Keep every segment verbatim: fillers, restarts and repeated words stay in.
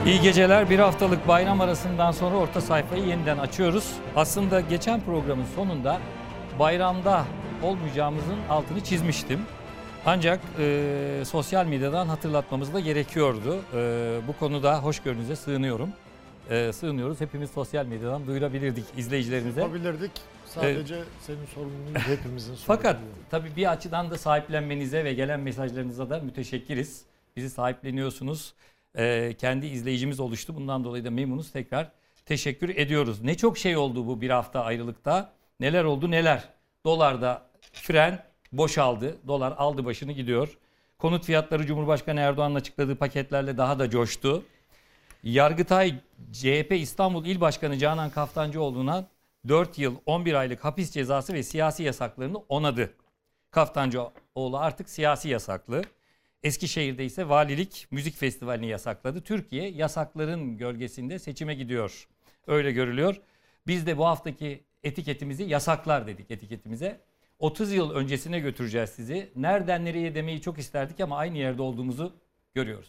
İyi geceler. Bir haftalık bayram arasından sonra orta sayfayı yeniden açıyoruz. Aslında geçen programın sonunda bayramda olmayacağımızın altını çizmiştim. Ancak e, sosyal medyadan hatırlatmamız da gerekiyordu. E, bu konuda hoşgörünüze sığınıyorum. E, sığınıyoruz. Hepimiz sosyal medyadan duyurabilirdik izleyicilerimize. Yapabilirdik. Sadece ee, senin sorumluluğun hepimizin sorumluluğu. Fakat tabii bir açıdan da sahiplenmenize ve gelen mesajlarınıza da müteşekkiriz. Bizi sahipleniyorsunuz. Ee, kendi izleyicimiz oluştu. Bundan dolayı da memnunuz. Tekrar teşekkür ediyoruz. Ne çok şey oldu bu bir hafta ayrılıkta. Neler oldu neler. Dolarda fren boşaldı. Dolar aldı başını gidiyor. Konut fiyatları Cumhurbaşkanı Erdoğan'ın açıkladığı paketlerle daha da coştu. Yargıtay C H P İstanbul İl Başkanı Canan Kaftancıoğlu'na dört yıl on bir aylık hapis cezası ve siyasi yasaklarını onadı. Kaftancıoğlu artık siyasi yasaklı. Eskişehir'de ise valilik müzik festivalini yasakladı. Türkiye yasakların gölgesinde seçime gidiyor. Öyle görülüyor. Biz de bu haftaki etiketimizi yasaklar dedik etiketimize. otuz yıl öncesine götüreceğiz sizi. Nereden nereye demeyi çok isterdik ama aynı yerde olduğumuzu görüyoruz.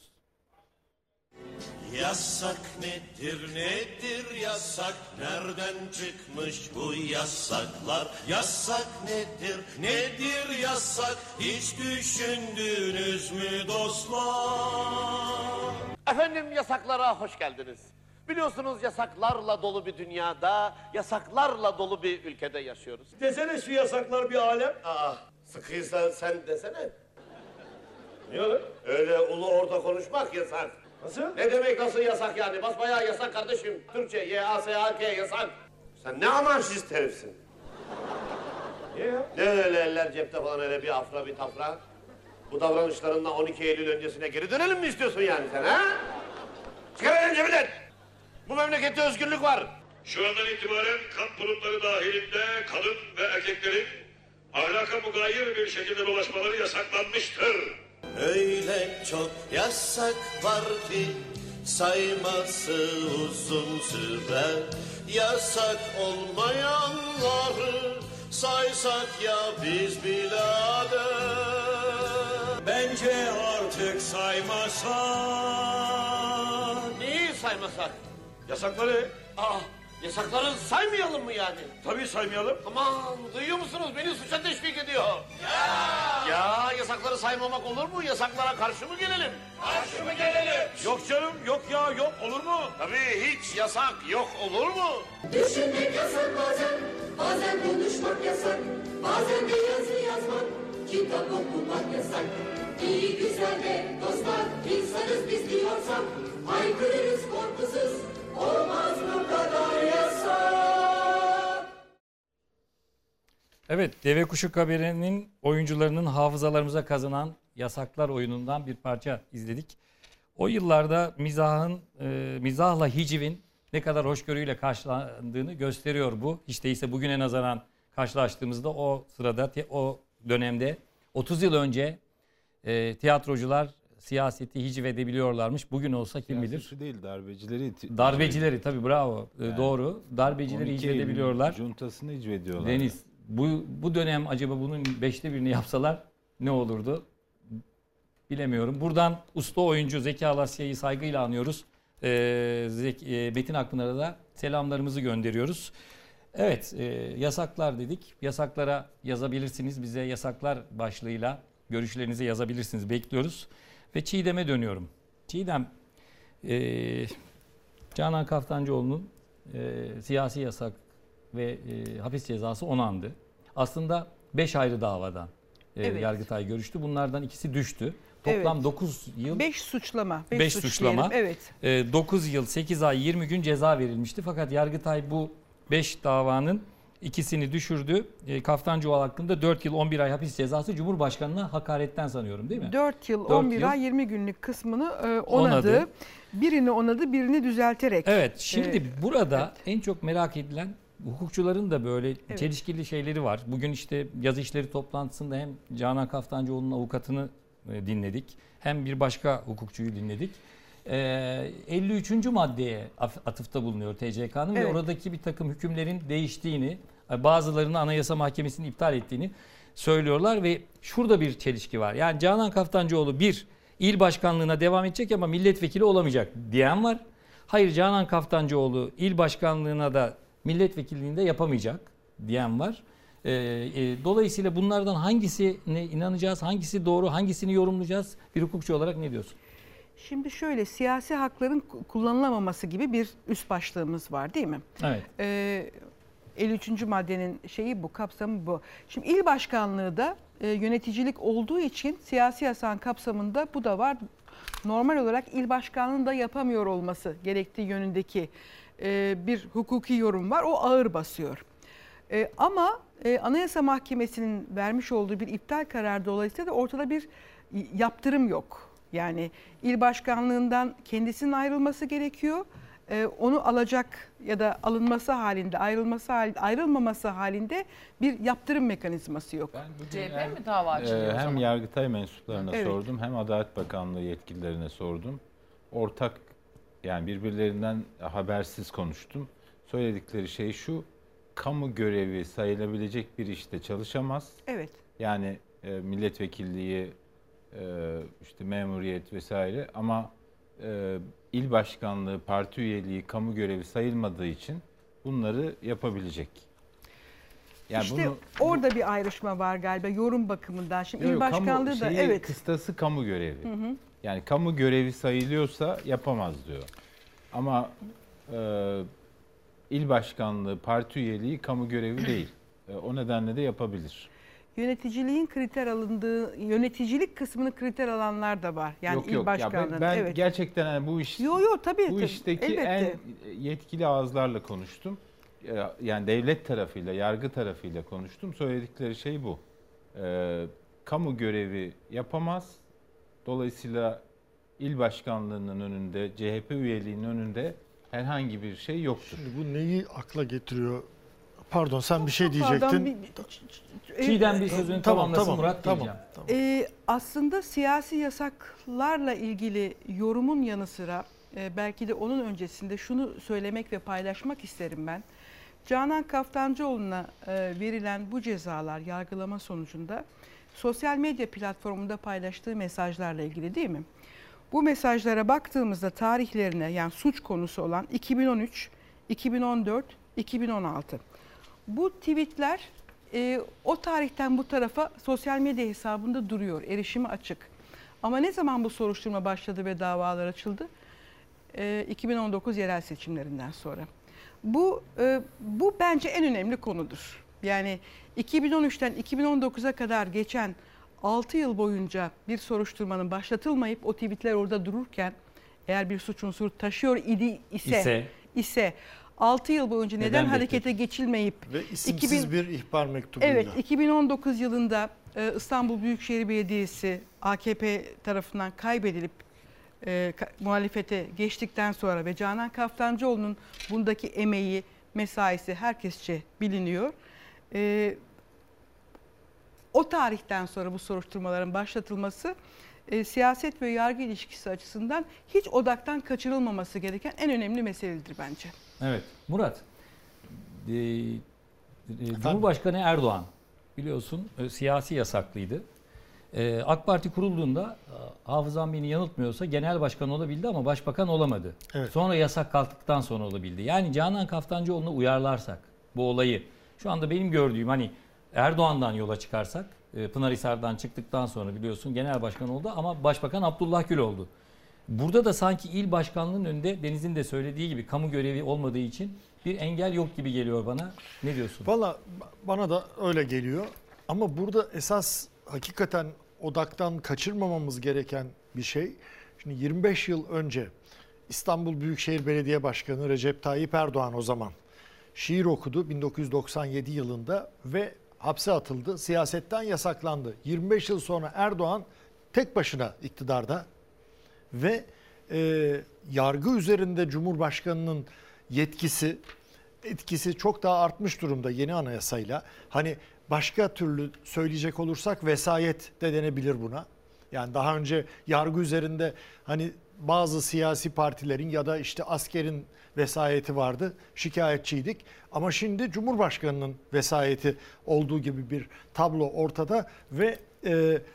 Yasak nedir nedir yasak, nereden çıkmış bu yasaklar? Yasak nedir nedir yasak, hiç düşündünüz mü dostlar? Efendim yasaklara hoş geldiniz. Biliyorsunuz yasaklarla dolu bir dünyada, yasaklarla dolu bir ülkede yaşıyoruz. Desene şu yasaklar bir alem. Aa, sıkıysa sen desene. Niye öyle? Öyle ulu orta konuşmak yasak. Nasıl? Ne demek nasıl yasak yani? Basbayağı yasak kardeşim. Türkçe Y A S A K yasak. Sen ne anarşist herifsin. Niye ya? Ne öyle eller cepte falan, öyle bir afra bir tafra. Bu davranışlarınla on iki Eylül öncesine geri dönelim mi istiyorsun yani sen ha? Çıkar elini cebinden. Bu memlekette özgürlük var. Şu andan itibaren kamp bulutları dahilinde kadın ve erkeklerin ahlaka mugayir bir şekilde dolaşmaları yasaklanmıştır. Öyle çok yasak var ki sayması uzun sürer. Yasak olmayanları saysak ya biz birader. Bence artık saymasak. Neyi saymasak? Yasakları Aa, yasakları saymayalım mı yani? tabii saymayalım. Aman duyuyor musunuz? Beni suça teşvik ediyor. Ya! Ya yasakları saymamak olur mu? Yasaklara karşı mı gelelim? Karşı mı gelelim? Yok canım, yok ya, yok, olur mu? Tabii hiç yasak yok, olur mu? Düşünmek yasak bazen, bazen konuşmak yasak, bazen de yazı yazmak, kitap okumak yasak. İyi güzel de dostlar, insanız biz diyorsak, haykırırız korkusuz, olmaz bu kadar yasak. Evet, Deve Kuşu Kabere'nin oyuncularının hafızalarımıza kazınan Yasaklar oyunundan bir parça izledik. O yıllarda mizahın, e, mizahla hicivin ne kadar hoşgörüyle karşılandığını gösteriyor bu. Hiç değilse bugüne nazaran karşılaştığımızda o sırada, o dönemde otuz yıl önce e, tiyatrocular siyaseti hiciv edebiliyorlarmış. Bugün olsa kim bilir. Siyaseti değil, darbecileri. Darbecileri tabii bravo, Yani, doğru. Darbecileri hiciv edebiliyorlar. Cuntasını hiciv ediyorlar. Deniz, bu, bu dönem acaba bunun beşte birini yapsalar ne olurdu? Bilemiyorum. Buradan usta oyuncu Zeki Alasya'yı saygıyla anıyoruz. Ee, Zeki, e, Metin Akpınar'a da selamlarımızı gönderiyoruz. Evet, e, yasaklar dedik. Yasaklara yazabilirsiniz. Bize yasaklar başlığıyla görüşlerinizi yazabilirsiniz. Bekliyoruz. Ve Çiğdem'e dönüyorum. Çiğdem, e, Canan Kaftancıoğlu'nun e, siyasi yasak ve e, hapis cezası onandı. Aslında beş ayrı davadan e, Evet. Yargıtay görüştü. Bunlardan ikisi düştü. Toplam Evet. dokuz yıl, beş suçlama. beş suçlama, Evet. e, dokuz yıl, sekiz ay, yirmi gün ceza verilmişti. Fakat Yargıtay bu beş davanın ikisini düşürdü. E, Kaftancıoğlu hakkında dört yıl on bir ay hapis cezası, Cumhurbaşkanı'na hakaretten sanıyorum değil mi? dört yıl Dört on bir yıl. ay yirmi günlük kısmını e, onadı. Onadı. Birini onadı, birini düzelterek. Evet, şimdi Ee, burada en çok merak edilen, hukukçuların da böyle Evet. çelişkili şeyleri var. Bugün işte yazı işleri toplantısında hem Canan Kaftancıoğlu'nun avukatını e, dinledik, hem bir başka hukukçuyu dinledik. E, elli üçüncü maddeye atıfta bulunuyor T C K'nın Evet. ve oradaki bir takım hükümlerin değiştiğini, bazılarını Anayasa Mahkemesi'nin iptal ettiğini söylüyorlar ve şurada bir çelişki var. Yani Canan Kaftancıoğlu bir, İl başkanlığına devam edecek ama milletvekili olamayacak diyen var. Hayır, Canan Kaftancıoğlu il başkanlığına da milletvekilliğinde yapamayacak diyen var. Ee, e, dolayısıyla bunlardan hangisine inanacağız, hangisi doğru, hangisini yorumlayacağız? Bir hukukçu olarak ne diyorsun? Şimdi şöyle, siyasi hakların kullanılamaması gibi bir üst başlığımız var değil mi? Evet. Ee, elli üçüncü maddenin şeyi bu, kapsamı bu. Şimdi il başkanlığı da e, yöneticilik olduğu için siyasi yasağın kapsamında bu da var. Normal olarak il başkanlığını da yapamıyor olması gerektiği yönündeki e, bir hukuki yorum var. O ağır basıyor. E, ama e, Anayasa Mahkemesi'nin vermiş olduğu bir iptal kararı dolayısıyla da ortada bir yaptırım yok. Yani il başkanlığından kendisinin ayrılması gerekiyor. Ee, onu alacak ya da alınması halinde, ayrılması halinde, ayrılmaması halinde bir yaptırım mekanizması yok. C H P mi dava açılıyor e, o zaman? Hem Yargıtay mensuplarına Evet. sordum, hem Adalet Bakanlığı yetkililerine sordum. Ortak, yani birbirlerinden habersiz konuştum. Söyledikleri şey şu: kamu görevi sayılabilecek bir işte çalışamaz. Evet. Yani e, milletvekilliği, e, işte memuriyet vesaire, ama e, il başkanlığı, parti üyeliği kamu görevi sayılmadığı için bunları yapabilecek. Yani işte bunu, orada bir ayrışma var galiba yorum bakımından. Şimdi Yok, il kamu başkanlığı da şeyi, evet. kıstası kamu görevi. Hı hı. Yani kamu görevi sayılıyorsa yapamaz diyor. Ama e, il başkanlığı, parti üyeliği kamu görevi değil. E, o nedenle de yapabilir. Yöneticiliğin kriter alındığı, yöneticilik kısmını kriter alanlar da var. Yani yok il yok. başkanlığı. Ya ben, ben evet. gerçekten yani bu iş Yo yo tabii. bu tabii. işteki Elbette. en yetkili ağızlarla konuştum. E, Yani devlet tarafıyla, yargı tarafıyla konuştum. Söyledikleri şey bu. E, kamu görevi yapamaz. Dolayısıyla il başkanlığının önünde, C H P üyeliğinin önünde herhangi bir şey yoktur. Şimdi bu neyi akla getiriyor? Pardon, sen bir şey Pardon, diyecektin. bir- Çiğdem bir sözünü Tamam, tamamlasın, tamam, Murat tamam, diyeceğim. tamam. Ee, aslında siyasi yasaklarla ilgili yorumun yanı sıra e, belki de onun öncesinde şunu söylemek ve paylaşmak isterim ben. Canan Kaftancıoğlu'na e, verilen bu cezalar yargılama sonucunda sosyal medya platformunda paylaştığı mesajlarla ilgili değil mi? Bu mesajlara baktığımızda tarihlerine, yani suç konusu olan iki bin on üç, iki bin on dört, iki bin on altı. Bu tweetler e, o tarihten bu tarafa sosyal medya hesabında duruyor, erişimi açık. Ama ne zaman bu soruşturma başladı ve davalar açıldı? E, iki bin on dokuz yerel seçimlerinden sonra. Bu e, bu bence en önemli konudur. Yani iki bin on üçten iki bin on dokuza kadar geçen altı yıl boyunca bir soruşturmanın başlatılmayıp o tweetler orada dururken, eğer bir suç unsuru taşıyor idi ise İse. ise altı yıl boyunca neden, Neden harekete geçilmeyip Ve isimsiz iki bin bir ihbar mektubuyla. Evet, iki bin on dokuz yılında e, İstanbul Büyükşehir Belediyesi A K P tarafından kaybedilip e, ka- muhalefete geçtikten sonra ve Canan Kaftancıoğlu'nun bundaki emeği, mesaisi herkesçe biliniyor. E, o tarihten sonra bu soruşturmaların başlatılması e, siyaset ve yargı ilişkisi açısından hiç odaktan kaçırılmaması gereken en önemli meseledir bence. Evet. Murat, e, e, Cumhurbaşkanı Erdoğan biliyorsun e, siyasi yasaklıydı. E, AK Parti kurulduğunda e, hafızam beni yanıltmıyorsa genel başkan olabildi ama başbakan olamadı. Evet. Sonra yasak kalktıktan sonra olabildi. Yani Canan Kaftancıoğlu'na uyarlarsak bu olayı, şu anda benim gördüğüm, hani Erdoğan'dan yola çıkarsak, e, Pınarhisar'dan çıktıktan sonra biliyorsun genel başkan oldu ama başbakan Abdullah Gül oldu. Burada da sanki il başkanlığının önünde Deniz'in de söylediği gibi kamu görevi olmadığı için bir engel yok gibi geliyor bana. Ne diyorsun? Valla bana da öyle geliyor. Ama burada esas hakikaten odaktan kaçırmamamız gereken bir şey. Şimdi yirmi beş yıl önce İstanbul Büyükşehir Belediye Başkanı Recep Tayyip Erdoğan o zaman şiir okudu bin dokuz yüz doksan yedi yılında ve hapse atıldı. Siyasetten yasaklandı. yirmi beş yıl sonra Erdoğan tek başına iktidarda ve e, yargı üzerinde Cumhurbaşkanı'nın yetkisi, etkisi çok daha artmış durumda yeni anayasayla. Hani başka türlü söyleyecek olursak vesayet de denebilir buna. Yani daha önce yargı üzerinde hani bazı siyasi partilerin ya da işte askerin vesayeti vardı, şikayetçiydik. Ama şimdi Cumhurbaşkanı'nın vesayeti olduğu gibi bir tablo ortada ve e,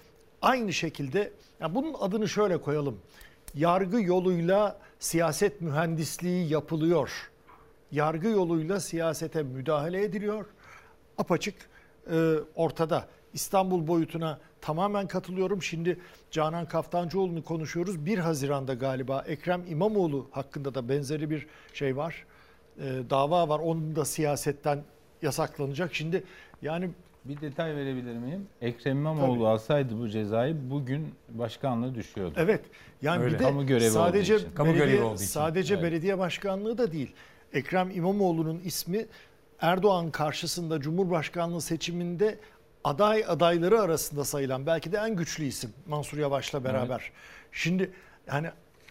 aynı şekilde yani bunun adını şöyle koyalım. Yargı yoluyla siyaset mühendisliği yapılıyor. Yargı yoluyla siyasete müdahale ediliyor. Apaçık e, ortada. İstanbul boyutuna tamamen katılıyorum. Şimdi Canan Kaftancıoğlu'nu konuşuyoruz. bir Haziran'da galiba Ekrem İmamoğlu hakkında da benzeri bir şey var. E, dava var. Onun da siyasetten yasaklanacak. Şimdi yani bir detay verebilir miyim? Ekrem İmamoğlu Tabii. alsaydı bu cezayı bugün başkanlığı düşüyordu. Evet. Yani Öyle. bir de Kamu görevi sadece olduğu için. Kamu belediye, görevi olduğu için. sadece Evet. belediye başkanlığı da değil. Ekrem İmamoğlu'nun ismi Erdoğan karşısında Cumhurbaşkanlığı seçiminde aday adayları arasında sayılan belki de en güçlü isim Mansur Yavaş'la beraber. Evet. Şimdi yani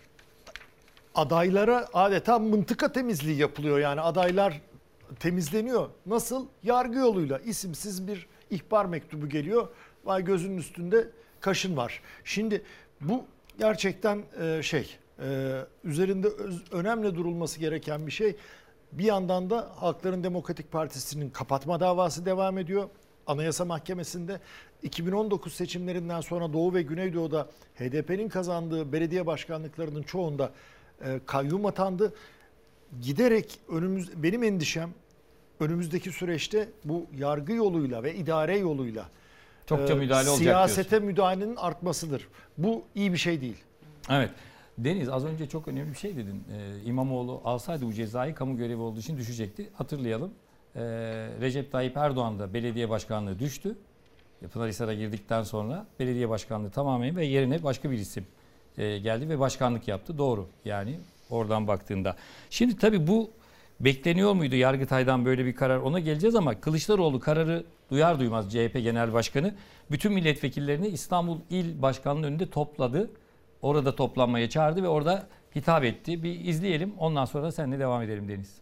adaylara adeta mıntıka temizliği yapılıyor. Yani adaylar temizleniyor. Nasıl? Yargı yoluyla isimsiz bir ihbar mektubu geliyor. Vay gözünün üstünde kaşın var. Şimdi bu gerçekten şey üzerinde önemli durulması gereken bir şey. Bir yandan da Halkların Demokratik Partisi'nin kapatma davası devam ediyor. Anayasa Mahkemesi'nde iki bin on dokuz seçimlerinden sonra Doğu ve Güneydoğu'da H D P'nin kazandığı belediye başkanlıklarının çoğunda kayyum atandı. Giderek önümüz benim endişem önümüzdeki süreçte bu yargı yoluyla ve idare yoluyla çokça müdahale olacak siyasete diyorsun. müdahalenin artmasıdır. Bu iyi bir şey değil. Evet. Deniz az önce çok önemli bir şey dedin. Ee, İmamoğlu alsaydı bu cezayı kamu görevi olduğu için düşecekti. Hatırlayalım. Ee, Recep Tayyip Erdoğan da belediye başkanlığı düştü. Pınarhisar'a girdikten sonra belediye başkanlığı tamamen ve yerine başka bir isim e, geldi ve başkanlık yaptı. Doğru yani oradan baktığında. Şimdi tabii bu bekleniyor muydu Yargıtay'dan böyle bir karar, ona geleceğiz ama Kılıçdaroğlu kararı duyar duymaz C H P Genel Başkanı bütün milletvekillerini İstanbul İl Başkanlığı'nın önünde topladı. Orada toplanmaya çağırdı ve orada hitap etti. Bir izleyelim, ondan sonra da seninle devam edelim Deniz.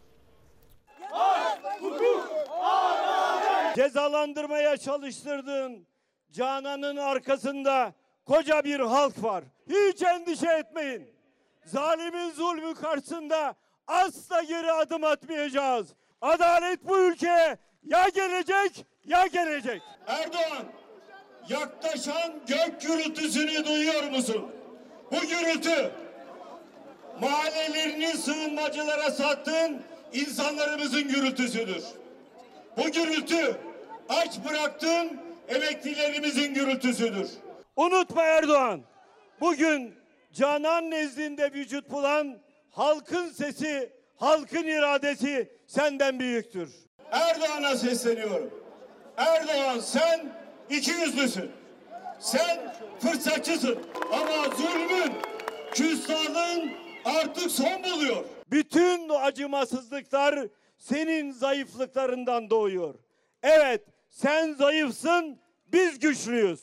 Cezalandırmaya çalıştırdığın Canan'ın arkasında koca bir halk var. Hiç endişe etmeyin. Zalimin zulmü karşısında asla geri adım atmayacağız. Adalet bu ülkeye ya gelecek ya gelecek. Erdoğan, yaklaşan gök gürültüsünü duyuyor musun? Bu gürültü mahallelerini sığınmacılara sattığın insanlarımızın gürültüsüdür. Bu gürültü aç bıraktığın emeklilerimizin gürültüsüdür. Unutma Erdoğan, bugün Canan nezdinde vücut bulan halkın sesi, halkın iradesi senden büyüktür. Erdoğan'a sesleniyorum. Erdoğan, sen iki yüzlüsün. Sen fırsatçısın. Ama zulmün, küstahlığın artık son buluyor. Bütün acımasızlıklar senin zayıflıklarından doğuyor. Evet, sen zayıfsın, biz güçlüyüz.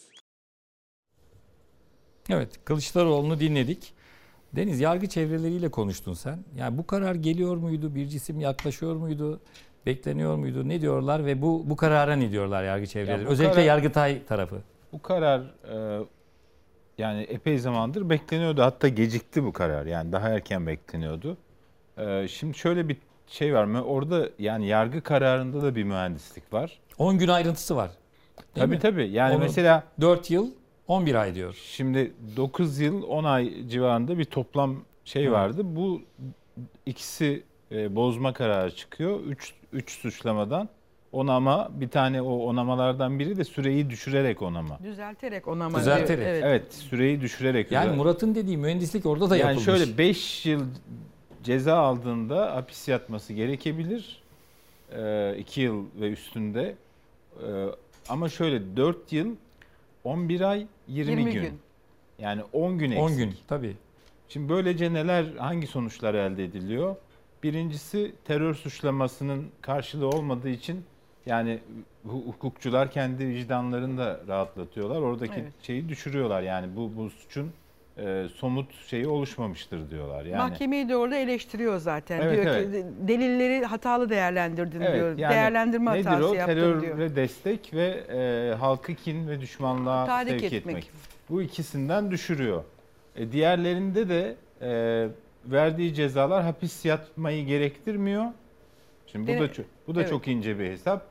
Evet, Kılıçdaroğlu'nu dinledik. Deniz, yargı çevreleriyle konuştun sen. Yani bu karar geliyor muydu? Bir cisim yaklaşıyor muydu? Bekleniyor muydu? Ne diyorlar ve bu bu karara ne diyorlar yargı çevreleri? Ya özellikle karar, Yargıtay tarafı. Bu karar e, yani epey zamandır bekleniyordu. Hatta gecikti bu karar. Yani daha erken bekleniyordu. E, şimdi şöyle bir şey var mı? Orada yani yargı kararında da bir mühendislik var. on gün ayrıntısı var. Tabii mi? Tabii. Yani Onu mesela dört yıl on bir ay diyor. Şimdi dokuz yıl on ay civarında bir toplam şey vardı. Hı. Bu ikisi e, bozma kararı çıkıyor. üç üç suçlamadan onama, bir tane o onamalardan biri de süreyi düşürerek onama. Düzelterek onama. Düzelterek. Evet. evet, süreyi düşürerek. Yani Murat'ın dediği mühendislik orada da yani yapılmış. Yani şöyle beş yıl ceza aldığında hapis yatması gerekebilir. iki yıl ve üstünde. E, ama şöyle dört yıl on bir ay yirmi, yirmi gün. gün. Yani on gün eksik. on gün tabii. Şimdi böylece neler, hangi sonuçlar elde ediliyor? Birincisi, terör suçlamasının karşılığı olmadığı için yani hukukçular kendi vicdanlarını da rahatlatıyorlar. Oradaki evet. şeyi düşürüyorlar. Yani bu bu suçun e, somut şeyi oluşmamıştır diyorlar. Yani mahkemeyi de orada eleştiriyor zaten. Evet, diyor evet. ki delilleri hatalı değerlendirdin evet, diyor. Yani değerlendirme hatası nedir o? yaptın Teröre diyor. Teröre destek ve e, halkı kin ve düşmanlığa tahrik sevk etmek. etmek. Bu ikisinden düşürüyor. E, diğerlerinde de e, verdiği cezalar hapis yatmayı gerektirmiyor. Şimdi bu evet. da çok, bu da evet. çok ince bir hesap.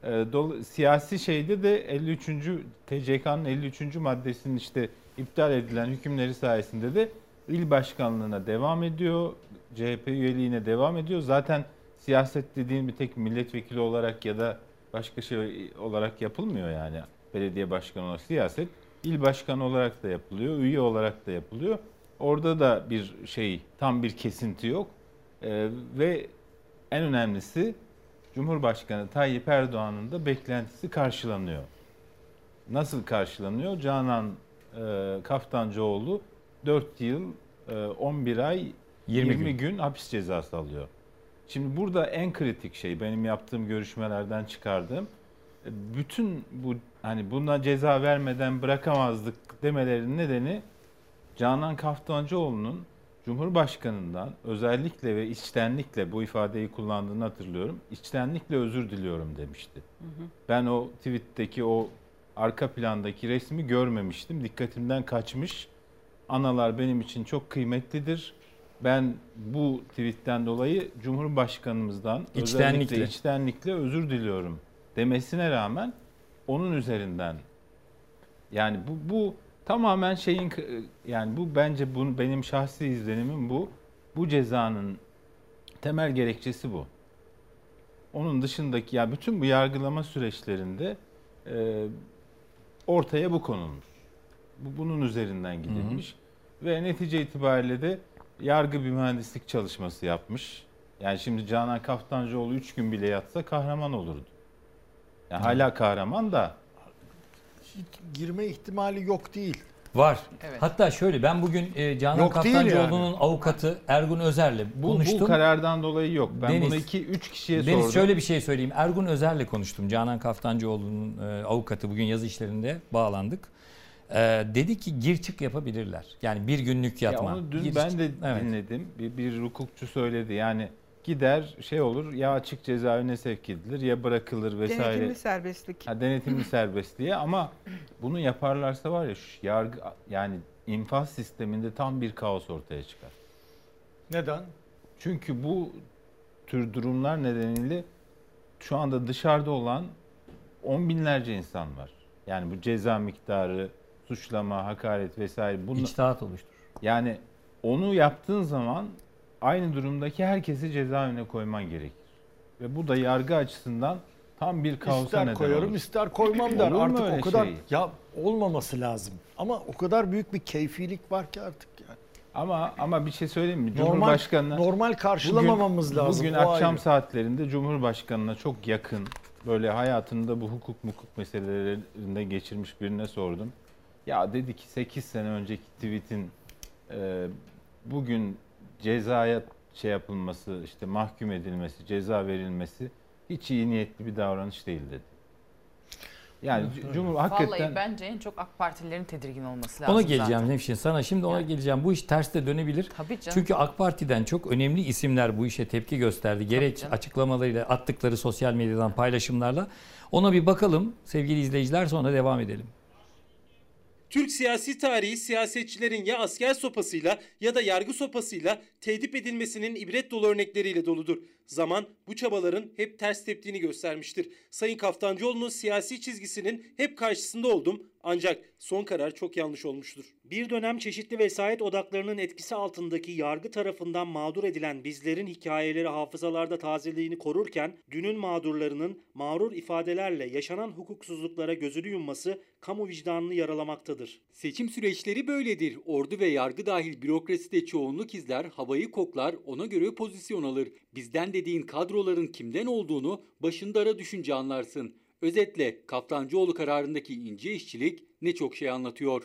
E, dol- siyasi şeyde de elli üçüncü T C K'nın elli üçüncü maddesinin işte iptal edilen hükümleri sayesinde de il başkanlığına devam ediyor. C H P üyeliğine devam ediyor. Zaten siyaset dediğin bir tek milletvekili olarak ya da başka şey olarak yapılmıyor yani. Belediye başkanı olarak siyaset il başkanı olarak da yapılıyor, üye olarak da yapılıyor. Orada da bir şey, tam bir kesinti yok. Ee, ve en önemlisi Cumhurbaşkanı Tayyip Erdoğan'ın da beklentisi karşılanıyor. Nasıl karşılanıyor? Canan e, Kaftancıoğlu dört yıl e, on bir ay yirmi, yirmi gün. gün hapis cezası alıyor. Şimdi burada en kritik şey benim yaptığım görüşmelerden çıkardığım, bütün bu hani buna ceza vermeden bırakamazdık demelerinin nedeni Canan Kaftancıoğlu'nun Cumhurbaşkanı'ndan özellikle ve içtenlikle bu ifadeyi kullandığını hatırlıyorum. İçtenlikle özür diliyorum demişti. Hı hı. Ben o tweet'teki o arka plandaki resmi görmemiştim. Dikkatimden kaçmış. Analar benim için çok kıymetlidir. Ben bu tweetten dolayı Cumhurbaşkanımızdan içtenlikle. özellikle içtenlikle özür diliyorum demesine rağmen onun üzerinden yani bu bu tamamen şeyin yani bu bence bunu benim şahsi izlenimim bu. Bu cezanın temel gerekçesi bu. Onun dışındaki ya bütün bu yargılama süreçlerinde e, ortaya bu konulmuş. Bu bunun üzerinden gidilmiş. Hı hı. Ve netice itibariyle de yargı bir mühendislik çalışması yapmış. Yani şimdi Canan Kaftancıoğlu üç gün bile yatsa kahraman olurdu. Yani hala kahraman da. Hiç girme ihtimali yok değil. Var. Evet. Hatta şöyle ben bugün e, Canan Yok Kaftancıoğlu'nun yani. avukatı Ergun Özer'le bu, konuştum. Bu karardan dolayı yok. Ben Deniz, bunu iki üç kişiye Deniz, sordum. şöyle bir şey söyleyeyim. Ergun Özer'le konuştum. Canan Kaftancıoğlu'nun e, avukatı, bugün yazı işlerinde bağlandık. E, dedi ki gir çık yapabilirler. Yani bir günlük yatma. Ya onu dün gir ben çık. de Evet. dinledim. Bir, bir hukukçu söyledi. Yani gider şey olur ya açık cezaevine sevk edilir ya bırakılır vesaire. Denetimli serbestlik. Ha, denetimli serbestliğe ama bunu yaparlarsa var ya şu yargı yani infaz sisteminde tam bir kaos ortaya çıkar. Neden? Çünkü bu tür durumlar nedeniyle şu anda dışarıda olan on binlerce insan var. Yani bu ceza miktarı, suçlama, hakaret vesaire. Bunu, İçtihat oluşturur. Yani onu yaptığın zaman aynı durumdaki herkesi cezaevine koyman gerekir. Ve bu da yargı açısından tam bir kaosa İster neden koyarım olur. ister koymam der. Olur mu Artık öyle o kadar şey? ya olmaması lazım. Ama o kadar büyük bir keyfilik var ki artık yani. Ama ama bir şey söyleyeyim mi? Normal, Cumhurbaşkanına normal karşılamamamız bugün, lazım. Bugün o akşam ayrı. saatlerinde Cumhurbaşkanına çok yakın, böyle hayatında bu hukuk mukuk meselelerinde geçirmiş birine sordum. Ya dedi ki sekiz sene önceki tweetin e, bugün cezaya şey yapılması, işte mahkum edilmesi, ceza verilmesi hiç iyi niyetli bir davranış değil dedi. Yani Cumhur hakikaten... Vallahi bence en çok AK Partililerin tedirgin olması lazım. Ona geleceğim zaten. Nevşin sana. Şimdi ona Yani. geleceğim. Bu iş ters de dönebilir. Tabii canım. Çünkü AK Parti'den çok önemli isimler bu işe tepki gösterdi. Gerek canım. açıklamalarıyla, attıkları sosyal medyadan paylaşımlarla. Ona bir bakalım sevgili izleyiciler, sonra devam edelim. Türk siyasi tarihi siyasetçilerin ya asker sopasıyla ya da yargı sopasıyla tedip edilmesinin ibret dolu örnekleriyle doludur. Zaman bu çabaların hep ters teptiğini göstermiştir. Sayın Kaftancıoğlu'nun siyasi çizgisinin hep karşısında oldum ancak son karar çok yanlış olmuştur. Bir dönem çeşitli vesayet odaklarının etkisi altındaki yargı tarafından mağdur edilen bizlerin hikayeleri hafızalarda tazeliğini korurken dünün mağdurlarının mağrur ifadelerle yaşanan hukuksuzluklara gözünü yumması kamu vicdanını yaralamaktadır. Seçim süreçleri böyledir. Ordu ve yargı dahil bürokraside çoğunluk izler, havayı koklar, ona göre pozisyon alır. Bizden dediğin kadroların kimden olduğunu başında ara düşünce anlarsın. Özetle Kaftancıoğlu kararındaki ince işçilik ne çok şey anlatıyor.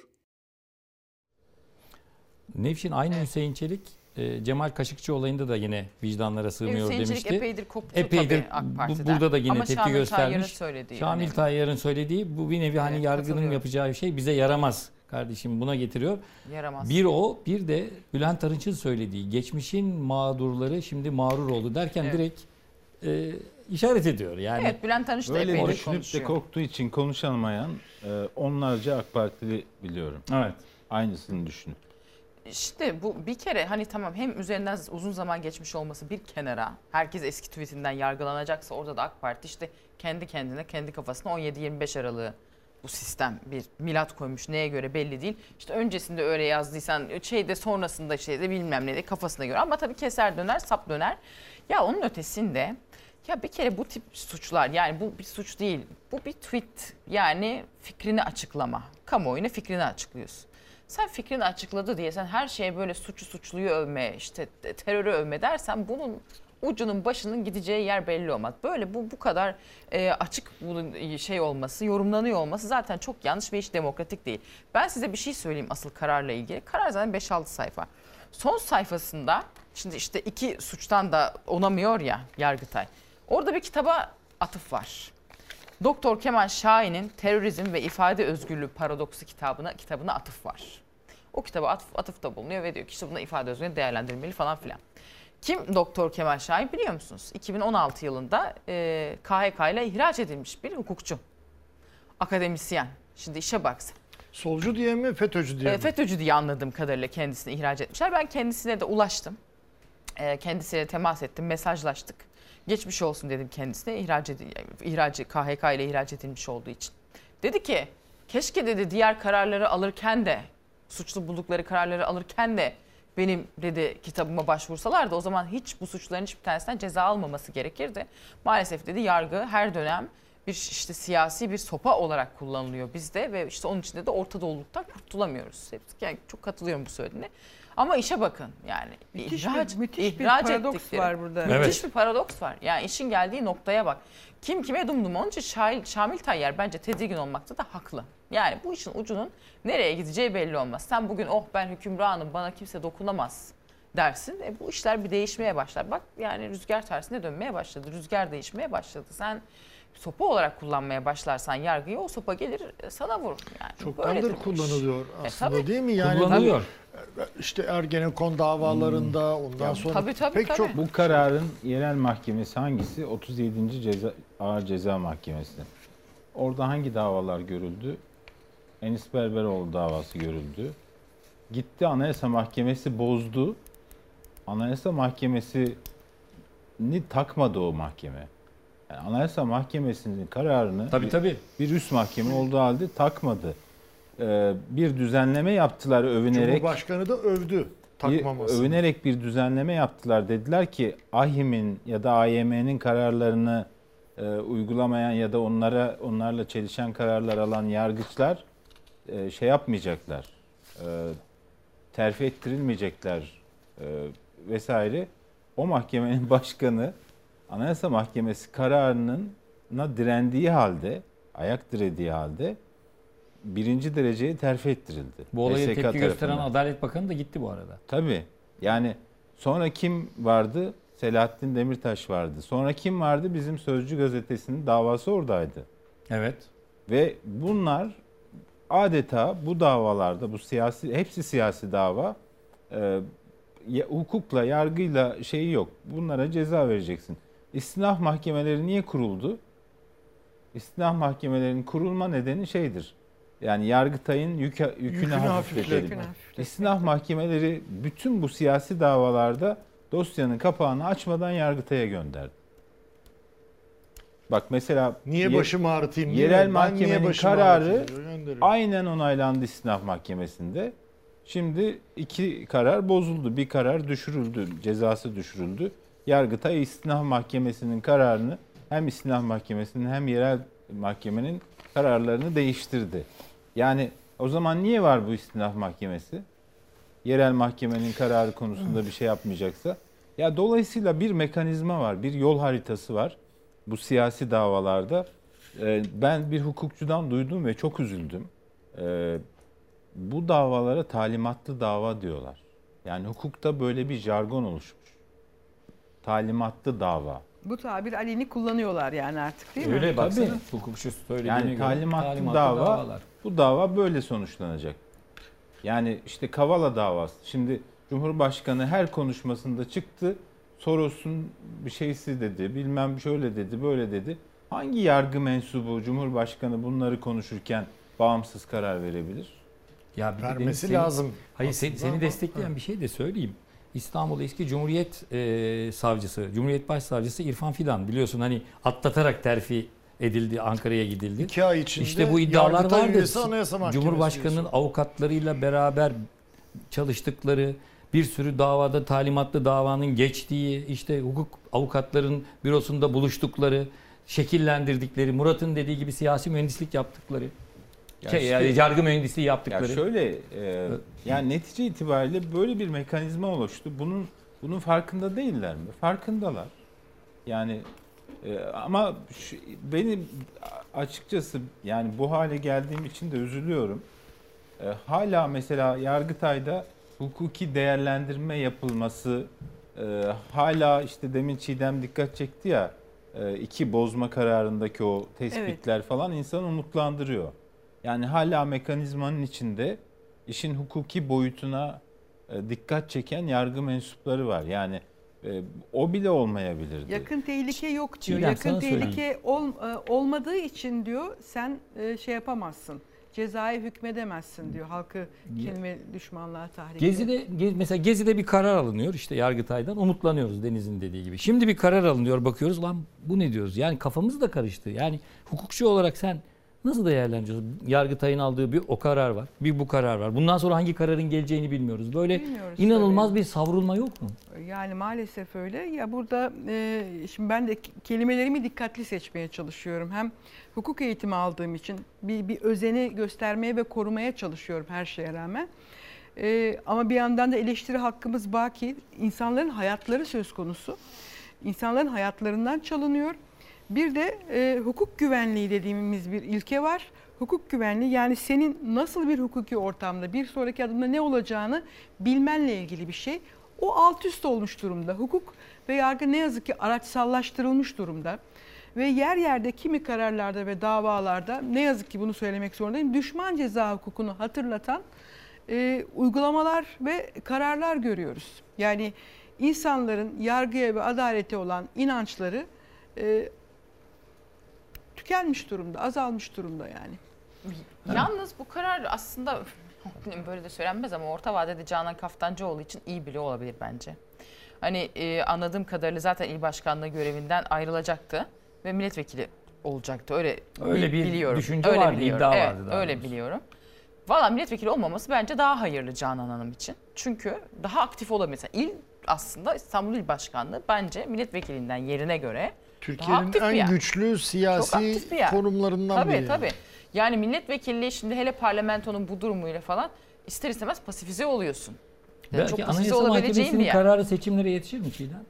Nevşin aynı Evet. Hüseyin Çelik e, Cemal Kaşıkçı olayında da yine vicdanlara sığmıyor Hüseyin demişti. Çelik epeydir koptu Epeydir tabii AK bu- Parti'den. burada da yine Ama tepki Şamil göstermiş. Tayyar'ın söylediği Şamil önemli. Tayyar'ın söylediği bu bir nevi hani Evet, yargının katılıyorum. yapacağı şey bize yaramaz kardeşim, buna getiriyor. Yaramaz. Bir o, bir de Bülent Arınç'ın söylediği geçmişin mağdurları şimdi mağrur oldu derken Evet. direkt e, işaret ediyor. Yani Evet, Bülent Arınç da Böyle epeydir düşünüp de konuşuyor. korktuğu için konuşamayan e, onlarca AK Partili biliyorum. evet. Aynısını düşünüp. İşte bu bir kere hani tamam hem üzerinden uzun zaman geçmiş olması bir kenara, herkes eski tweetinden yargılanacaksa orada da AK Parti işte kendi kendine kendi kafasına on yedi yirmi beş aralığı bu sistem bir milat koymuş, neye göre belli değil. İşte öncesinde öyle yazdıysan şeyde sonrasında şeyde bilmem ne de kafasına göre, ama tabii keser döner sap döner. Ya onun ötesinde ya bir kere bu tip suçlar, yani bu bir suç değil, bu bir tweet, yani fikrini açıklama, kamuoyuna fikrini açıklıyorsun. Sen fikrini açıkladı diye sen her şeye böyle suçu suçluyu övme, işte terörü övme dersen bunun ucunun başının gideceği yer belli olmaz. Böyle bu bu kadar e, açık bunun şey olması, yorumlanıyor olması zaten çok yanlış ve hiç demokratik değil. Ben size bir şey söyleyeyim asıl kararla ilgili. Karar zaten beş altı sayfa. Son sayfasında şimdi işte iki suçtan da onamıyor ya Yargıtay. Orada bir kitaba atıf var. Doktor Kemal Şahin'in Terörizm ve İfade Özgürlüğü Paradoksu kitabına kitabına atıf var. O kitaba atıf, atıfta bulunuyor ve diyor ki işte buna ifade özgürlüğü değerlendirilmeli falan filan. Kim Doktor Kemal Şahin biliyor musunuz? iki bin on altı yılında e, K H K ile ihraç edilmiş bir hukukçu. Akademisyen. Şimdi işe baksın. Solcu diye mi, FETÖ'cü diye e, mi? FETÖ'cü diye anladığım kadarıyla kendisini ihraç etmişler. Ben kendisine de ulaştım. E, kendisiyle temas ettim, mesajlaştık. Geçmiş olsun dedim kendisine, ihraç edildi, ihracı K H K ile ihraç edilmiş olduğu için. Dedi ki keşke dedi diğer kararları alırken de, suçlu buldukları kararları alırken de benim dedi kitabıma başvursalardı, o zaman hiç bu suçların hiçbir tanesinden ceza almaması gerekirdi. Maalesef dedi yargı her dönem bir işte siyasi bir sopa olarak kullanılıyor bizde ve işte onun içinde de Orta Doğuluktan kurtulamıyoruz. Yani çok katılıyorum bu söylediğine. Ama işe bakın yani. Müthiş ihraç, bir, müthiş bir ihraç paradoks ettikleri. var burada. Müthiş Evet. bir paradoks var. Yani işin geldiği noktaya bak. Kim kime dumdum. Onun için Şamil, Şamil Tayyar bence tedirgin olmakta da haklı. Yani bu işin ucunun nereye gideceği belli olmaz. Sen bugün oh ben hükümranım bana kimse dokunamaz dersin. E bu işler bir değişmeye başlar. Bak yani rüzgar tersine dönmeye başladı. Rüzgar değişmeye başladı. Sen sopa olarak kullanmaya başlarsan yargıyı, o sopa gelir sana vurur. Yani çoktandır kullanılıyor aslında, e, değil mi? Yani kullanılıyor. İşte Ergenekon davalarında hmm. ondan sonra tabii, tabii, pek tabii. çok. Bu kararın yerel mahkemesi hangisi? otuz yedinci Ceza, Ağır Ceza Mahkemesi. Orada hangi davalar görüldü? Enis Berberoğlu davası görüldü. Gitti Anayasa Mahkemesi bozdu. Anayasa Mahkemesi'ni takmadı o mahkeme. Yani Anayasa Mahkemesi'nin kararını Tabii, bir, tabii. bir üst mahkeme olduğu halde takmadı. Ee, bir düzenleme yaptılar övünerek. Cumhurbaşkanı da övdü takmamasını. Övünerek bir düzenleme yaptılar. Dediler ki A H İM'in ya da A Y M'nin kararlarını e, uygulamayan ya da onlara onlarla çelişen kararlar alan yargıçlar e, şey yapmayacaklar. E, terfi ettirilmeyecekler e, vesaire. O mahkemenin başkanı Anayasa Mahkemesi kararına direndiği halde, ayak dirediği halde birinci dereceye terfi ettirildi. Bu olaya S K tepki tarafından. gösteren Adalet Bakanı da gitti bu arada. Tabii. Yani sonra kim vardı? Selahattin Demirtaş vardı. Sonra kim vardı? Bizim Sözcü gazetesinin davası oradaydı. Evet. Ve bunlar adeta bu davalarda, bu siyasi, hepsi siyasi dava, e, hukukla, yargıyla şeyi yok. Bunlara ceza vereceksin. İstinaf mahkemeleri niye kuruldu? İstinaf mahkemelerinin kurulma nedeni şeydir. Yani Yargıtay'ın yük, yükünü, yükünü hafifletelim. İstinaf mahkemeleri bütün bu siyasi davalarda dosyanın kapağını açmadan Yargıtay'a gönderdi. Bak mesela niye başımı ağrıtayım? Yerel mahkemenin kararı aynen onaylandı İstinaf Mahkemesi'nde. Şimdi iki karar bozuldu. Bir karar düşürüldü, cezası düşürüldü. Yargıtay İstinaf Mahkemesi'nin kararını hem İstinaf Mahkemesi'nin hem yerel mahkemenin kararlarını değiştirdi. Yani o zaman niye var bu İstinaf Mahkemesi? Yerel mahkemenin kararı konusunda bir şey yapmayacaksa. Ya dolayısıyla bir mekanizma var, bir yol haritası var bu siyasi davalarda. Ee, ben bir hukukçudan duydum ve çok üzüldüm. Ee, bu davalara talimatlı dava diyorlar. Yani hukukta böyle bir jargon oluşmuş. Talimatlı dava. Bu tabir aleni kullanıyorlar yani artık, değil mi? Öyle baksana hukukçu söylediğine yani göre. Talimatlı, Talimatlı dava, davalar. bu dava böyle sonuçlanacak. Yani işte Kavala davası. Şimdi Cumhurbaşkanı her konuşmasında çıktı. Soros'un bir şeysi dedi, bilmem şöyle dedi, böyle dedi. Hangi yargı mensubu Cumhurbaşkanı bunları konuşurken bağımsız karar verebilir? Ya bir de vermesi seni, lazım. Hayır seni, seni ama, destekleyen ha. bir şey de söyleyeyim. İstanbul eski Cumhuriyet e, Savcısı, Cumhuriyet Başsavcısı İrfan Fidan biliyorsun hani atlatarak terfi edildi, Ankara'ya gidildi. İki ay içinde İşte bu iddialar Yargıtay vardı. üyesi Anayasa Mahkemesi Cumhurbaşkanı'nın diyorsun. avukatlarıyla beraber çalıştıkları, bir sürü davada talimatlı davanın geçtiği, işte hukuk avukatların bürosunda buluştukları, şekillendirdikleri, Murat'ın dediği gibi siyasi mühendislik yaptıkları, Ya şey, işte- yani yargı mühendisliği yaptıkları. Ya şöyle, e, yani netice itibariyle böyle bir mekanizma oluştu. Bunun bunun farkında değiller mi? Farkındalar. Yani e, ama şu, benim açıkçası yani bu hale geldiğim için de üzülüyorum. E, hala mesela Yargıtay'da hukuki değerlendirme yapılması, e, hala işte demin Çiğdem dikkat çekti ya, e, iki bozma kararındaki o tespitler evet. falan insanı umutlandırıyor. Yani hala mekanizmanın içinde işin hukuki boyutuna e, dikkat çeken yargı mensupları var. Yani e, o bile olmayabilirdi. Yakın tehlike yok diyor. Çiğdem, Yakın tehlike ol, e, olmadığı için diyor sen e, şey yapamazsın. Cezaya hükmedemezsin diyor. Halkı kelime düşmanlığa tahrik ediyor. Gezi'de Gez, mesela Gezi'de bir karar alınıyor işte Yargıtay'dan, umutlanıyoruz Deniz'in dediği gibi. Şimdi bir karar alınıyor, bakıyoruz lan bu ne diyoruz? Yani kafamız da karıştı. Yani hukukçu olarak sen nasıl değerlendiriyorsun? Yargıtay'ın aldığı bir o karar var, bir bu karar var. Bundan sonra hangi kararın geleceğini bilmiyoruz. Böyle Bilmiyoruz inanılmaz tabii. bir savrulma yok mu? Yani maalesef öyle. Ya burada e, şimdi ben de kelimelerimi dikkatli seçmeye çalışıyorum. Hem hukuk eğitimi aldığım için bir, bir özeni göstermeye ve korumaya çalışıyorum her şeye rağmen. E, ama bir yandan da eleştiri hakkımız baki. İnsanların hayatları söz konusu. İnsanların hayatlarından çalınıyor. Bir de e, hukuk güvenliği dediğimiz bir ilke var. Hukuk güvenliği yani senin nasıl bir hukuki ortamda bir sonraki adımda ne olacağını bilmenle ilgili bir şey. O alt üst olmuş durumda. Hukuk ve yargı ne yazık ki araçsallaştırılmış durumda. Ve yer yerde kimi kararlarda ve davalarda ne yazık ki bunu söylemek zorundayım. Düşman ceza hukukunu hatırlatan e, uygulamalar ve kararlar görüyoruz. Yani insanların yargıya ve adalete olan inançları e, tükenmiş durumda, azalmış durumda yani. Yalnız bu karar aslında böyle de söylenmez ama orta vadede Canan Kaftancıoğlu için iyi bile olabilir bence. Hani e, anladığım kadarıyla zaten il başkanlığı görevinden ayrılacaktı ve milletvekili olacaktı. Öyle, öyle bir biliyorum. düşünce öyle vardı, biliyorum. iddia evet, vardı. Daha öyle doğrusu. biliyorum. Valla milletvekili olmaması bence daha hayırlı Canan Hanım için. Çünkü daha aktif olabilir. Mesela il aslında İstanbul İl Başkanlığı bence milletvekilinden yerine göre Türkiye'nin en güçlü siyasi konumlarından tabii, biri. Tabii tabii. Yani milletvekilliği şimdi hele parlamentonun bu durumuyla falan ister istemez pasifize oluyorsun. Yani Belki çok pasifize Anayasa olabileceğin bir Mahkemesi'nin yer. kararı seçimlere yetişir mi Çiğdem?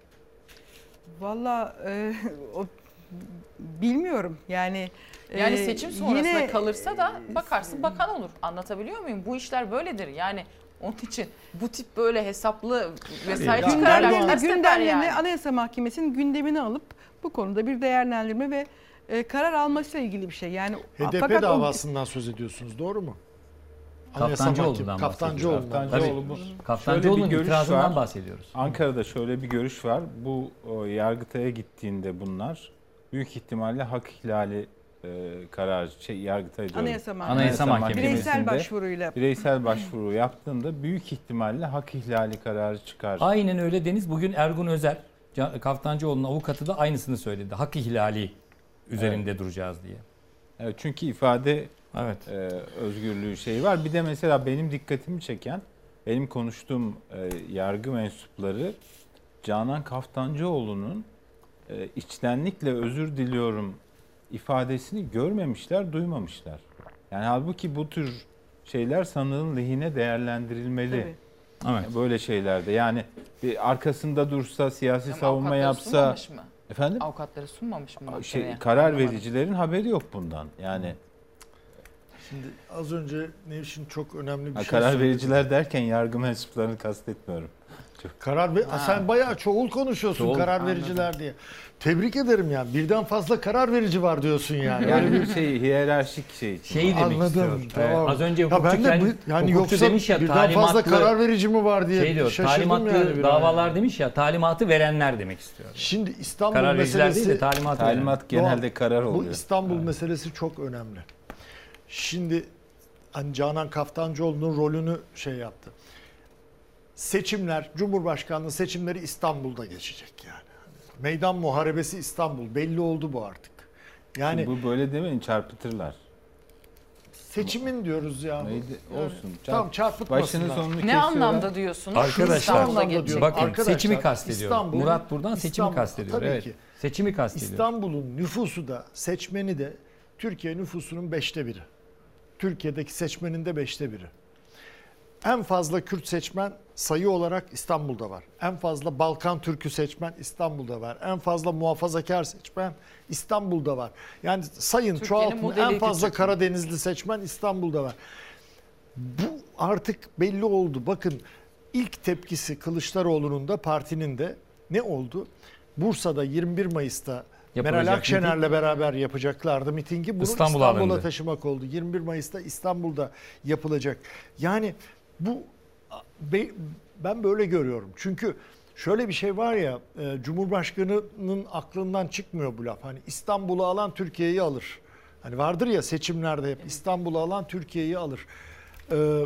Valla e, o, bilmiyorum yani. Yani e, seçim sonrasında yine, kalırsa da bakarsın bakan olur. Anlatabiliyor muyum? Bu işler böyledir. Yani onun için bu tip böyle hesaplı vesaire yani, kararlar gündemlerine, ters teper gündemlerine yani. Anayasa Mahkemesi'nin gündemini alıp bu konuda bir değerlendirme ve e, karar almasıyla ilgili bir şey. Yani H D P fakat davasından o, söz ediyorsunuz, doğru mu? Kaftancıoğlu'ndan Kaftancıoğlu'ndan. Kaftancıoğlu bu. Kaftancıoğlu'nun itirazından bahsediyoruz. Ankara'da şöyle bir görüş var. Bu o, Yargıtay'a gittiğinde bunlar büyük ihtimalle hak ihlali e, karar şey Yargıtay diyorum. Anayasa Mahkemesi. Anayasa Mahkemesi. Bireysel başvuruyla. Bireysel başvuru yaptığında büyük ihtimalle hak ihlali kararı çıkar. Aynen öyle Deniz. Bugün Ergun Özer, Kaftancıoğlu'nun avukatı da aynısını söyledi. Hak ihlali üzerinde evet. duracağız diye. Evet, çünkü ifade evet. e, özgürlüğü şeyi var. Bir de mesela benim dikkatimi çeken, benim konuştuğum e, yargı mensupları Canan Kaftancıoğlu'nun e, içtenlikle özür diliyorum ifadesini görmemişler, duymamışlar. Yani halbuki bu tür şeyler sanığın lehine değerlendirilmeli. Tabii. Evet. Böyle şeylerde yani bir arkasında dursa, siyasi Ama savunma yapsa. Mı? Efendim? Avukatları sunmamış mı? Şey, karar vericilerin haberi yok bundan. Yani şimdi az önce Nevşin çok önemli bir ha, şey karar söyledi. vericiler derken yargı mensuplarını kastetmiyorum. Çok. Karar ver, sen bayağı çoğul konuşuyorsun Çoğul. karar vericiler Anladım. diye. Tebrik ederim yani. Birden fazla karar verici var diyorsun yani. Yani bir şey hiyerarşik şey. Şey demek Anladım. istiyorum. Tamam. Az önce ya hukukçu, ben de bu, yani hukukçu yoksa demiş ya, birden fazla talimatlı- karar verici mi var diye şey diyor, şaşırdım talimatlı yani. davalar yani. demiş ya, talimatı verenler demek istiyor. Şimdi İstanbul karar vericiler meselesi değil de talimat, talimat genelde Doğan, karar oluyor. Bu İstanbul evet. meselesi çok önemli. Şimdi hani Canan Kaftancıoğlu'nun rolünü şey yaptı. Seçimler, Cumhurbaşkanlığı seçimleri İstanbul'da geçecek yani. Meydan muharebesi İstanbul. Belli oldu bu artık. Yani bu böyle demeyin, çarpıtırlar. Seçimin diyoruz ya. Neydi? Olsun. Çarp, tamam çarpıtmasınlar. Başını sonunu Ne kesiyorlar. anlamda diyorsunuz? Arkadaşlar, İstanbul'a geçecek. bakın Arkadaşlar, seçimi kastediyor. İstanbul- Murat buradan seçimi İstanbul, kastediyor. tabii Evet. ki. Seçimi kastediyor. İstanbul'un nüfusu da seçmeni de Türkiye nüfusunun beşte biri. Türkiye'deki seçmenin de beşte biri. En fazla Kürt seçmen sayı olarak İstanbul'da var. En fazla Balkan Türk'ü seçmen İstanbul'da var. En fazla muhafazakar seçmen İstanbul'da var. Yani sayın Türkiye'nin çoğaltın, modeli en fazla küçük. Karadenizli seçmen İstanbul'da var. Bu artık belli oldu. Bakın ilk tepkisi Kılıçdaroğlu'nun da partinin de ne oldu? Bursa'da yirmi bir Mayıs'ta Yapılacak Meral Akşener'le miting. beraber yapacaklardı mitingi. Bunu İstanbul'a İstanbul'a alındı. taşımak oldu. yirmi bir Mayıs'ta İstanbul'da yapılacak. Yani bu be- ben böyle görüyorum. Çünkü şöyle bir şey var ya, e, Cumhurbaşkanı'nın aklından çıkmıyor bu laf. Hani İstanbul'u alan Türkiye'yi alır. Hani vardır ya seçimlerde hep İstanbul'u alan Türkiye'yi alır. Ee,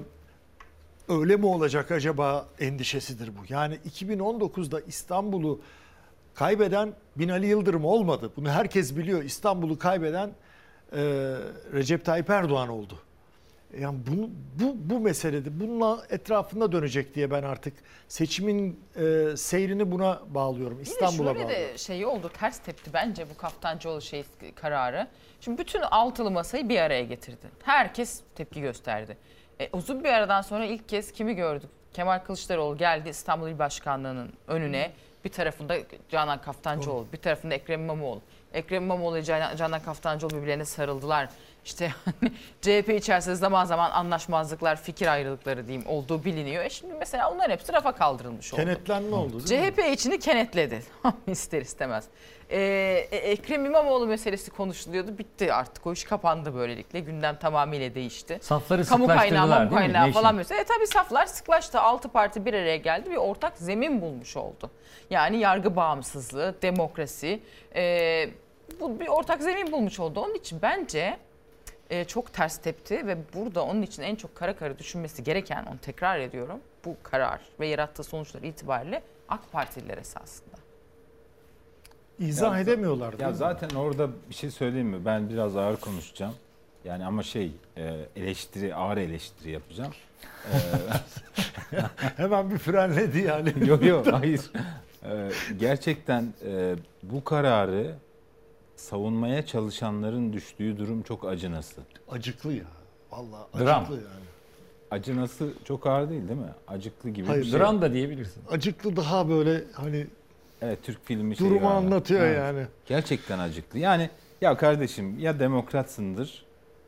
öyle mi olacak acaba endişesidir bu. Yani iki bin on dokuzda İstanbul'u kaybeden Binali Yıldırım olmadı. Bunu herkes biliyor. İstanbul'u kaybeden e, Recep Tayyip Erdoğan oldu. Yani bunu, bu, bu meselede bununla etrafında dönecek diye ben artık seçimin e, seyrini buna bağlıyorum. İstanbul'a Bir de şöyle bağlıyorum. de şey oldu, ters tepti bence bu Kaftancıoğlu şey kararı. Şimdi bütün altılı masayı bir araya getirdi. Herkes tepki gösterdi. E, uzun bir aradan sonra ilk kez kimi gördük? Kemal Kılıçdaroğlu geldi İstanbul İl Başkanlığı'nın önüne. Bir tarafında Canan Kaftancıoğlu, bir tarafında Ekrem İmamoğlu. Ekrem İmamoğlu ile Canan, Canan Kaftancıoğlu birbirlerine sarıldılar. İşte C H P içerisinde zaman zaman anlaşmazlıklar, fikir ayrılıkları diyeyim olduğu biliniyor. E şimdi mesela onların hepsi rafa kaldırılmış oldu. Kenetlenme oldu değil C H mi? P içini kenetledi. İster istemez. Ee, Ekrem İmamoğlu meselesi konuşuluyordu. Bitti artık. O iş kapandı böylelikle. Gündem tamamıyla değişti. Safları Kamu kaynağı, sıklaştırdılar kamu değil mi? kaynağı Nation. falan mesela. E tabii saflar sıklaştı. Altı parti bir araya geldi. Bir ortak zemin bulmuş oldu. Yani yargı bağımsızlığı, demokrasi. E, bu bir ortak zemin bulmuş oldu. Onun için bence e, çok ters tepti ve burada onun için en çok kara kara düşünmesi gereken, onu tekrar ediyorum, bu karar ve yarattığı sonuçlar itibariyle AK Partililer esasında. İzah Ya- edemiyorlar değil Ya mi? zaten orada bir şey söyleyeyim mi? Ben biraz ağır konuşacağım. Yani ama şey e, eleştiri, ağır eleştiri yapacağım. Hemen bir frenledi yani. Yok yok hayır. Ee, gerçekten e, bu kararı savunmaya çalışanların düştüğü durum çok acınası. Acıklı ya. Vallahi Dram. acıklı yani. Acınası çok ağır değil değil mi? Acıklı gibi Hayır, bir şey. Dram da diyebilirsin. Acıklı daha böyle hani Evet, Türk filmi şeyi durumu var. anlatıyor Evet. yani. Gerçekten acıklı. Yani ya kardeşim ya demokratsındır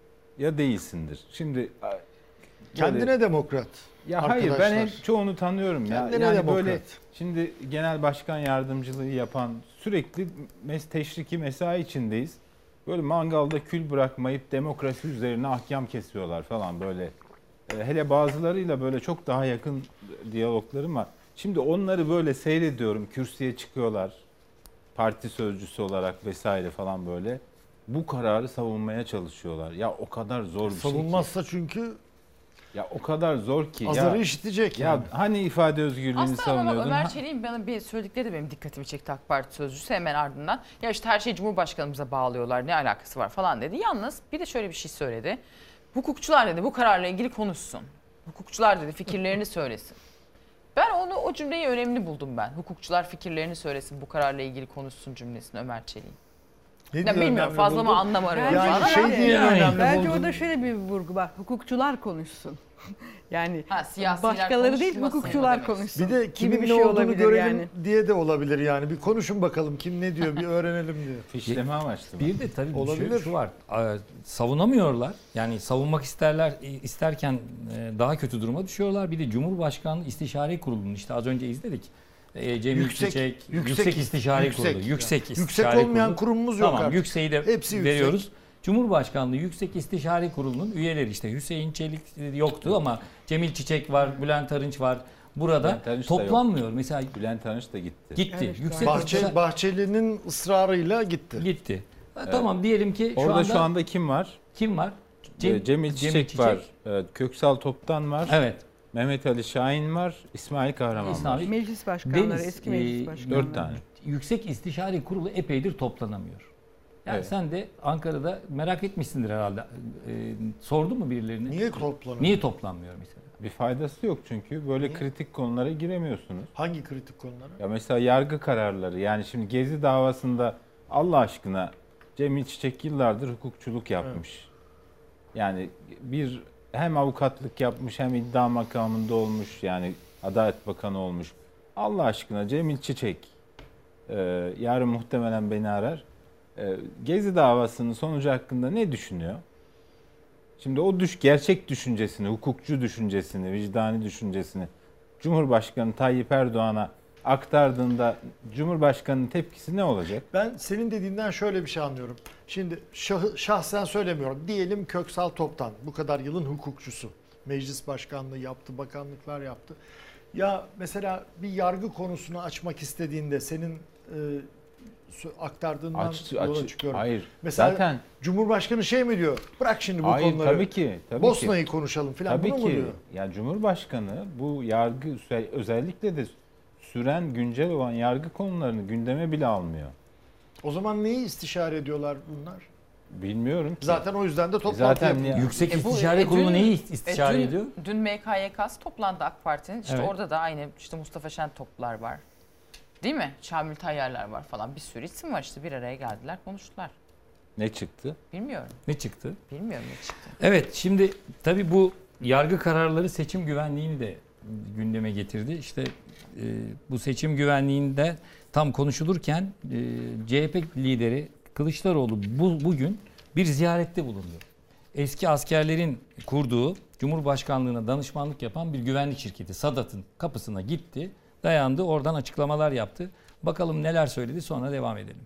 ya değilsindir. Şimdi a, böyle- Kendine demokrat. ya hayır ben arkadaşlar. hep çoğunu tanıyorum ya. Kendine Yani demokrat. böyle şimdi genel başkan yardımcılığı yapan sürekli mes teşriki mesai içindeyiz. Böyle mangalda kül bırakmayıp demokrasi üzerine ahkam kesiyorlar falan böyle. E, hele bazılarıyla böyle çok daha yakın diyaloglarım var. Şimdi onları böyle seyrediyorum. Kürsüye çıkıyorlar. Parti sözcüsü olarak vesaire falan böyle. Bu kararı savunmaya çalışıyorlar. Ya o kadar zor bir şey ki. Savunmazsa çünkü Ya o kadar zor ki. azarı ya, işitecek ya yani. hani ifade özgürlüğünü Aslında ama savunuyordun? Ömer Ha- Çelik'in bana bir söyledikleri de benim dikkatimi çekti AK Parti sözcüsü hemen ardından. Ya işte her şeyi Cumhurbaşkanımıza bağlıyorlar, ne alakası var falan dedi. Yalnız bir de şöyle bir şey söyledi. Hukukçular dedi bu kararla ilgili konuşsun. Hukukçular dedi fikirlerini söylesin. Ben onu o cümleyi önemli buldum ben. Hukukçular fikirlerini söylesin, bu kararla ilgili konuşsun cümlesini Ömer Çelik'in. Ne Ya diye bilmiyorum önemli fazla mı buldun? anlam arıyorum. Yani falan şey ama- diye Yani. önemli Bence buldun. orada şöyle bir vurgu var. Hukukçular konuşsun. Yani Ha, siyasiler başkaları değil konuşmasın hukukçular demek. konuşsun. Bir de gibi kimin bir ne şey olduğunu olabilir görelim yani. diye de olabilir yani. Bir konuşun bakalım kim ne diyor bir öğrenelim diyor. Fişleme amaçlı mı? Bir de tabii bir Olabilir. şey şu var. Ee, Savunamıyorlar. Yani savunmak isterler isterken e, daha kötü duruma düşüyorlar. Bir de Cumhurbaşkanlığı İstişare Kurulu'nun işte az önce izledik. E, Cemil Yüksek- Çiçek, yüksek- yüksek, İstişare yüksek Kurulu. yani. Yüksek Yüksek İstişare olmayan Kurulu. kurumumuz yok Tamam, artık. yükseği de Hepsi yüksek. veriyoruz. Cumhurbaşkanlığı Yüksek İstişare Kurulu'nun üyeleri işte Hüseyin Çelik yoktu ama Cemil Çiçek var, Bülent Arınç var. Burada Bülent Arınç da toplanmıyor. Mesela Bülent Arınç da gitti. gitti. Evet, Yüksek Bahçe, İstişare- Bahçeli'nin ısrarıyla gitti. gitti. Ha, Tamam diyelim ki şu Orada anda şu anda kim var? kim var? Cem, Cemil Çiçek, Cemil Çiçek var. Evet, Köksal Toptan var. Evet. Mehmet Ali Şahin var. İsmail Kahraman İsmail, var. Meclis başkanları, Deniz, eski meclis e, başkanları. Dört tane. Yüksek İstişare Kurulu epeydir toplanamıyor. Yani evet. Sen de Ankara'da merak etmişsindir herhalde. Ee, sordun mu birilerine? Niye toplanıyor? Niye toplanmıyor mesela? Bir faydası yok çünkü böyle Niye? kritik konulara giremiyorsunuz. Hangi kritik konulara? Ya mesela yargı kararları. Yani şimdi Gezi davasında Allah aşkına Cemil Çiçek yıllardır hukukçuluk yapmış. Evet. Yani bir hem avukatlık yapmış hem iddia makamında olmuş. Yani Adalet Bakanı olmuş. Allah aşkına Cemil Çiçek e, yarın muhtemelen beni arar. E, Gezi davasının sonucu hakkında ne düşünüyor? Şimdi o düş gerçek düşüncesini, hukukçu düşüncesini, vicdani düşüncesini Cumhurbaşkanı Tayyip Erdoğan'a aktardığında Cumhurbaşkanı'nın tepkisi ne olacak? Ben senin dediğinden şöyle bir şey anlıyorum. Şimdi şah, şahsen söylemiyorum. Diyelim Köksal Toptan bu kadar yılın hukukçusu. Meclis başkanlığı yaptı, bakanlıklar yaptı. Ya mesela bir yargı konusunu açmak istediğinde senin e, aktardığından aç, yola aç, çıkıyorum. Hayır. Mesela zaten Cumhurbaşkanı şey mi diyor? Bırak şimdi bu hayır, konuları. Tabii ki. Tabii Bosna'yı ki. konuşalım falan. Tabii Bunu ki. mu diyor? Yani Cumhurbaşkanı bu yargı özellikle de süren güncel olan yargı konularını gündeme bile almıyor. O zaman neyi istişare ediyorlar bunlar? Bilmiyorum ki. Zaten o yüzden de toplantı Zaten yapıyor. Yüksek e bu, İstişare e, Kurulu dün, neyi istişare e, dün, ediyor? Dün M K Y K'sı toplandı AK Parti'nin. İşte evet. Orada da aynı işte Mustafa Şentoplar var. Değil mi? Şamil Tayyarlar var falan. Bir sürü isim var işte bir araya geldiler konuştular. Ne çıktı? Bilmiyorum. Ne çıktı? Bilmiyorum ne çıktı. Evet şimdi tabii bu yargı kararları seçim güvenliğini de gündeme getirdi. İşte e, bu seçim güvenliğinde tam konuşulurken e, C H P lideri Kılıçdaroğlu bu, bugün bir ziyarette bulundu. Eski askerlerin kurduğu Cumhurbaşkanlığına danışmanlık yapan bir güvenlik şirketi Sadat'ın kapısına gitti, dayandı, oradan açıklamalar yaptı. Bakalım neler söyledi, sonra devam edelim.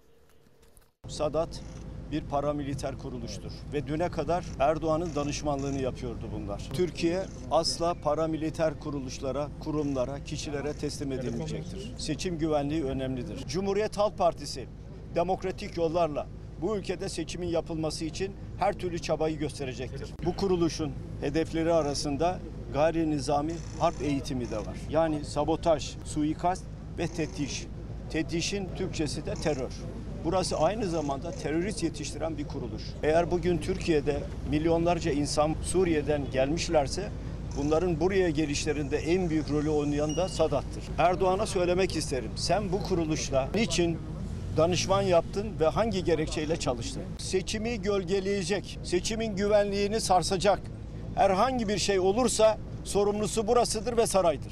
Sadat bir paramiliter kuruluştur ve düne kadar Erdoğan'ın danışmanlığını yapıyordu bunlar. Türkiye asla paramiliter kuruluşlara, kurumlara, kişilere teslim edilmeyecektir. Seçim güvenliği önemlidir. Cumhuriyet Halk Partisi demokratik yollarla bu ülkede seçimin yapılması için her türlü çabayı gösterecektir. Bu kuruluşun hedefleri arasında gayri nizami harp eğitimi de var. Yani sabotaj, suikast ve teftiş. Teftişin Türkçesi de terör. Burası aynı zamanda terörist yetiştiren bir kuruluş. Eğer bugün Türkiye'de milyonlarca insan Suriye'den gelmişlerse bunların buraya gelişlerinde en büyük rolü oynayan da Sadat'tır. Erdoğan'a söylemek isterim. Sen bu kuruluşla niçin danışman yaptın ve hangi gerekçeyle çalıştın? Seçimi gölgeleyecek, seçimin güvenliğini sarsacak herhangi bir şey olursa sorumlusu burasıdır ve saraydır.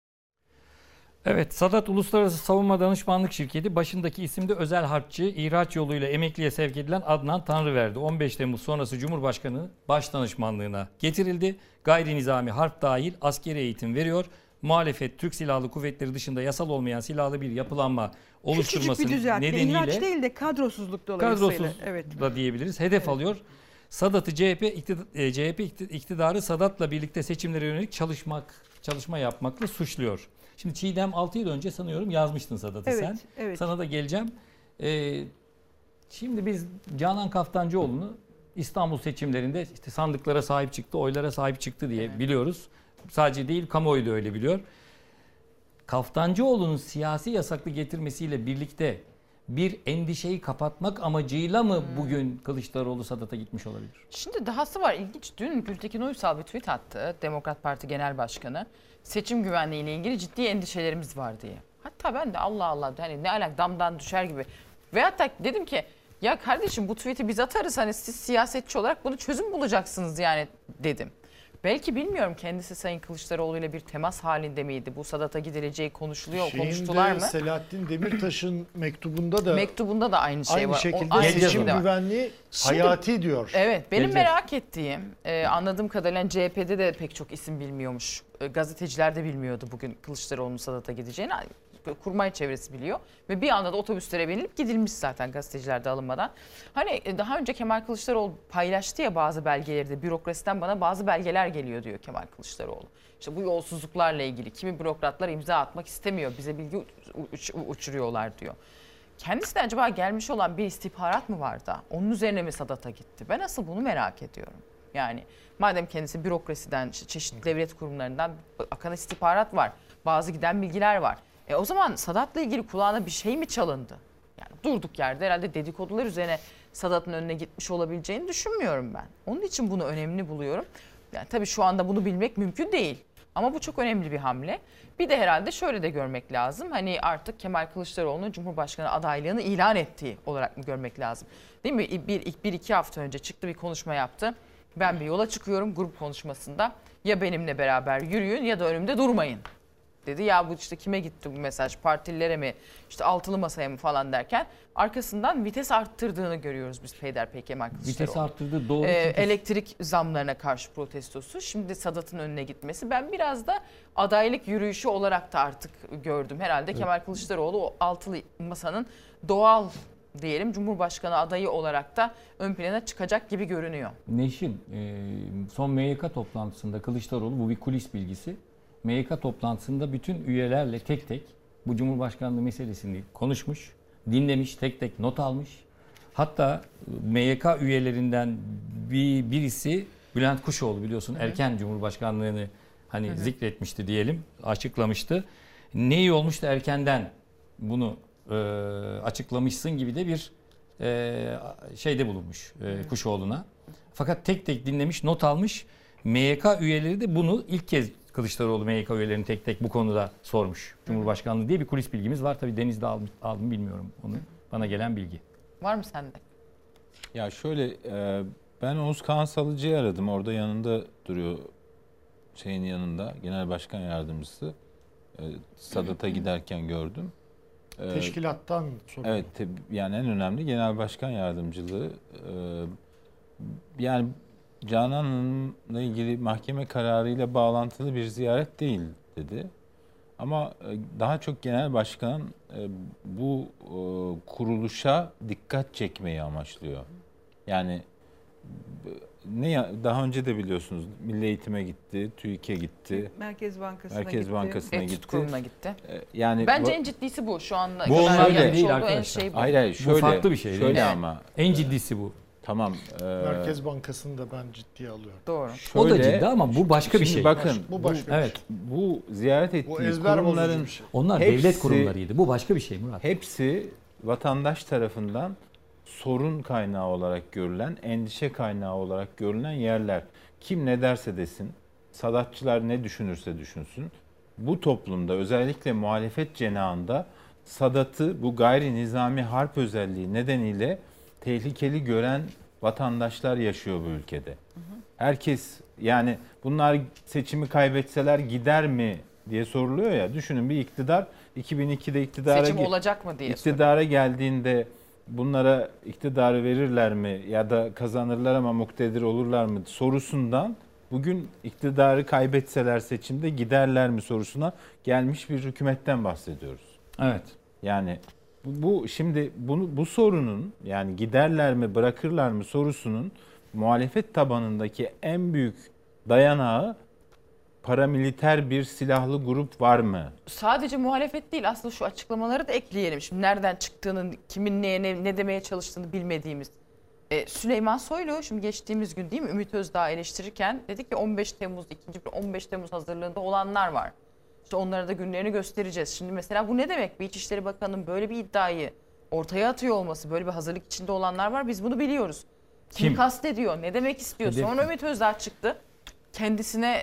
Evet, Sadat Uluslararası Savunma Danışmanlık Şirketi başındaki isimde özel harpçı, ihraç yoluyla emekliye sevk edilen Adnan Tanrıverdi. on beş Temmuz sonrası Cumhurbaşkanı baş danışmanlığına getirildi. Gayri nizami harp dahil askeri eğitim veriyor. Muhalefet Türk Silahlı Kuvvetleri dışında yasal olmayan silahlı bir yapılanma oluşturması Küçücük bir düzeltme. nedeniyle İhraç değil de kadrosuzluk dolayısıyla. Kadrosuz evet. da diyebiliriz. Hedef evet. alıyor. Sadat'ı C H P iktidar, C H P iktidarı Sadat'la birlikte seçimlere yönelik çalışmak, çalışma yapmakla suçluyor. Şimdi Çiğdem altı yıl önce sanıyorum yazmıştın Sadat'ı evet, sen. Evet. Sana da geleceğim. Ee, şimdi biz Canan Kaftancıoğlu'nu İstanbul seçimlerinde işte sandıklara sahip çıktı, oylara sahip çıktı diye evet. biliyoruz. Sadece değil, kamuoyu da öyle biliyor. Kaftancıoğlu'nun siyasi yasaklı getirmesiyle birlikte bir endişeyi kapatmak amacıyla mı hmm. bugün Kılıçdaroğlu Sadat'a gitmiş olabilir? Şimdi dahası var, ilginç. Dün Gültekin Uysal bir tweet attı, Demokrat Parti Genel Başkanı. Seçim güvenliği ile ilgili ciddi endişelerimiz var diye. Hatta ben de Allah Allah hani ne alak damdan düşer gibi. Ve hatta dedim ki ya kardeşim bu tweet'i biz atarız, hani siz siyasetçi olarak bunu çözüm bulacaksınız yani dedim. Belki bilmiyorum kendisi Sayın Kılıçdaroğlu ile bir temas halinde miydi? Bu Sadat'a gidileceği konuşuluyor, Şeyinde, konuştular mı? Selahattin Demirtaş'ın mektubunda da mektubunda da aynı şey aynı var. şekilde aynı seçim güvenliği Şimdi, hayati diyor. Evet, benim Gelecek. merak ettiğim, e, anladığım kadarıyla C H P'de de pek çok isim bilmiyormuş. E, gazeteciler de bilmiyordu bugün Kılıçdaroğlu'nun Sadat'a gideceğini. Kurmay çevresi biliyor ve bir anda da otobüslere binilip gidilmiş zaten gazeteciler de alınmadan. Hani daha önce Kemal Kılıçdaroğlu paylaştı ya bazı belgeleri de, bürokrasiden bana bazı belgeler geliyor diyor Kemal Kılıçdaroğlu. İşte bu yolsuzluklarla ilgili kimi bürokratlar imza atmak istemiyor, bize bilgi uç, uçuruyorlar diyor. Kendisine acaba gelmiş olan bir istihbarat mı var da onun üzerine mi Sadat'a gitti? Ben asıl bunu merak ediyorum. Yani madem kendisi bürokrasiden, çeşitli devlet kurumlarından akan istihbarat var. Bazı giden bilgiler var. E o zaman Sadat'la ilgili kulağına bir şey mi çalındı? Yani durduk yerde herhalde dedikodular üzerine Sadat'ın önüne gitmiş olabileceğini düşünmüyorum ben. Onun için bunu önemli buluyorum. Yani tabii şu anda bunu bilmek mümkün değil. Ama bu çok önemli bir hamle. Bir de herhalde şöyle de görmek lazım. Hani artık Kemal Kılıçdaroğlu'nun Cumhurbaşkanı adaylığını ilan ettiği olarak mı görmek lazım? Değil mi? Bir, bir iki hafta önce çıktı, bir konuşma yaptı. Ben bir yola çıkıyorum grup konuşmasında. Ya benimle beraber yürüyün ya da önümde durmayın dedi. Ya bu işte kime gitti bu mesaj? Partililere mi? İşte altılı masaya mı falan derken arkasından vites arttırdığını görüyoruz biz peyderpey Kemal Kılıçdaroğlu. Vites arttırdı doğru. Ee, çünkü... elektrik zamlarına karşı protestosu. Şimdi Sadat'ın önüne gitmesi. Ben biraz da adaylık yürüyüşü olarak da artık gördüm. Herhalde evet. Kemal Kılıçdaroğlu o altılı masanın doğal diyelim Cumhurbaşkanı adayı olarak da ön plana çıkacak gibi görünüyor. Neşin son M Y K toplantısında Kılıçdaroğlu, bu bir kulis bilgisi, M Y K toplantısında bütün üyelerle tek tek bu Cumhurbaşkanlığı meselesini konuşmuş, dinlemiş, tek tek not almış. Hatta M Y K üyelerinden bir birisi Bülent Kuşoğlu biliyorsun hı hı. erken Cumhurbaşkanlığını hani hı hı. zikretmişti diyelim, açıklamıştı. Ne iyi olmuş da erkenden bunu e, açıklamışsın gibi de bir e, şeyde bulunmuş e, Kuşoğlu'na. Fakat tek tek dinlemiş, not almış. M Y K üyeleri de bunu ilk kez Kılıçdaroğlu M Y K üyelerini tek tek bu konuda sormuş. Cumhurbaşkanlığı diye bir kulis bilgimiz var. Tabii Deniz'de aldım, aldım bilmiyorum onu. Bana gelen bilgi. Var mı sende? Ya şöyle ben Oğuz Kağan Salıcı'yı aradım. Orada yanında duruyor, şeyin yanında. Genel Başkan Yardımcısı. Sadat'a giderken gördüm. Teşkilattan sonra. Evet, yani en önemli Genel Başkan Yardımcılığı. Yani Canan Hanım'la ilgili mahkeme kararıyla bağlantılı bir ziyaret değil dedi. Ama daha çok genel başkan bu kuruluşa dikkat çekmeyi amaçlıyor. Yani ne daha önce de biliyorsunuz Milli Eğitim'e gitti, TÜİK'e gitti. Merkez Bankası'na Merkez gitti. Bankası'na Etüt gitti. Kurumu'na gitti. Yani bence bu, en ciddisi bu şu anda. Bu onlardan değil arkadaşlar. şey hayır hayır şöyle. Bu farklı bir şey. Şöyle değil. ama. En ciddisi bu. Tamam. E, Merkez Bankası'nı da ben ciddiye alıyorum. Doğru. Şöyle, o da ciddi ama bu başka bir şey. Bakın bu başka bu, bir evet, şey. Bu ziyaret ettiği bu ezber kurumların bir şey. Onlar hepsi, devlet kurumlarıydı. Bu başka bir şey Murat. Hepsi vatandaş tarafından sorun kaynağı olarak görülen, endişe kaynağı olarak görülen yerler. Kim ne derse desin, Sadatçılar ne düşünürse düşünsün. Bu toplumda özellikle muhalefet cenahında Sadat'ı bu gayri nizami harp özelliği nedeniyle tehlikeli gören vatandaşlar yaşıyor bu ülkede. Herkes yani bunlar seçimi kaybetseler gider mi diye soruluyor ya. Düşünün bir iktidar iki bin ikide iktidara seçim olacak mı diye iktidara soruyor. Geldiğinde bunlara iktidarı verirler mi ya da kazanırlar ama muktedir olurlar mı sorusundan bugün iktidarı kaybetseler seçimde giderler mi sorusuna gelmiş bir hükümetten bahsediyoruz. Evet. Yani bu şimdi bunu bu sorunun yani giderler mi bırakırlar mı sorusunun muhalefet tabanındaki en büyük dayanağı paramiliter bir silahlı grup var mı? Sadece muhalefet değil aslında şu açıklamaları da ekleyelim. Şimdi nereden çıktığını, kimin neye ne, ne demeye çalıştığını bilmediğimiz. Ee, Süleyman Soylu şimdi geçtiğimiz gün değil mi Ümit Özdağ eleştirirken dedi ki on beş Temmuz ikinci on beş Temmuz hazırlığında olanlar var. İşte onlara da günlerini göstereceğiz. Şimdi mesela bu ne demek? Bir İçişleri Bakanı'nın böyle bir iddiayı ortaya atıyor olması, böyle bir hazırlık içinde olanlar var. Biz bunu biliyoruz. Kim, Kim? kastediyor? Ne demek istiyor? Hedef. Sonra Ümit Özdağ çıktı. Kendisine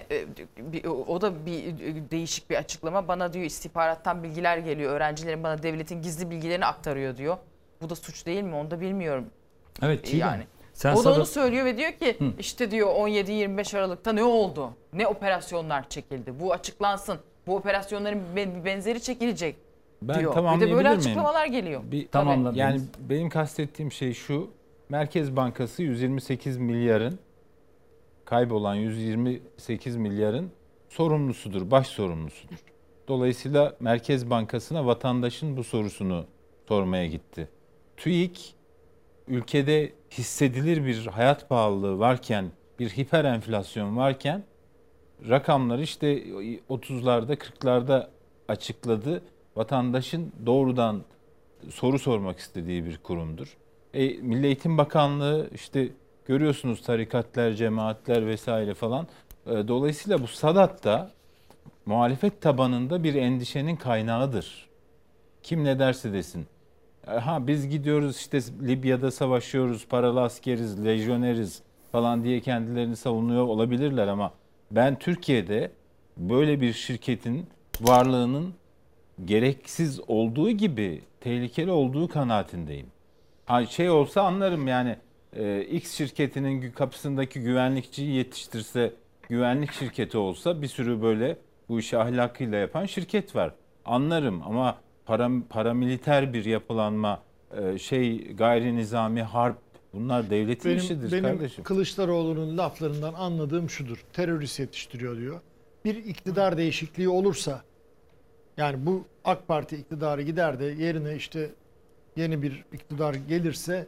o da bir değişik bir açıklama. Bana diyor istihbarattan bilgiler geliyor. Öğrencilerin bana devletin gizli bilgilerini aktarıyor diyor. Bu da suç değil mi? Onu da bilmiyorum. Evet Çiğdem. Yani. Sen o da sana... onu söylüyor ve diyor ki Hı. işte diyor on yedi yirmi beş Aralık'ta ne oldu? Ne operasyonlar çekildi? Bu açıklansın. Bu operasyonların bir benzeri çekilecek ben diyor. Bir de böyle açıklamalar geliyor. Bir, tamamladım. Yani benim kastettiğim şey şu. Merkez Bankası yüz yirmi sekiz milyarın kaybolan yüz yirmi sekiz milyarın sorumlusudur, baş sorumlusudur. Dolayısıyla Merkez Bankası'na vatandaşın bu sorusunu sormaya gitti. TÜİK ülkede hissedilir bir hayat pahalılığı varken, bir hiper enflasyon varken rakamlar işte otuzlarda kırklarda açıkladı. Vatandaşın doğrudan soru sormak istediği bir kurumdur. E, Milli Eğitim Bakanlığı işte Görüyorsunuz tarikatlar, cemaatler vesaire falan. Dolayısıyla bu Sadat da muhalefet tabanında bir endişenin kaynağıdır. Kim ne derse desin. Ha biz gidiyoruz işte Libya'da savaşıyoruz, paralı askeriz, lejyoneriz falan diye kendilerini savunuyor olabilirler ama ben Türkiye'de böyle bir şirketin varlığının gereksiz olduğu gibi tehlikeli olduğu kanaatindeyim. Ha şey olsa anlarım yani e, X şirketinin kapısındaki güvenlikçiyi yetiştirse, güvenlik şirketi olsa bir sürü böyle bu işi ahlakıyla yapan şirket var. Anlarım ama para, paramiliter bir yapılanma, e, şey gayri nizami harp, bunlar devletin benim, işidir benim kardeşim. Benim Kılıçdaroğlu'nun laflarından anladığım şudur. Terörist yetiştiriyor diyor. Bir iktidar değişikliği olursa, yani bu AK Parti iktidarı gider de yerine işte yeni bir iktidar gelirse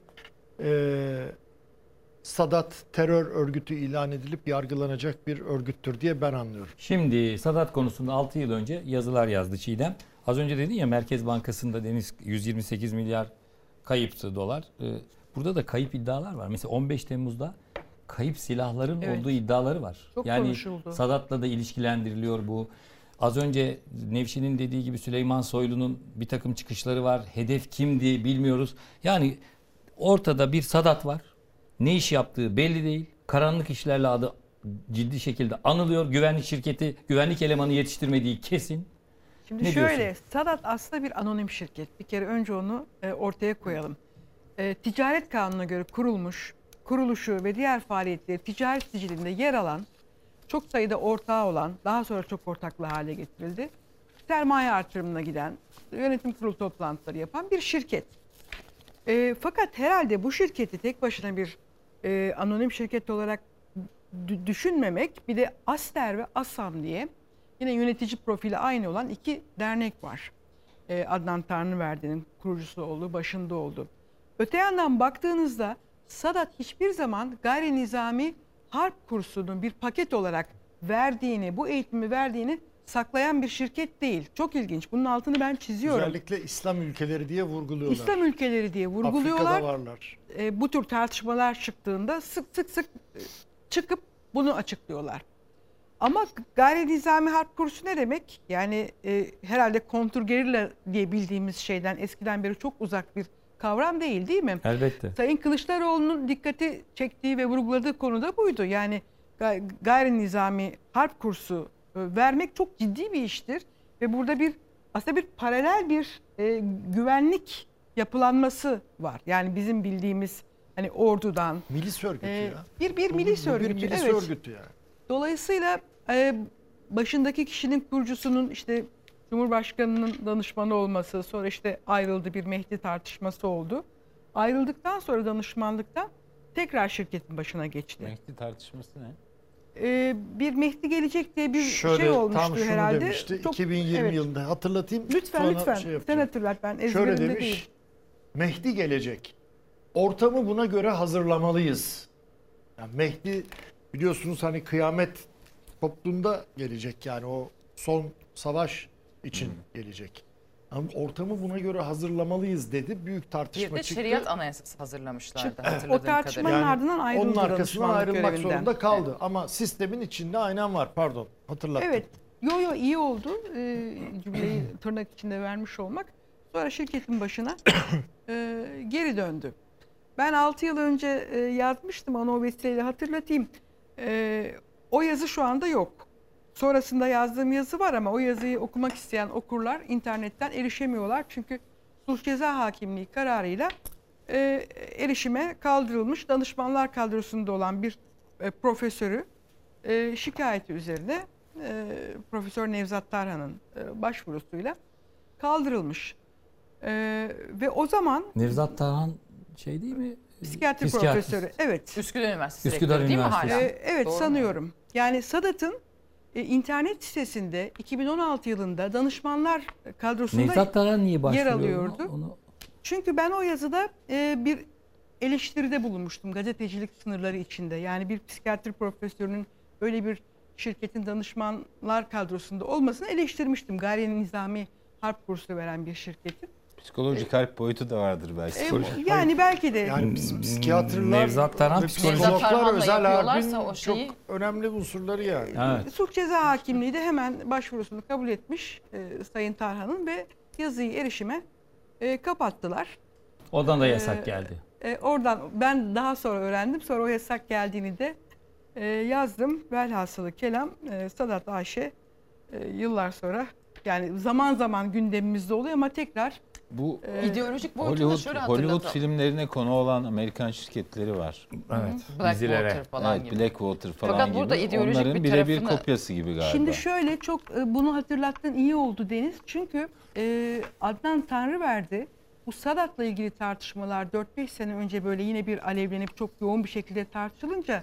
e, Sadat terör örgütü ilan edilip yargılanacak bir örgüttür diye ben anlıyorum. Şimdi Sadat konusunda altı yıl önce yazılar yazdı Çiğdem. Az önce dedin ya Merkez Bankası'nda Deniz yüz yirmi sekiz milyar kayıptı dolar. Burada da kayıp iddialar var. Mesela on beş Temmuz'da kayıp silahların evet. olduğu iddiaları var. Çok yani konuşuldu. Sadat'la da ilişkilendiriliyor bu. Az önce Nevşin'in dediği gibi Süleyman Soylu'nun bir takım çıkışları var. Hedef kimdi bilmiyoruz. Yani ortada bir Sadat var. Ne iş yaptığı belli değil. Karanlık işlerle adı ciddi şekilde anılıyor. Güvenlik şirketi, güvenlik elemanı yetiştirmediği kesin. Şimdi ne şöyle, diyorsun? Sadat aslında bir anonim şirket. Bir kere önce onu e, ortaya koyalım. E, ticaret kanununa göre kurulmuş, kuruluşu ve diğer faaliyetleri ticaret sicilinde yer alan, çok sayıda ortağı olan, daha sonra çok ortaklı hale getirildi. Sermaye artırımına giden, yönetim kurulu toplantıları yapan bir şirket. E, fakat herhalde bu şirketi tek başına bir e, anonim şirket olarak d- düşünmemek, bir de Aster ve Asam diye yine yönetici profili aynı olan iki dernek var. E, Adnan Tanrıverdi'nin kurucusu olduğu, başında olduğu. Öte yandan baktığınızda Sadat hiçbir zaman gayri nizami harp kursunun bir paket olarak verdiğini, bu eğitimi verdiğini saklayan bir şirket değil. Çok ilginç. Bunun altını ben çiziyorum. Özellikle İslam ülkeleri diye vurguluyorlar. İslam ülkeleri diye vurguluyorlar. Afrika'da varlar. E, bu tür tartışmalar çıktığında sık sık sık çıkıp bunu açıklıyorlar. Ama gayri nizami harp kursu ne demek? Yani e, herhalde kontrgerilla diye bildiğimiz şeyden eskiden beri çok uzak bir kavram değil, değil mi? Elbette. Sayın Kılıçdaroğlu'nun dikkati çektiği ve vurguladığı konu da buydu. Yani gayri nizami harp kursu vermek çok ciddi bir iştir. Ve burada bir aslında bir paralel bir e, güvenlik yapılanması var. Yani bizim bildiğimiz hani ordudan. Milis örgütü e, ya. Bir, bir bu, milis bu, örgütü. Bir milis evet. örgütü yani. Dolayısıyla e, başındaki kişinin kurucusunun işte Cumhurbaşkanı'nın danışmanı olması, sonra işte ayrıldı, bir Mehdi tartışması oldu. Ayrıldıktan sonra danışmanlıktan tekrar şirketin başına geçti. Mehdi tartışması ne? Ee, bir Mehdi gelecek diye bir Şöyle, şey olmuştu tam şunu herhalde. Demişti, Çok, iki bin yirmi evet. yılında hatırlatayım. Lütfen lütfen şey sen hatırlat, ben ezberimde Şöyle demiş, değil. Mehdi gelecek. Ortamı buna göre hazırlamalıyız. Yani Mehdi biliyorsunuz hani kıyamet koptuğunda gelecek, yani o son savaş için hmm. gelecek. Ama ortamı buna göre hazırlamalıyız dedi. Büyük tartışma çıktı. Bir de çıktı. şeriat anayasası hazırlamışlardı Çıktı. hatırladığım O tartışmanın yani ardından ayrıldı. onun arkasından ayrılmak görevinden. zorunda kaldı. Evet. Ama sistemin içinde aynen var. Pardon, hatırlattım. Evet. Yo yo iyi oldu. Ee, cümleyi tırnak içinde vermiş olmak. Sonra şirketin başına e, geri döndü. Ben altı yıl önce e, yazmıştım, onu o vesileyle hatırlatayım. E, o yazı şu anda yok. Sonrasında yazdığım yazı var ama o yazıyı okumak isteyen okurlar internetten erişemiyorlar. Çünkü sulh ceza hakimliği kararıyla e, erişime kaldırılmış, danışmanlar kadrosunda olan bir e, profesörü e, şikayeti üzerine e, Profesör Nevzat Tarhan'ın e, başvurusuyla kaldırılmış. E, ve o zaman... Nevzat Tarhan şey değil mi? Psikiyatri profesörü. Evet. Üsküdar Üniversitesi Üsküdar değil mi Üniversitesi. hala? Ee, evet, Doğru sanıyorum. mu? Yani Sadat'ın e, internet sitesinde iki bin on altı yılında danışmanlar kadrosunda Nevzat Tarhan niye başvuruyor? yer alıyordu. Onu, onu... Çünkü ben o yazıda e, bir eleştiride bulunmuştum gazetecilik sınırları içinde. Yani bir psikiyatri profesörünün böyle bir şirketin danışmanlar kadrosunda olmasını eleştirmiştim. Gayri nizami harp kursu veren bir şirketin. Psikolojik harp boyutu da vardır belki. E, yani belki de. Yani psikiyatrlar Nevzat Tarhan ve psikolojik- psikologlar özel yapıyorlarsa harbin o şeyi- çok önemli unsurları yani. Evet. Suç Ceza Hakimliği de hemen başvurusunu kabul etmiş e, Sayın Tarhan'ın ve yazıyı erişime e, kapattılar. Oradan da yasak Ee, geldi. E, oradan ben daha sonra öğrendim. Sonra o yasak geldiğini de e, yazdım. Velhasılı kelam e, Sadat Ayşe e, yıllar sonra yani zaman zaman gündemimizde oluyor ama tekrar Bu e, İdeolojik boyutunu Hollywood, şöyle Hollywood hatırlatalım. filmlerine konu olan Amerikan şirketleri var. Evet. Blackwater falan Evet, gibi. Blackwater falan Fakat gibi. burada ideolojik Onların bir birebir tarafını- kopyası gibi galiba. Şimdi şöyle çok e, bunu hatırlattığın iyi oldu Deniz. Çünkü e, Adnan Tanrıverdi bu Sadat'la ilgili tartışmalar dört beş sene önce böyle yine bir alevlenip çok yoğun bir şekilde tartışılınca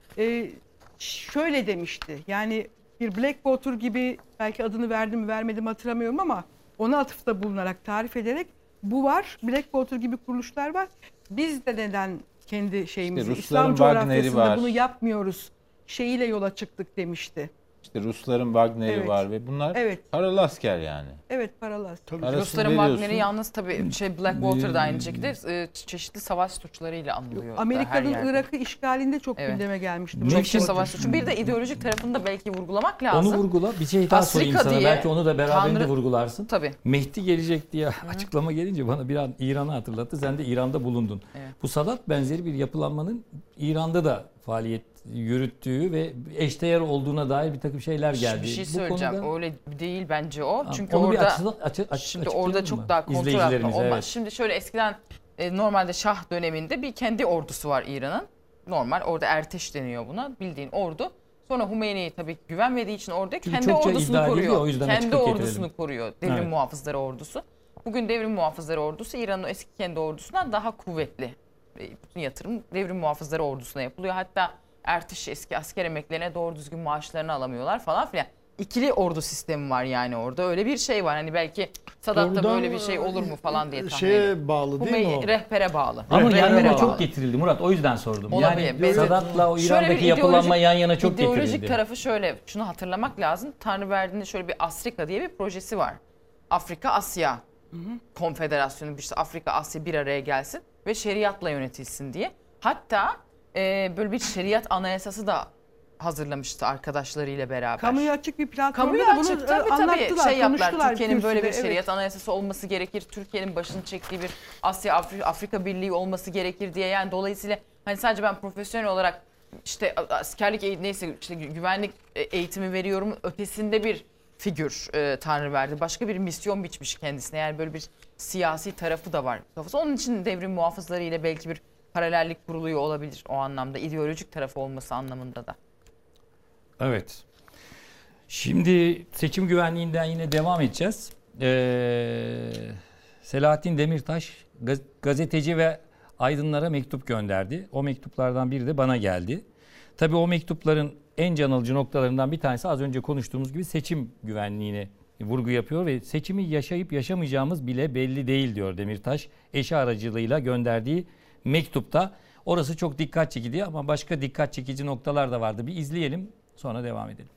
e, şöyle demişti. Yani bir Blackwater gibi belki adını verdim mi vermedim hatırlamıyorum ama ona atıfta bulunarak tarif ederek bu var. Blackwater gibi kuruluşlar var. Biz de neden kendi şeyimizi İşte İslam Rusların Wagner'i coğrafyasında var. bunu yapmıyoruz şeyiyle yola çıktık demişti. İşte Rusların Wagner'i Evet. var ve bunlar Evet. paralı asker yani. Evet paralı. Parasını Rusların veriyorsun. Wagner'i yalnız tabii şey Blackwater da aynı şekilde e, çeşitli savaş suçlarıyla anılıyor. da her Amerika'nın yerde. Irak'ı işgalinde çok Evet. gündeme gelmişti. Ne Çok için- şey savaş suçu. Bir de ideolojik tarafını da belki vurgulamak lazım. Onu vurgula. Bir şey daha sorayım Afrika sana. diye Belki onu da beraberinde Tanrı- vurgularsın. Tabii. Mehdi gelecek diye açıklama gelince bana bir an İran'ı hatırlattı. Sen de İran'da bulundun. Evet. Bu Sadat benzeri bir yapılanmanın İran'da da faaliyet yürüttüğü ve eşdeğer olduğuna dair bir takım şeyler geldi. Bir şey Bu söyleyeceğim. konuda- Öyle değil bence o. Ha, Çünkü onu bir orada açı- açı- açı- şimdi açıklayalım orada mı? çok daha kontrol altında İzleyicilerimize, olmaz. evet. Şimdi şöyle eskiden e, normalde Şah döneminde bir kendi ordusu var İran'ın. Normal orada Erteş deniyor buna. Bildiğin ordu. Sonra Hümeyni'ye tabii güvenmediği için orada Çünkü kendi çokça ordusunu iddia ediliyor, koruyor. o yüzden Kendi açıklık ordusunu getirelim. koruyor. Devrim Evet. Muhafızları Ordusu. Bugün Devrim Muhafızları Ordusu İran'ın o eski kendi ordusundan daha kuvvetli. E, Bütün yatırım Devrim Muhafızları Ordusu'na yapılıyor. Hatta Erteş eski asker emeklerine doğru düzgün maaşlarını alamıyorlar falan filan. İkili ordu sistemi var yani orada. Öyle bir şey var. Hani belki Sadat'ta Oradan, böyle bir şey olur mu falan diye tahmin şeye ediyorum. bağlı değil mi Hümeyni o? rehbere bağlı. Ama Rehbere yanına bağlı. çok getirildi Murat. O yüzden sordum. Olabilir. Yani Bez- Sadat'la o Şöyle bir İran'daki yapılanma ideolojik- yan yana çok ideolojik getirildi. tarafı şöyle. Şunu hatırlamak lazım. Tanrıverdi'nin şöyle bir Afrika diye bir projesi var. Afrika Asya Konfederasyonu, işte Afrika Asya bir araya gelsin ve şeriatla yönetilsin diye. Hatta e, böyle bir şeriat anayasası da hazırlamıştı arkadaşlarıyla beraber. Kamuya açık bir platformda Kamuya da bunu açık e, tabii tabii anlattılar, şey yaptılar. konuştular Türkiye'nin böyle bir kürsüde, şeriat evet. anayasası olması gerekir. Türkiye'nin başını çektiği bir Asya Afri- Afrika Birliği olması gerekir diye. Yani dolayısıyla hani sadece ben profesyonel olarak işte askerlik eğitimi neyse işte güvenlik eğitimi veriyorum ötesinde bir figür e, Tanrıverdi. Başka bir misyon biçmiş kendisine. Yani böyle bir siyasi tarafı da var kafası. Onun için devrim muhafızları ile belki bir paralellik kuruluyor olabilir o anlamda. İdeolojik tarafı olması anlamında da. Evet. Şimdi seçim güvenliğinden yine devam edeceğiz. Ee, Selahattin Demirtaş gaz- gazeteci ve aydınlara mektup gönderdi. O mektuplardan biri de bana geldi. Tabii o mektupların en can alıcı noktalarından bir tanesi az önce konuştuğumuz gibi seçim güvenliğine vurgu yapıyor ve seçimi yaşayıp yaşamayacağımız bile belli değil diyor Demirtaş. Eşi aracılığıyla gönderdiği mektupta. Orası çok dikkat çekici ama başka dikkat çekici noktalar da vardı. Bir izleyelim, sonra devam edelim.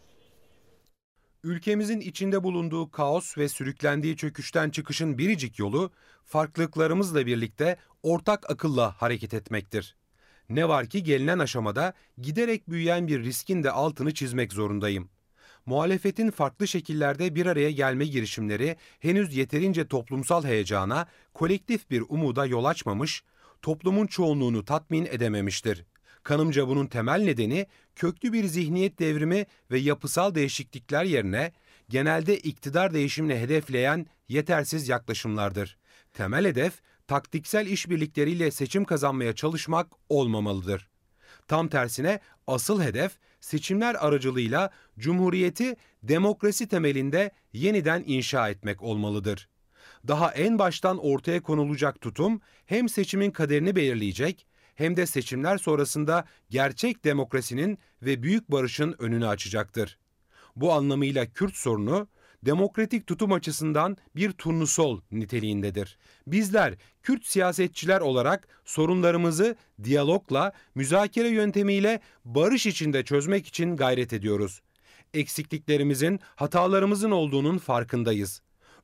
Ülkemizin içinde bulunduğu kaos ve sürüklendiği çöküşten çıkışın biricik yolu farklılıklarımızla birlikte ortak akılla hareket etmektir. Ne var ki gelinen aşamada giderek büyüyen bir riskin de altını çizmek zorundayım. Muhalefetin farklı şekillerde bir araya gelme girişimleri henüz yeterince toplumsal heyecana, kolektif bir umuda yol açmamış, toplumun çoğunluğunu tatmin edememiştir. Kanımca bunun temel nedeni köklü bir zihniyet devrimi ve yapısal değişiklikler yerine genelde iktidar değişimini hedefleyen yetersiz yaklaşımlardır. Temel hedef taktiksel işbirlikleriyle seçim kazanmaya çalışmak olmamalıdır. Tam tersine asıl hedef seçimler aracılığıyla cumhuriyeti demokrasi temelinde yeniden inşa etmek olmalıdır. Daha en baştan ortaya konulacak tutum hem seçimin kaderini belirleyecek hem de seçimler sonrasında gerçek demokrasinin ve büyük barışın önünü açacaktır. Bu anlamıyla Kürt sorunu demokratik tutum açısından bir turnusol niteliğindedir. Bizler Kürt siyasetçiler olarak sorunlarımızı diyalogla, müzakere yöntemiyle barış içinde çözmek için gayret ediyoruz. Eksikliklerimizin, hatalarımızın olduğunun farkındayız.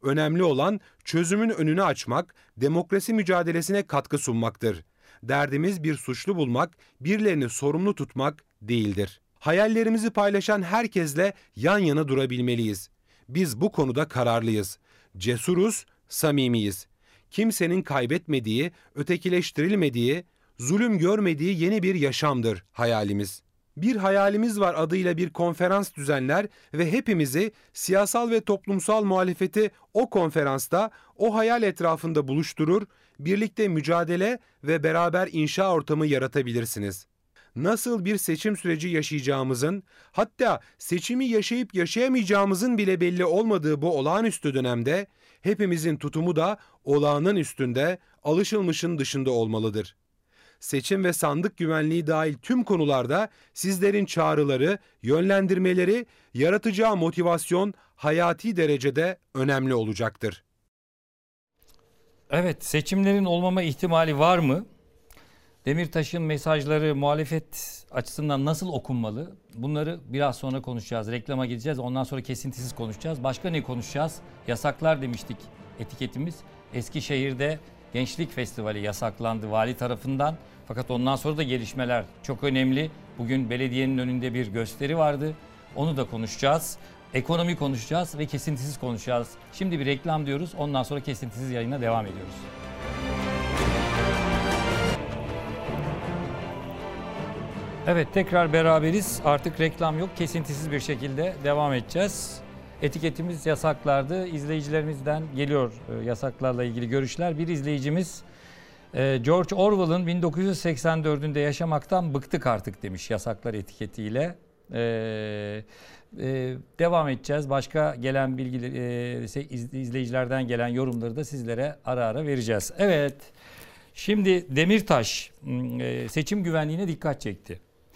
Önemli olan çözümün önünü açmak, demokrasi mücadelesine katkı sunmaktır. Derdimiz bir suçlu bulmak, birilerini sorumlu tutmak değildir. Hayallerimizi paylaşan herkesle yan yana durabilmeliyiz. Biz bu konuda kararlıyız. Cesuruz, samimiyiz. Kimsenin kaybetmediği, ötekileştirilmediği, zulüm görmediği yeni bir yaşamdır hayalimiz. Bir hayalimiz var adıyla bir konferans düzenler ve hepimizi, siyasal ve toplumsal muhalefeti o konferansta, o hayal etrafında buluşturur, birlikte mücadele ve beraber inşa ortamı yaratabilirsiniz. Nasıl bir seçim süreci yaşayacağımızın, hatta seçimi yaşayıp yaşayamayacağımızın bile belli olmadığı bu olağanüstü dönemde, hepimizin tutumu da olağanın üstünde, alışılmışın dışında olmalıdır. Seçim ve sandık güvenliği dahil tüm konularda sizlerin çağrıları, yönlendirmeleri, yaratacağı motivasyon hayati derecede önemli olacaktır. Evet, seçimlerin olmama ihtimali var mı? Demirtaş'ın mesajları muhalefet açısından nasıl okunmalı? Bunları biraz sonra konuşacağız. Reklama gideceğiz. Ondan sonra kesintisiz konuşacağız. Başka ne konuşacağız? Yasaklar demiştik etiketimiz. Eskişehir'de Gençlik Festivali yasaklandı vali tarafından. Fakat ondan sonra da gelişmeler çok önemli. Bugün belediyenin önünde bir gösteri vardı. Onu da konuşacağız. Ekonomi konuşacağız ve kesintisiz konuşacağız. Şimdi bir reklam diyoruz. Ondan sonra kesintisiz yayına devam ediyoruz. Evet, tekrar beraberiz. Artık reklam yok. Kesintisiz bir şekilde devam edeceğiz. Etiketimiz yasaklardı. İzleyicilerimizden geliyor yasaklarla ilgili görüşler. Bir izleyicimiz George Orwell'ın bin dokuz yüz seksen dördünde yaşamaktan bıktık artık demiş yasaklar etiketiyle. Ee, e, devam edeceğiz. Başka gelen bilgiler, e, izleyicilerden gelen yorumları da sizlere ara ara vereceğiz. Evet, şimdi Demirtaş e, seçim güvenliğine dikkat çekti.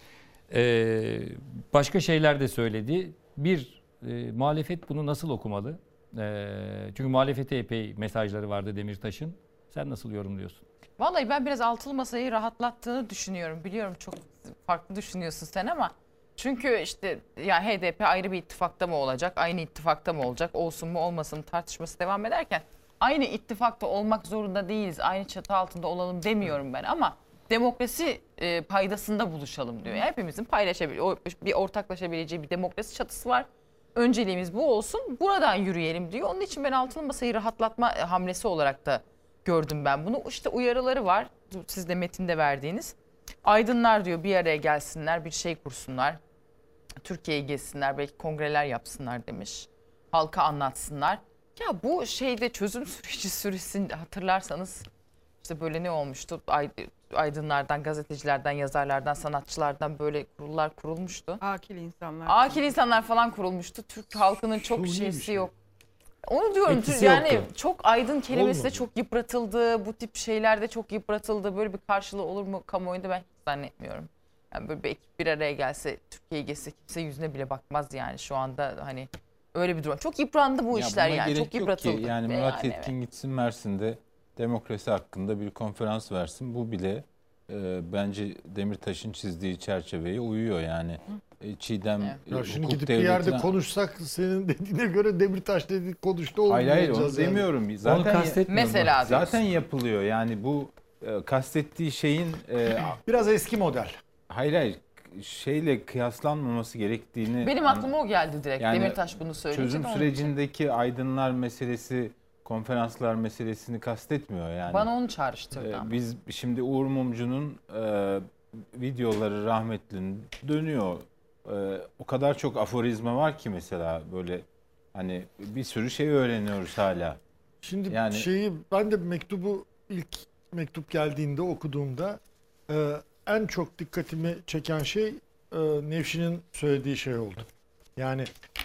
E, başka şeyler de söyledi. Bir, e, muhalefet bunu nasıl okumalı? E, çünkü muhalefete epey mesajları vardı Demirtaş'ın. Sen nasıl yorumluyorsun? Vallahi ben biraz altılı masayı rahatlattığını düşünüyorum. Biliyorum çok farklı düşünüyorsun sen ama çünkü işte ya H D P ayrı bir ittifakta mı olacak, aynı ittifakta mı olacak, olsun mu olmasın tartışması devam ederken aynı ittifakta olmak zorunda değiliz, aynı çatı altında olalım demiyorum ben ama demokrasi e, paydasında buluşalım diyor. Yani hepimizin paylaşabileceği, bir ortaklaşabileceği bir demokrasi çatısı var. Önceliğimiz bu olsun, buradan yürüyelim diyor. Onun için ben altılı masayı rahatlatma hamlesi olarak da gördüm ben bunu. İşte uyarıları var, siz de metinde verdiğiniz. Aydınlar diyor bir araya gelsinler, bir şey kursunlar. Türkiye'yi gezsinler, belki kongreler yapsınlar demiş. Halka anlatsınlar. Ya bu şeyde çözüm süreci süresini hatırlarsanız işte böyle ne olmuştu? Aydınlardan, gazetecilerden, yazarlardan, sanatçılardan böyle kurullar kurulmuştu. Akil insanlar. Akil insanlar falan kurulmuştu. Türk halkının çok şeysi şey. yok. Onu diyorum Etkisi yani yoktu. çok aydın kelimesi Olmadı. de çok yıpratıldı. Bu tip şeyler de çok yıpratıldı. Böyle bir karşılığı olur mu kamuoyunda ben hiç zannetmiyorum. Yani böyle bir ekip bir araya gelse, Türkiye'ye gelse kimse yüzüne bile bakmaz yani şu anda hani öyle bir durum. Çok yıprandı bu Ya işler buna yani. gerek Çok yok yıpratıldı. ki. Yani Ve Murat yani, Yetkin evet. gitsin Mersin'de demokrasi hakkında bir konferans versin. Bu bile e, bence Demirtaş'ın çizdiği çerçeveye uyuyor yani. E, Çiğdem Evet. e, Ya şimdi hukuk gidip bir yerde devletine- konuşsak senin dediğine göre Demirtaş dedi konuştu Hayır hayır onu olmayacağız yani. demiyorum. Zaten Onu kastetmiyorum. Mesela diyorsun. zaten yapılıyor. Yani bu e, kastettiği şeyin e, Biraz eski model. hayır hayır şeyle kıyaslanmaması gerektiğini Benim aklıma o geldi direkt. Yani Demirtaş bunu söyleyince çözüm de onun için. sürecindeki aydınlar meselesi, konferanslar meselesini kastetmiyor yani. Bana onu çağrıştırdı. Ee, ama. biz şimdi Uğur Mumcu'nun e, videoları rahmetlinin dönüyor. E, o kadar çok aforizma var ki mesela böyle hani bir sürü şey öğreniyoruz hala. Şimdi Yani- şeyi ben de mektubu ilk mektup geldiğinde okuduğumda e, en çok dikkatimi çeken şey e, Nevşin'in söylediği şey oldu. Yani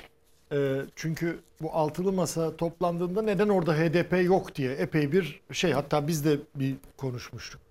e, çünkü bu altılı masa toplandığında neden orada H D P yok diye epey bir şey, hatta biz de bir konuşmuştuk.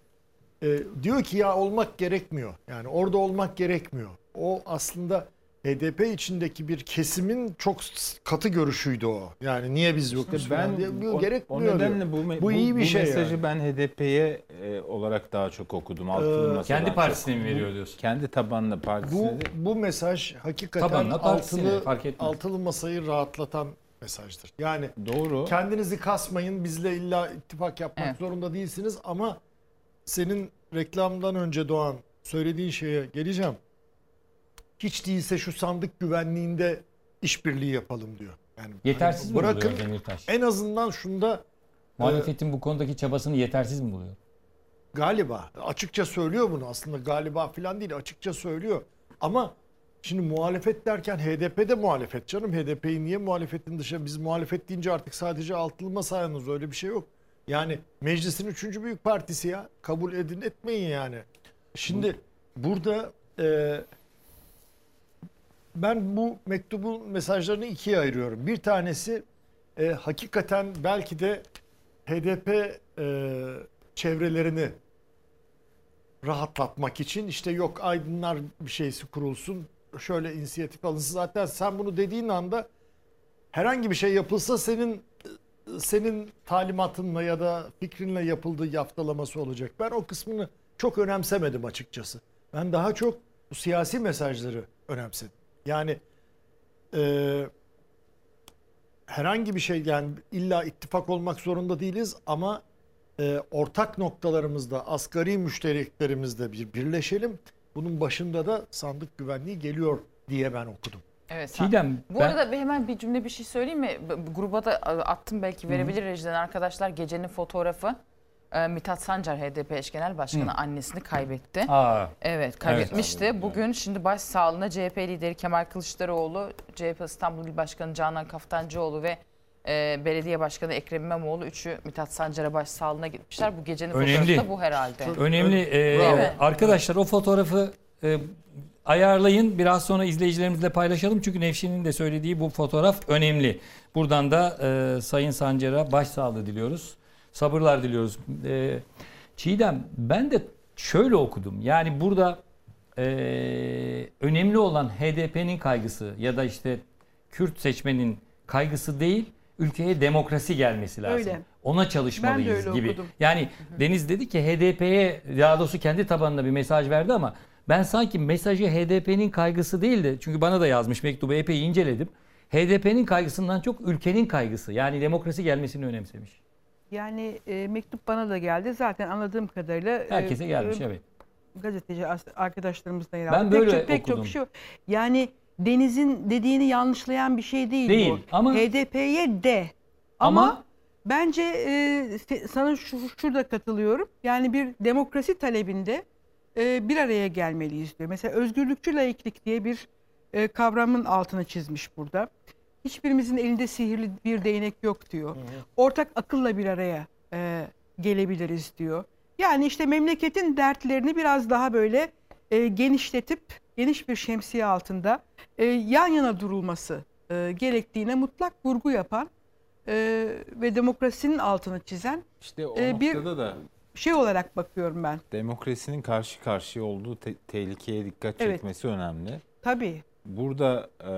E, diyor ki ya olmak gerekmiyor. Yani orada olmak gerekmiyor. O aslında H D P içindeki bir kesimin çok katı görüşüydü o. Yani niye biz yokuz İşte falan ben diye. Bu o, gerekmiyor o diyor. nedenle bu, me- Bu iyi bir şey mesajı yani. ben H D P'ye e, olarak daha çok okudum. Altılı Ee, Masa'dan Kendi çok. partisine mi veriyor diyorsun? Kendi tabanlı Bu partisine de- bu mesaj hakikaten Tabanına, partisine, altılı fark etmez. altılı masayı rahatlatan mesajdır. Yani doğru. Kendinizi kasmayın, bizle illa ittifak yapmak Evet. zorunda değilsiniz ama senin reklamdan önce Doğan söylediğin şeye geleceğim. Hiç değilse şu sandık güvenliğinde işbirliği yapalım diyor. Yani Yetersiz mi bırakın, buluyor Demirtaş? en azından şunda Muhalefetin bu konudaki çabasını yetersiz mi buluyor? Galiba. Açıkça söylüyor bunu. Aslında galiba falan değil. Açıkça söylüyor. Ama şimdi muhalefet derken H D P de muhalefet canım. H D P'yi niye muhalefetin dışında? Biz muhalefet deyince artık sadece altılı masa yalnız öyle bir şey yok. Yani meclisin üçüncü büyük partisi ya. Kabul edin etmeyin yani. Şimdi burada e, ben bu mektubun mesajlarını ikiye ayırıyorum. Bir tanesi e, hakikaten belki de H D P e, çevrelerini rahatlatmak için işte yok aydınlar bir şeysi kurulsun, şöyle inisiyatif alınsın. Zaten sen bunu dediğin anda herhangi bir şey yapılsa senin senin talimatınla ya da fikrinle yapıldığı yaftalaması olacak. Ben o kısmını çok önemsemedim açıkçası. Ben daha çok bu siyasi mesajları önemsedim. Yani e, herhangi bir şey, yani illa ittifak olmak zorunda değiliz ama e, ortak noktalarımızda, asgari müştereklerimizde bir birleşelim. Bunun başında da sandık güvenliği geliyor diye ben okudum. Evet. Çiğdem, Bu ben... arada bir hemen bir cümle bir şey söyleyeyim mi? B- Gruba da attım, belki verebilir rejiden arkadaşlar. Gecenin fotoğrafı. E, Mithat Sancar H D P eş genel başkanı Hı. annesini kaybetti. Aa. Evet, kaybetmişti. Evet. Bugün şimdi başsağlığına C H P lideri Kemal Kılıçdaroğlu, C H P İstanbul İl Başkanı Canan Kaftancıoğlu ve e, Belediye Başkanı Ekrem İmamoğlu üçü Mithat Sancar'a başsağlığına gitmişler. Bu gecenin Önemli. fotoğrafı da bu herhalde. Çok önemli. Ee, Evet. Arkadaşlar o fotoğrafı e, ayarlayın. Biraz sonra izleyicilerimizle paylaşalım. Çünkü Nevşin'in de söylediği bu fotoğraf önemli. Buradan da e, Sayın Sancar'a başsağlığı diliyoruz. Sabırlar diliyoruz. E, Çiğdem, ben de şöyle okudum. Yani burada e, önemli olan H D P'nin kaygısı ya da işte Kürt seçmenin kaygısı değil, ülkeye demokrasi gelmesi lazım. Öyle. Ona çalışmalıyız Ben de öyle gibi. okudum. Yani Deniz dedi ki H D P'ye, daha doğrusu kendi tabanına bir mesaj verdi ama ben sanki mesajı H D P'nin kaygısı değil de, çünkü bana da yazmış mektubu, epey inceledim. H D P'nin kaygısından çok ülkenin kaygısı, yani demokrasi gelmesini önemsemiş. Yani e, mektup bana da geldi. Zaten anladığım kadarıyla Herkese e, gelmiş, e, evet. Gazeteci as- arkadaşlarımızdan yer Ben aldım. böyle pek çok, pek okudum. çok şey. Yani Deniz'in dediğini yanlışlayan bir şey değil, Değil, bu. ama- H D P'ye de. Ama, Ama- bence e, se- sana şu, şurada katılıyorum. Yani bir demokrasi talebinde e, bir araya gelmeliyiz diyor. Mesela özgürlükçü laiklik diye bir e, kavramın altını çizmiş burada. Hiçbirimizin elinde sihirli bir değnek yok diyor. Ortak akılla bir araya e, gelebiliriz diyor. Yani işte memleketin dertlerini biraz daha böyle e, genişletip geniş bir şemsiye altında e, yan yana durulması e, gerektiğine mutlak vurgu yapan e, ve demokrasinin altını çizen İşte o e, bir noktada da şey olarak bakıyorum ben. demokrasinin karşı karşıya olduğu te- tehlikeye dikkat Evet. çekmesi önemli. Tabii. Burada e,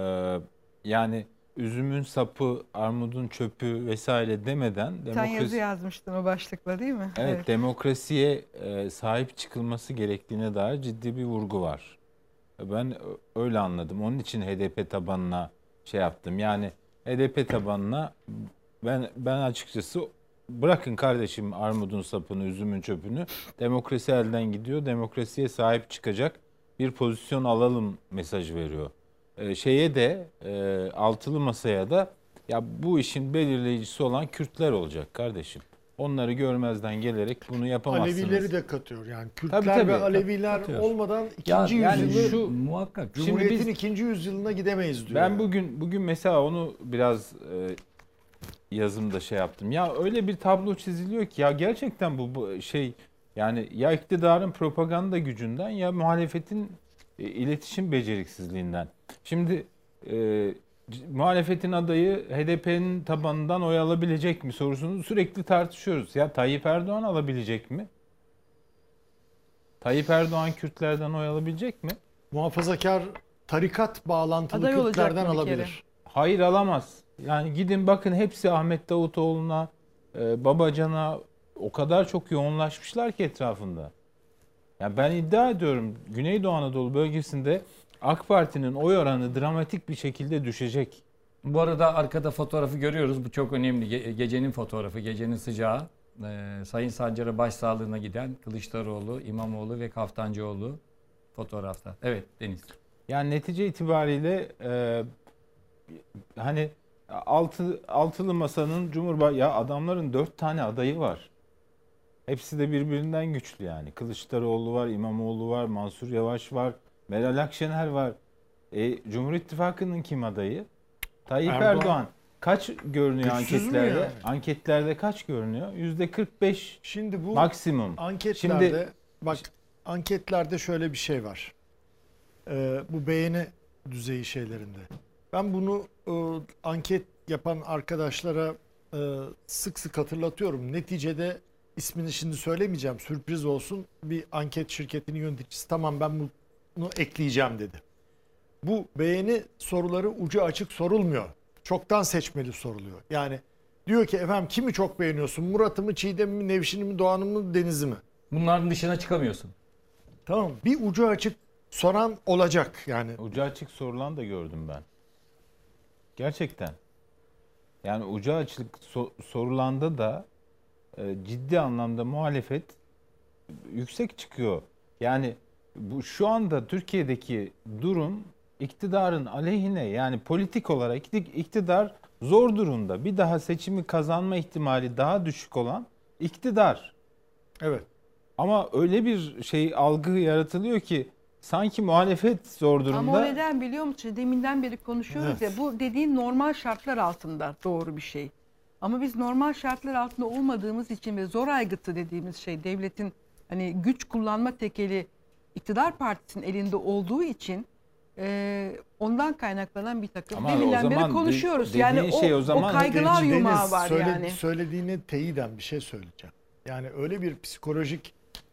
yani üzümün sapı, armudun çöpü vesaire demeden Sen demokrasi, yazı yazmıştın o başlıkla, değil mi? evet, demokrasiye e, sahip çıkılması gerektiğine dair ciddi bir vurgu var. Ben ö- öyle anladım. Onun için H D P tabanına şey yaptım. Yani H D P tabanına ben ben açıkçası bırakın kardeşim armudun sapını, üzümün çöpünü. Demokrasi elden gidiyor. Demokrasiye sahip çıkacak bir pozisyon alalım mesajı veriyor. Ee, şeye de e, altılı masaya da ya bu işin belirleyicisi olan Kürtler olacak kardeşim. Onları görmezden gelerek bunu yapamazsınız. Alevileri de katıyor yani. Kürtler Tabii, tabii. ve Aleviler Katıyor. olmadan Ya, ikinci yani yüzyılı şu- muhakkak. Şimdi Cumhuriyet'in biz- ikinci yüzyılına gidemeyiz diyor. Ben bugün bugün mesela onu biraz e, yazımda şey yaptım. Ya öyle bir tablo çiziliyor ki ya gerçekten bu, bu şey, yani ya iktidarın propaganda gücünden ya muhalefetin e, iletişim beceriksizliğinden. Şimdi e, c- muhalefetin adayı H D P'nin tabanından oy alabilecek mi sorusunu sürekli tartışıyoruz. Ya Tayyip Erdoğan alabilecek mi? Tayyip Erdoğan Kürtlerden oy alabilecek mi? Muhafazakar tarikat bağlantılı Aday olacak Kürtlerden mı bir alabilir. kere? Hayır, alamaz. Yani gidin bakın, hepsi Ahmet Davutoğlu'na, e, Babacan'a o kadar çok yoğunlaşmışlar ki etrafında. Yani ben iddia ediyorum Güneydoğu Anadolu bölgesinde AK Parti'nin oy oranı dramatik bir şekilde düşecek. Bu arada arkada fotoğrafı görüyoruz. Bu çok önemli. Ge- gecenin fotoğrafı, gecenin sıcağı. Ee, Sayın Sancar'a başsağlığına giden Kılıçdaroğlu, İmamoğlu ve Kaftancıoğlu fotoğrafta. Evet Deniz. Yani netice itibariyle e, hani altı, altılı masanın Cumhurbaşkanı ya adamların dört tane adayı var. Hepsi de birbirinden güçlü yani. Kılıçdaroğlu var, İmamoğlu var, Mansur Yavaş var, Meral Akşener var. E, Cumhur İttifakı'nın kim adayı? Tayyip Erdoğan. Erdoğan. Kaç görünüyor Güçsüz mü anketlerde? yani? Anketlerde kaç görünüyor? yüzde kırk beş Şimdi bu maksimum. anketlerde Şimdi bak anketlerde şöyle bir şey var. Ee, bu beğeni düzeyi şeylerinde. Ben bunu e, anket yapan arkadaşlara e, sık sık hatırlatıyorum. Neticede ismini şimdi söylemeyeceğim. Sürpriz olsun. Bir anket şirketinin yöneticisi tamam ben bunu ekleyeceğim dedi. Bu beğeni soruları ucu açık sorulmuyor. Çoktan seçmeli soruluyor. Yani diyor ki efendim kimi çok beğeniyorsun? Murat'ı mı, Çiğdem'i mi, Nevşin'i mi, Doğan'ı mı, Deniz'i mi? Bunların dışına çıkamıyorsun. Tamam. Bir ucu açık soran olacak yani. Ucu açık sorulan da gördüm ben. Gerçekten. Yani ucu açık so- sorulanda da e, ciddi anlamda muhalefet yüksek çıkıyor. Yani bu şu anda Türkiye'deki durum iktidarın aleyhine, yani politik olarak iktidar zor durumda. Bir daha seçimi kazanma ihtimali daha düşük olan iktidar. Evet. Ama öyle bir şey algı yaratılıyor ki sanki muhalefet zor durumda. Ama o neden biliyor musun? Deminden beri konuşuyoruz Evet. ya, bu dediğin normal şartlar altında doğru bir şey. Ama biz normal şartlar altında olmadığımız için ve zor aygıtı dediğimiz şey, devletin hani güç kullanma tekeli iktidar partisinin elinde olduğu için e, ondan kaynaklanan bir takım Ama deminden o beri zaman konuşuyoruz. dediğin Yani o, şey o o, zaman kaygılar Deniz, yumağı var söyle- yani. Söylediğini teyiden bir şey söyleyeceğim. Yani öyle bir psikolojik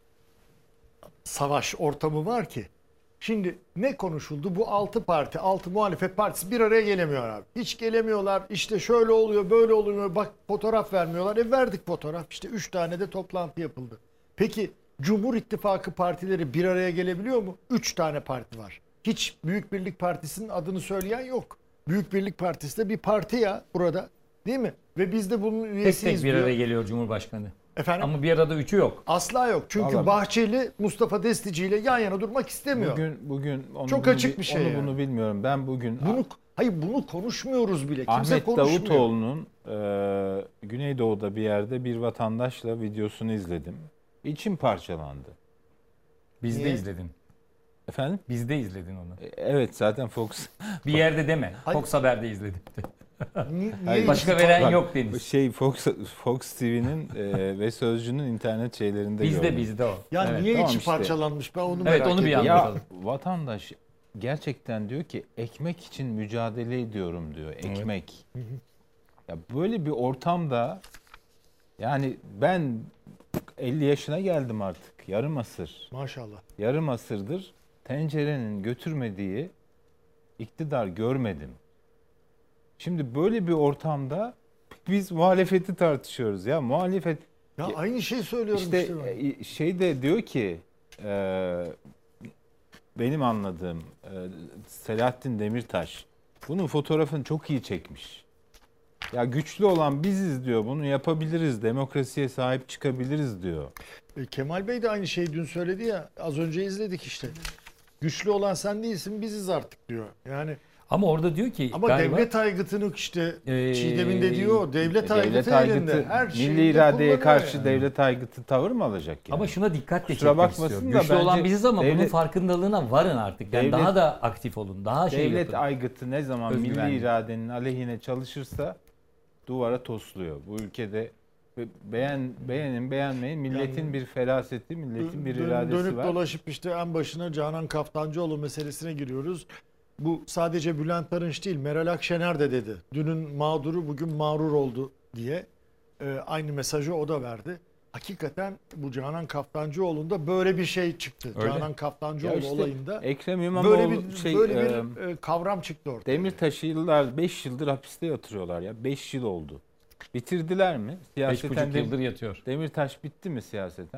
savaş ortamı var ki. Şimdi ne konuşuldu? Bu altı parti, altı muhalefet partisi bir araya gelemiyor abi. Hiç gelemiyorlar. İşte şöyle oluyor, böyle oluyor. Bak fotoğraf vermiyorlar. E verdik fotoğraf. İşte üç tane de toplantı yapıldı. Peki Cumhur İttifakı partileri bir araya gelebiliyor mu? Üç tane parti var. Hiç Büyük Birlik Partisi'nin adını söyleyen yok. Büyük Birlik Partisi de bir parti ya burada. Değil mi? Ve biz de bunun Tek üyesiyiz tek bir diyor. araya geliyor Cumhurbaşkanı. Efendim? Ama bir arada üçü yok. Asla yok. Çünkü Vallahi- Bahçeli Mustafa Destici ile yan yana durmak istemiyor. Bugün bugün onu Çok bunu açık bi- bir şey Onu yani. bunu bilmiyorum. Ben bugün Bunu hayır bunu konuşmuyoruz bile. Kimse Ahmet konuşmuyor. Davutoğlu'nun e, Güneydoğu'da bir yerde bir vatandaşla videosunu izledim. İçim parçalandı. Bizde Niye? izledin. Efendim? Bizde izledin onu. E, Evet zaten Fox. Bir yerde deme. Hayır. Fox Haber'de izledim. Hayır. Başka veren Bak, yok Deniz. Şey Fox Fox T V'nin e, ve Sözcü'nün internet şeylerinde Bizde, gördüm. bizde o. Ya Evet. niye Tamam içi işte. parçalanmış ben onu Evet, merak onu bir ediyorum. anlatalım. Ya vatandaş gerçekten diyor ki ekmek için mücadele ediyorum diyor. Ekmek. Hı hı. Ya böyle bir ortamda yani ben elli yaşına geldim artık. Yarım asır. Maşallah. Yarım asırdır tencerenin götürmediği iktidar görmedim. Şimdi böyle bir ortamda biz muhalefeti tartışıyoruz ya. Muhalefet Ya aynı şey söylüyorum işte, işte ben. e, şey de diyor ki e, benim anladığım e, Selahattin Demirtaş bunun fotoğrafını çok iyi çekmiş. Ya güçlü olan biziz diyor. Bunu yapabiliriz. Demokrasiye sahip çıkabiliriz diyor. E, Kemal Bey de aynı şeyi dün söyledi ya. Az önce izledik işte. Güçlü olan sen değilsin biziz artık diyor. Yani Ama orada diyor ki ama galiba, devlet aygıtını işte Ee, Çiğdem'in de diyor. Devlet aygıtı Devlet elinde. aygıtı, Her şeyi milli de iradeye kullanıyor karşı yani. devlet aygıtı tavır mı alacak yani? ama şuna dikkat de Kusura çekmek bakmasın istiyorum. da Güçlü olan bence biziz ama bunun devlet- farkındalığına varın artık. Yani Devlet- daha da aktif olun. Daha şey Devlet yapın. aygıtı ne zaman Özgüvenli. milli iradenin aleyhine çalışırsa duvara tosluyor. Bu ülkede be- beğen beğenin beğenmeyin milletin Yani- bir feraseti, milletin bir Dön- iradesi dönüp var. dolaşıp işte en başına Canan Kaftancıoğlu meselesine giriyoruz. Bu sadece Bülent Arınç değil, Meral Akşener de dedi. Dünün mağduru bugün mağrur oldu diye. Ee, aynı mesajı o da verdi. Hakikaten bu Canan Kaftancıoğlu'nda böyle bir şey çıktı. Öyle. Canan Ya Kaftancıoğlu işte olayında Ekrem İmamoğlu böyle bir şey, böyle e, bir e, kavram çıktı ortaya. Demirtaş'ı yıllar beş yıldır hapiste yatırıyorlar ya. beş yıl oldu. Bitirdiler mi? Siyaseten buçuk de- yıldır yatıyor. Demirtaş bitti mi siyaseten?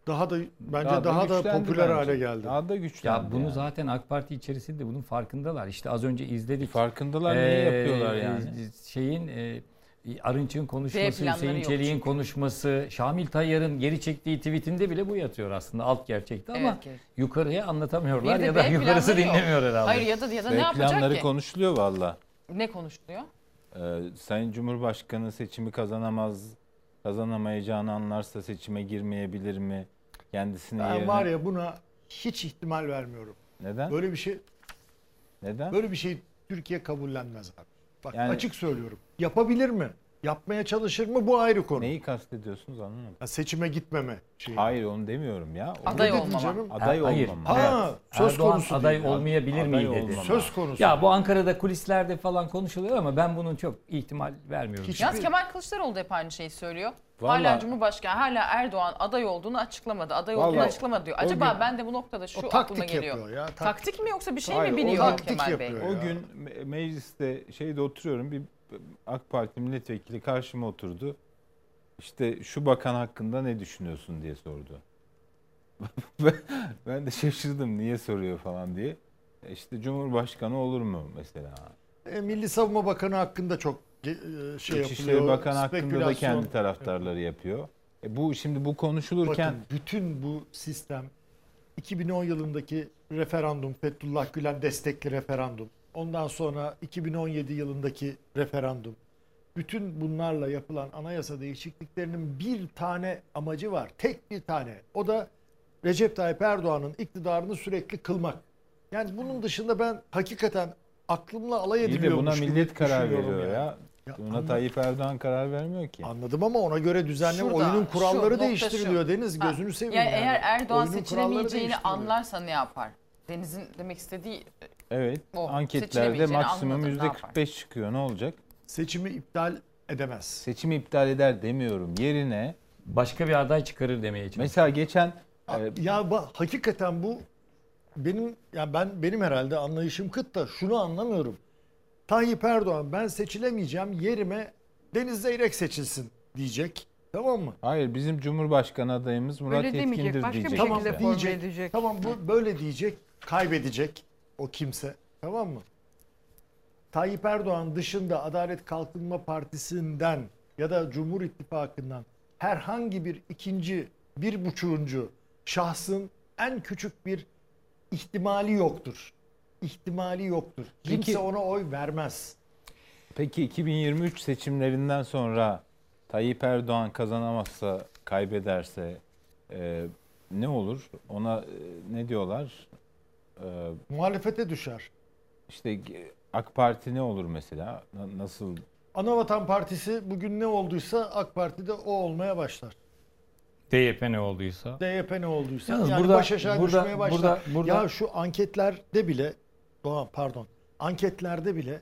Daha da bence Daha daha, da da, güçlendi popüler bence. hale geldi. Daha da güçlendi. Ya bunu yani. zaten AK Parti içerisinde bunun farkındalar. İşte az önce izledik. Farkındalar, neyi yapıyorlar yani? Şeyin e, Arınç'ın konuşması, planları Hüseyin yok Çelik'in çünkü. konuşması, Şamil Tayyar'ın geri çektiği tweetinde bile bu yatıyor aslında alt gerçekte ama Evet, evet. yukarıya anlatamıyorlar Bir de ya da B yukarısı planları yok. dinlemiyor herhalde. Hayır ya da ya da ne B yapacak planları ki? konuşuluyor valla. Ne konuşuluyor? Ee, Sayın Cumhurbaşkanı seçimi kazanamaz, kazanamayacağını anlarsa seçime girmeyebilir mi? Kendisini Ben yerine... var ya buna hiç ihtimal vermiyorum. Neden? Böyle bir şey Neden? böyle bir şey Türkiye kabullenmez abi. Bak Yani- açık söylüyorum. Yapabilir mi? Yapmaya çalışır mı? Bu ayrı konu. Neyi kastediyorsunuz anlamadım. Ya seçime gitmeme şeyi. Hayır onu demiyorum ya. O- Aday Ne dedin olmama. canım? Aday Hayır. olmamam. Ha, söz Erdoğan konusu aday değil. olmayabilir Aday miydi dedi. olmama. Söz konusu. Ya bu Ankara'da kulislerde falan konuşuluyor ama ben bunun çok ihtimal vermiyorum. Hiç- Yalnız Kemal Kılıçdaroğlu da hep aynı şeyi söylüyor. Vallahi- Hala Cumhurbaşkanı, hala Erdoğan aday olduğunu açıklamadı. Aday olduğunu Vallahi açıklamadı diyor. o Acaba gün- ben de bu noktada şu o aklıma taktik geliyor. yapıyor ya, tak- Taktik mi yoksa bir şey Hayır, mi o biliyor taktik Kemal Bey? yapıyor. O Ya. gün me- mecliste şeyde oturuyorum, bir AK Parti milletvekili karşıma oturdu. İşte şu bakan hakkında ne düşünüyorsun diye sordu. Ben de şaşırdım niye soruyor falan diye. E İşte Cumhurbaşkanı olur mu mesela? E, Milli Savunma Bakanı hakkında çok e, şey İçişleri yapılıyor. Bakanı hakkında da spekülasyon. kendi taraftarları yapıyor. E bu şimdi bu konuşulurken Bakın bütün bu sistem iki bin on yılındaki referandum, Fethullah Gülen destekli referandum. Ondan sonra iki bin on yedi yılındaki referandum. Bütün bunlarla yapılan anayasa değişikliklerinin bir tane amacı var. Tek bir tane. O da Recep Tayyip Erdoğan'ın iktidarını sürekli kılmak. Yani bunun dışında ben hakikaten aklımla alay iyi de ediliyormuş buna gibi millet karar düşünüyorum veriyor yani. ya. Ya Buna anla- Tayyip Erdoğan karar vermiyor ki. Anladım ama ona göre düzenleme Şurada, oyunun şu, kuralları nokta değiştiriliyor şu. Deniz. Ha, Gözünü seveyim yani. yani. Eğer Erdoğan Oyunun kuralları seçilemeyeceğini değiştiriliyor. anlarsa ne yapar? Deniz'in demek istediği Evet. O, Anketlerde seçilemeyeceğini maksimum anladım, ne yüzde yapar? kırk beş çıkıyor. Ne olacak? Seçimi iptal edemez. Seçimi iptal eder demiyorum. Yerine Başka bir aday çıkarır demeye çalışıyorum. mesela geçen e, Ya bak hakikaten bu benim ya ben benim herhalde anlayışım kıt da şunu anlamıyorum. Tayyip Erdoğan ben seçilemeyeceğim yerime Deniz Zeyrek seçilsin diyecek. Tamam mı? hayır bizim Cumhurbaşkanı adayımız Murat Öyle demeyecek, Yetkin'dir başka bir diyecek. şekilde Tamam mesela. formüle diyecek. edecek. Tamam bu böyle diyecek. Kaybedecek o kimse. Tamam mı? Tayyip Erdoğan dışında Adalet Kalkınma Partisi'nden ya da Cumhur İttifakı'ndan herhangi bir ikinci, bir buçuğuncu şahsın en küçük bir ihtimali yoktur. İhtimali yoktur. Kimse Peki- ona oy vermez. Peki iki bin yirmi üç seçimlerinden sonra Tayyip Erdoğan kazanamazsa, kaybederse e, ne olur? Ona e, ne diyorlar? E, Muhalefete düşer. işte e, AK Parti ne olur mesela? Na- Nasıl? Anavatan Partisi bugün ne olduysa AK Parti'de o olmaya başlar. D Y P ne olduysa. D Y P ne olduysa Yalnız yani burada- baş aşağı burada- düşmeye başlar. burada- burada- Ya şu anketlerde bile Doğan pardon anketlerde bile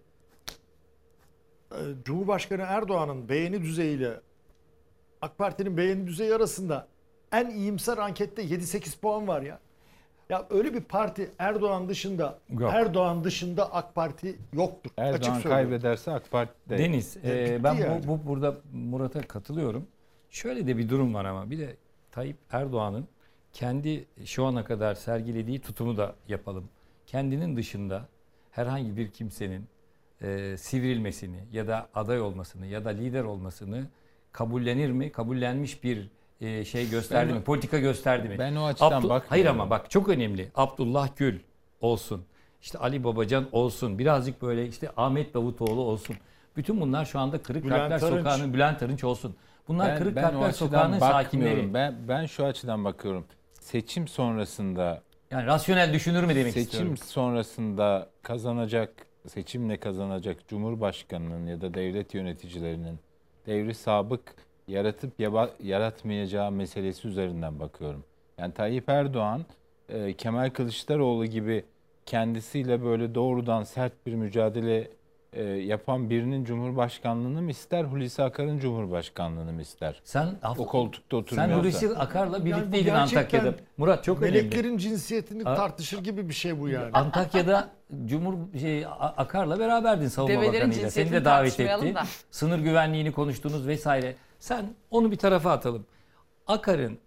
e, Cumhurbaşkanı Erdoğan'ın beğeni düzeyiyle AK Parti'nin beğeni düzeyi arasında en iyimser ankette yedi sekiz puan var ya. Ya öyle bir parti Erdoğan dışında Yok. Erdoğan dışında AK Parti yoktur. Açık Erdoğan söylüyorum. kaybederse AK Parti de. Deniz, Ya e, gitti ben yani. bu, bu burada Murat'a katılıyorum. Şöyle de bir durum var ama bir de Tayyip Erdoğan'ın kendi şu ana kadar sergilediği tutumu da yapalım. Kendinin dışında herhangi bir kimsenin e, sivrilmesini ya da aday olmasını ya da lider olmasını kabullenir mi? Kabullenmiş bir e, şey gösterdi Ben o- mi? Politika gösterdi mi? Ben o açıdan Abdul- bakmıyorum. Hayır ama bak çok önemli. Abdullah Gül olsun. İşte Ali Babacan olsun. Birazcık böyle işte Ahmet Davutoğlu olsun. Bütün bunlar şu anda Kırık Bülent Kalpler Arınç. Sokağı'nın Bülent Arınç olsun. Bunlar Ben, Kırık ben o Kalpler açıdan Sokağı'nın sakinleri. bakmıyorum. Ben, ben şu açıdan bakıyorum. Seçim sonrasında Yani rasyonel düşünür mü demek seçim istiyorum. sonrasında kazanacak, seçimle kazanacak Cumhurbaşkanının ya da devlet yöneticilerinin devri sabık yaratıp yaba- yaratmayacağı meselesi üzerinden bakıyorum. Yani Tayyip Erdoğan, e, Kemal Kılıçdaroğlu gibi kendisiyle böyle doğrudan sert bir mücadele e, yapan birinin Cumhurbaşkanlığını mı ister, Hulusi Akar'ın Cumhurbaşkanlığını mı ister? Sen O koltukta sen oturmuyorsa. Hulusi Akar'la Yani bu birlikteydin gerçekten Antakya'da. Murat çok önemli. Meleklerin cinsiyetini Ha? tartışır gibi bir şey bu yani. Antakya'da Cumhur şey, A- Akar'la beraberdin savunma Develerin bakanıyla. Seni cinsiyetini de davet tartışmayalım etti. da. Sınır güvenliğini konuştunuz vesaire. Sen onu bir tarafa atalım. Akar'ın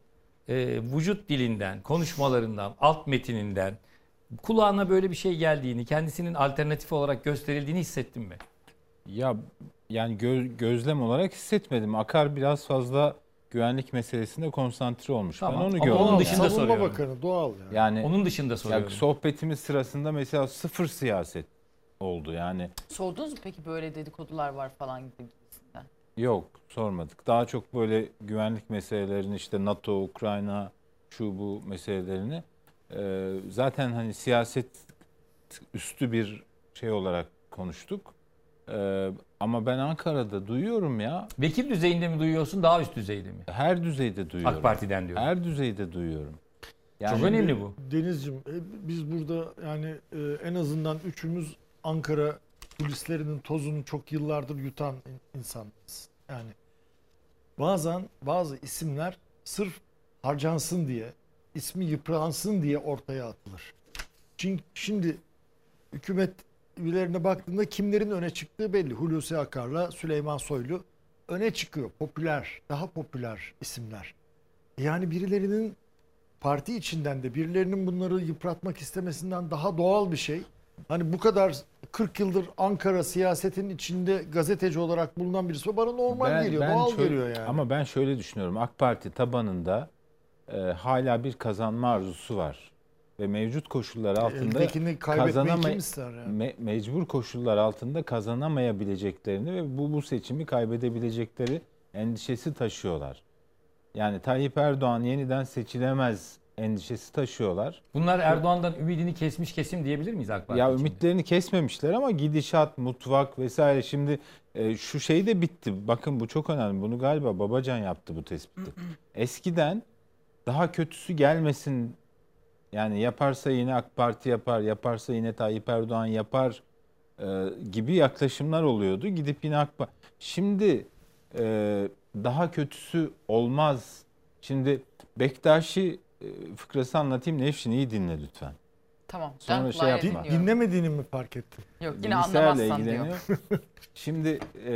e, vücut dilinden, konuşmalarından, alt metininden kulağına böyle bir şey geldiğini, kendisinin alternatif olarak gösterildiğini hissettin mi? Ya yani gö- gözlem olarak hissetmedim. Akar biraz fazla güvenlik meselesinde konsantre olmuş. Tamam. Ben onu Ama gördüm. onun dışında yani. soruyorum. Savunma Bakanı doğal yani. Yani Onun dışında soruyorum. Ya sohbetimiz sırasında mesela sıfır siyaset oldu yani. Sordunuz mu peki böyle dedikodular var falan gibi? Yok, sormadık. Daha çok böyle güvenlik meselelerini, işte NATO, Ukrayna, şu bu meselelerini e, zaten hani siyaset üstü bir şey olarak konuştuk. E, ama ben Ankara'da duyuyorum ya. Vekil düzeyinde mi duyuyorsun, daha üst düzeyde mi? Her düzeyde duyuyorum. AK Parti'den diyorum. Her düzeyde duyuyorum. Çok önemli bu. Denizciğim, e, biz burada yani e, en azından üçümüz Ankara kulislerinin tozunu çok yıllardır yutan in- insanlarız. Yani bazen bazı isimler sırf harcansın diye, ismi yıpransın diye ortaya atılır. Çünkü şimdi hükümet üyelerine baktığında kimlerin öne çıktığı belli. Hulusi Akar'la Süleyman Soylu öne çıkıyor. Popüler, daha popüler isimler. Yani birilerinin parti içinden de birilerinin bunları yıpratmak istemesinden daha doğal bir şey. Hani bu kadar kırk yıldır Ankara siyasetinin içinde gazeteci olarak bulunan birisi bana normal geliyor, doğal şöyle- geliyor yani. Ama ben şöyle düşünüyorum. AK Parti tabanında e, hala bir kazanma arzusu var. Ve mevcut koşullar altında Eldekini kaybetmeyi kazanamay- kim ister yani? me- mecbur koşullar altında kazanamayabileceklerini ve bu bu seçimi kaybedebilecekleri endişesi taşıyorlar. Yani Tayyip Erdoğan yeniden seçilemez endişesi taşıyorlar. Bunlar Erdoğan'dan ümidini kesmiş kesim diyebilir miyiz AK Parti Ya için? ümitlerini kesmemişler ama gidişat, mutfak vesaire. Şimdi e, şu şey de bitti. Bakın bu çok önemli. Bunu galiba Babacan yaptı bu tespiti. Eskiden daha kötüsü gelmesin, yani yaparsa yine AK Parti yapar, yaparsa yine Tayyip Erdoğan yapar e, gibi yaklaşımlar oluyordu. Gidip yine AK Parti. Şimdi e, daha kötüsü olmaz. Şimdi Bektaşi e, fıkrası anlatayım. Nevşin iyi dinle lütfen. Tamam. Sonra ben şey kulağıyla yapma. dinliyorum. Dinlemediğini mi fark ettin? Yok yine Bilgisayarla anlamazsan diyor. ilgileniyor. Şimdi e,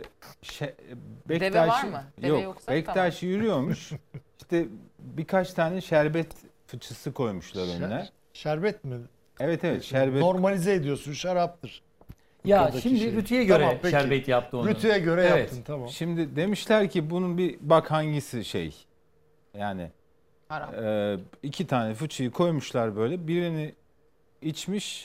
şe, Deve Bektaşi, var mı? Deve yok, yoksa Bektaşi yürüyormuş. İşte birkaç tane şerbet fıçısı koymuşlar Şer- önüne. Şerbet mi? Evet evet şerbet. Normalize ediyorsun, şaraptır. Ya Yukarıdaki şimdi şey. Rütü'ye göre Tamam, peki. şerbet yaptı onu. Rütü'ye göre Evet. yaptın, tamam. Şimdi demişler ki bunun bir bak hangisi şey. Yani Haram. e, iki tane fıçıyı koymuşlar böyle. Birini içmiş,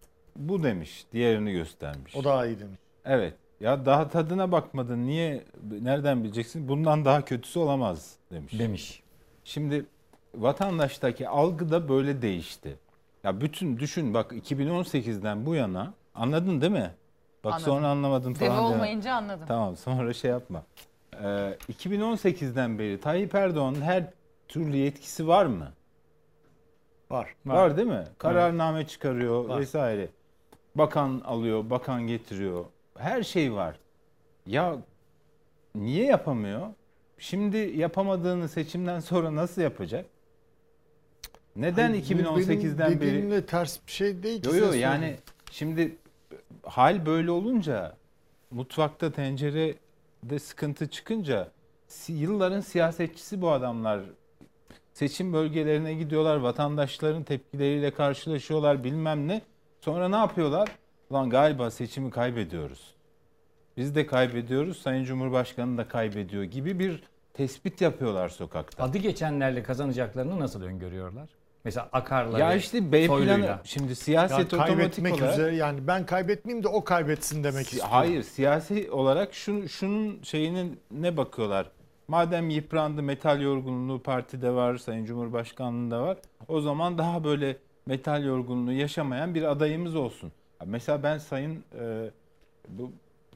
bu demiş. Diğerini göstermiş. O daha iyi demiş. Evet. Ya daha tadına bakmadın. Niye? Nereden bileceksin? Bundan daha kötüsü olamaz demiş. Demiş. Şimdi vatandaştaki algı da böyle değişti. Ya bütün düşün bak iki bin on sekizden bu yana anladın değil mi? Bak Anladım. sonra anlamadım falan. Deve deme. olmayınca anladım. Tamam sonra şey yapma. Ee, iki bin on sekizden beri Tayyip Erdoğan'ın her türlü yetkisi var mı? Var. Var, var değil mi? Kararname çıkarıyor Var. vesaire. Bakan alıyor, bakan getiriyor. Her şey var. Ya niye yapamıyor? Şimdi yapamadığını seçimden sonra nasıl yapacak? Neden Hayır, bu iki bin on sekizden benim beri? dediğimle ters bir şey değil ki. Yo size yo yani söyleyeyim. şimdi hal böyle olunca mutfakta tencerede sıkıntı çıkınca si- yılların siyasetçisi bu adamlar. Seçim bölgelerine gidiyorlar, vatandaşların tepkileriyle karşılaşıyorlar bilmem ne. Sonra ne yapıyorlar? Ulan galiba seçimi kaybediyoruz. Biz de kaybediyoruz, Sayın Cumhurbaşkanı da kaybediyor gibi bir tespit yapıyorlar sokakta. Adı geçenlerle kazanacaklarını nasıl öngörüyorlar? Mesela Akar'la Ya ve işte B planı, Soylu'yla. şimdi siyaset Yani otomatik kaybetmek olarak... üzere, yani ben kaybetmeyeyim de o kaybetsin demek Si- istiyorum. Hayır, siyasi olarak şunun, şunun şeyinin ne bakıyorlar? Madem yıprandı, metal yorgunluğu partide var, Sayın Cumhurbaşkanlığında var. O zaman daha böyle metal yorgunluğu yaşamayan bir adayımız olsun. Mesela ben Sayın e, bu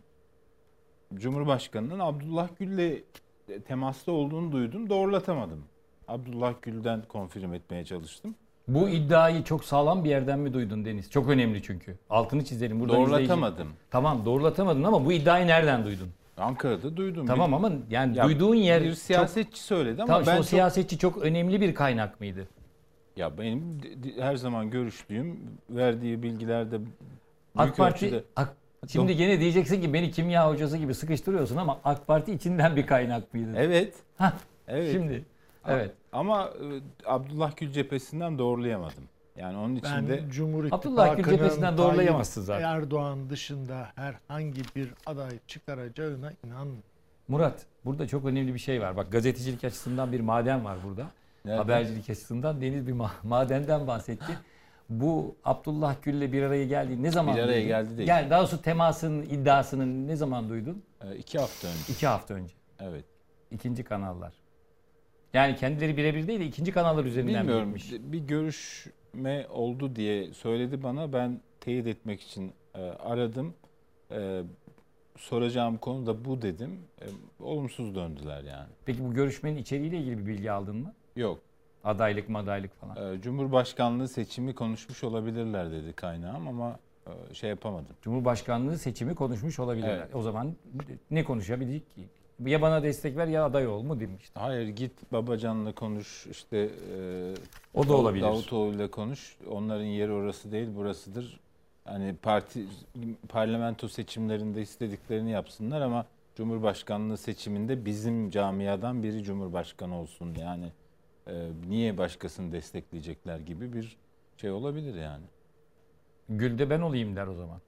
Cumhurbaşkanı'nın Abdullah Gül'le temasta olduğunu duydum. Doğrulatamadım. Abdullah Gül'den konfirm etmeye çalıştım. Bu iddiayı çok sağlam bir yerden mi duydun Deniz? Çok önemli çünkü. Altını çizelim. Buradan Doğrulatamadım. izleyici- Tamam doğrulatamadın ama bu iddiayı nereden duydun? Ankara'da duydum. Tamam Bir- ama yani Ya duyduğun yer bir siyasetçi çok... söyledi ama Tamam, işte ben o çok- siyasetçi çok önemli bir kaynak mıydı? Ya benim d- d- her zaman görüştüğüm, verdiği bilgilerde AK büyük Parti ölçüde... AK- şimdi gene diyeceksin ki beni kimya hocası gibi sıkıştırıyorsun ama AK Parti içinden bir kaynak mıydı? Evet. Hah, Evet. Şimdi Evet. Ama e, Abdullah Gül cephesinden doğrulayamadım. Yani onun için de Ben Cumhur Abdullah Gül cephesinden İttifakı'nın doğrulayamazsın Tayyip zaten. Erdoğan dışında herhangi bir aday çıkaracağına inanmıyorum. Murat, burada çok önemli bir şey var. Bak, gazetecilik açısından bir maden var burada. Nerede? Habercilik açısından Deniz bir ma- madenden bahsetti. Bu Abdullah Gül'le bir araya geldi. Ne zaman Bir araya duydun? geldi değil. Yani daha doğrusu temasının iddiasını ne zaman duydun? e, iki hafta önce. İki hafta önce. Evet. İkinci kanallar. Yani kendileri birebir değil de ikinci kanallar üzerinden Bilmiyorum. bilmiş. Bir görüşme oldu diye söyledi bana. Ben teyit etmek için e, aradım. E, soracağım konu da bu dedim. E, olumsuz döndüler yani. Peki bu görüşmenin içeriğiyle ilgili bir bilgi aldın mı? Yok. Adaylık madaylık falan. E, Cumhurbaşkanlığı seçimi konuşmuş olabilirler dedi kaynağım ama e, şey yapamadım. Cumhurbaşkanlığı seçimi konuşmuş olabilirler. Evet. O zaman ne konuşabildik ki? Ya bana destek ver ya aday ol mu demişti. Hayır, git Babacan'la konuş, işte e, O da olabilir. Davutoğlu'yla konuş. Onların yeri orası değil, burasıdır. Hani parti parlamento seçimlerinde istediklerini yapsınlar ama Cumhurbaşkanlığı seçiminde bizim camiadan biri Cumhurbaşkanı olsun. Yani e, niye başkasını destekleyecekler gibi bir şey olabilir yani. Gül'de ben olayım der o zaman.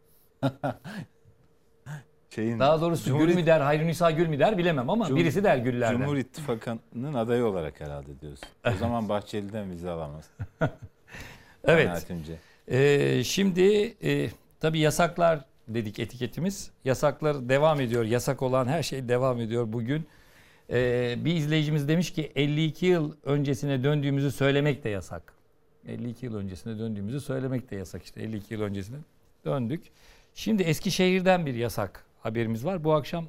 Şeyin, Daha doğrusu Cumhur Gül mü der, Hayrunisa Gül mü der bilemem ama Cum- birisi der Güllerden. Cumhur İttifakı'nın adayı olarak herhalde diyorsun. O zaman Bahçeli'den vize alamaz. Evet. Kanaatimce. Ee, şimdi e, tabii yasaklar dedik etiketimiz. Yasaklar devam ediyor. Yasak olan her şey devam ediyor bugün. Ee, bir izleyicimiz demiş ki elli iki yıl öncesine döndüğümüzü söylemek de yasak. elli iki yıl öncesine döndüğümüzü söylemek de yasak işte. elli iki yıl öncesine döndük. Şimdi Eskişehir'den bir yasak haberimiz var. Bu akşam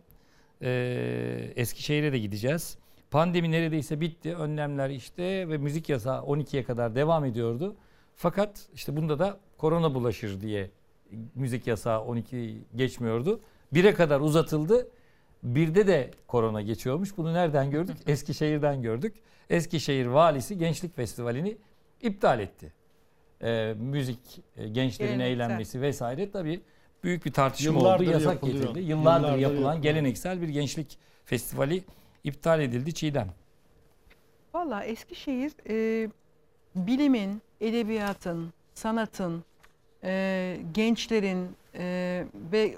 e, Eskişehir'e de gideceğiz. Pandemi neredeyse bitti. Önlemler işte ve müzik yasağı on ikiye kadar devam ediyordu. Fakat işte bunda da korona bulaşır diye müzik yasağı on iki geçmiyordu. bire kadar uzatıldı. birde de korona geçiyormuş. Bunu nereden gördük? Eskişehir'den gördük. Eskişehir valisi Gençlik Festivali'ni iptal etti. Ee, müzik, e, gençlerin Geleneksel. eğlenmesi vesaire tabii büyük bir tartışma Yıllardır oldu. Yasak yapılıyor. getirildi. Yıllardır, Yıllardır yapılan yapılıyor. geleneksel bir gençlik festivali iptal edildi. Çiğdem. Valla Eskişehir e, bilimin, edebiyatın, sanatın, e, gençlerin e, ve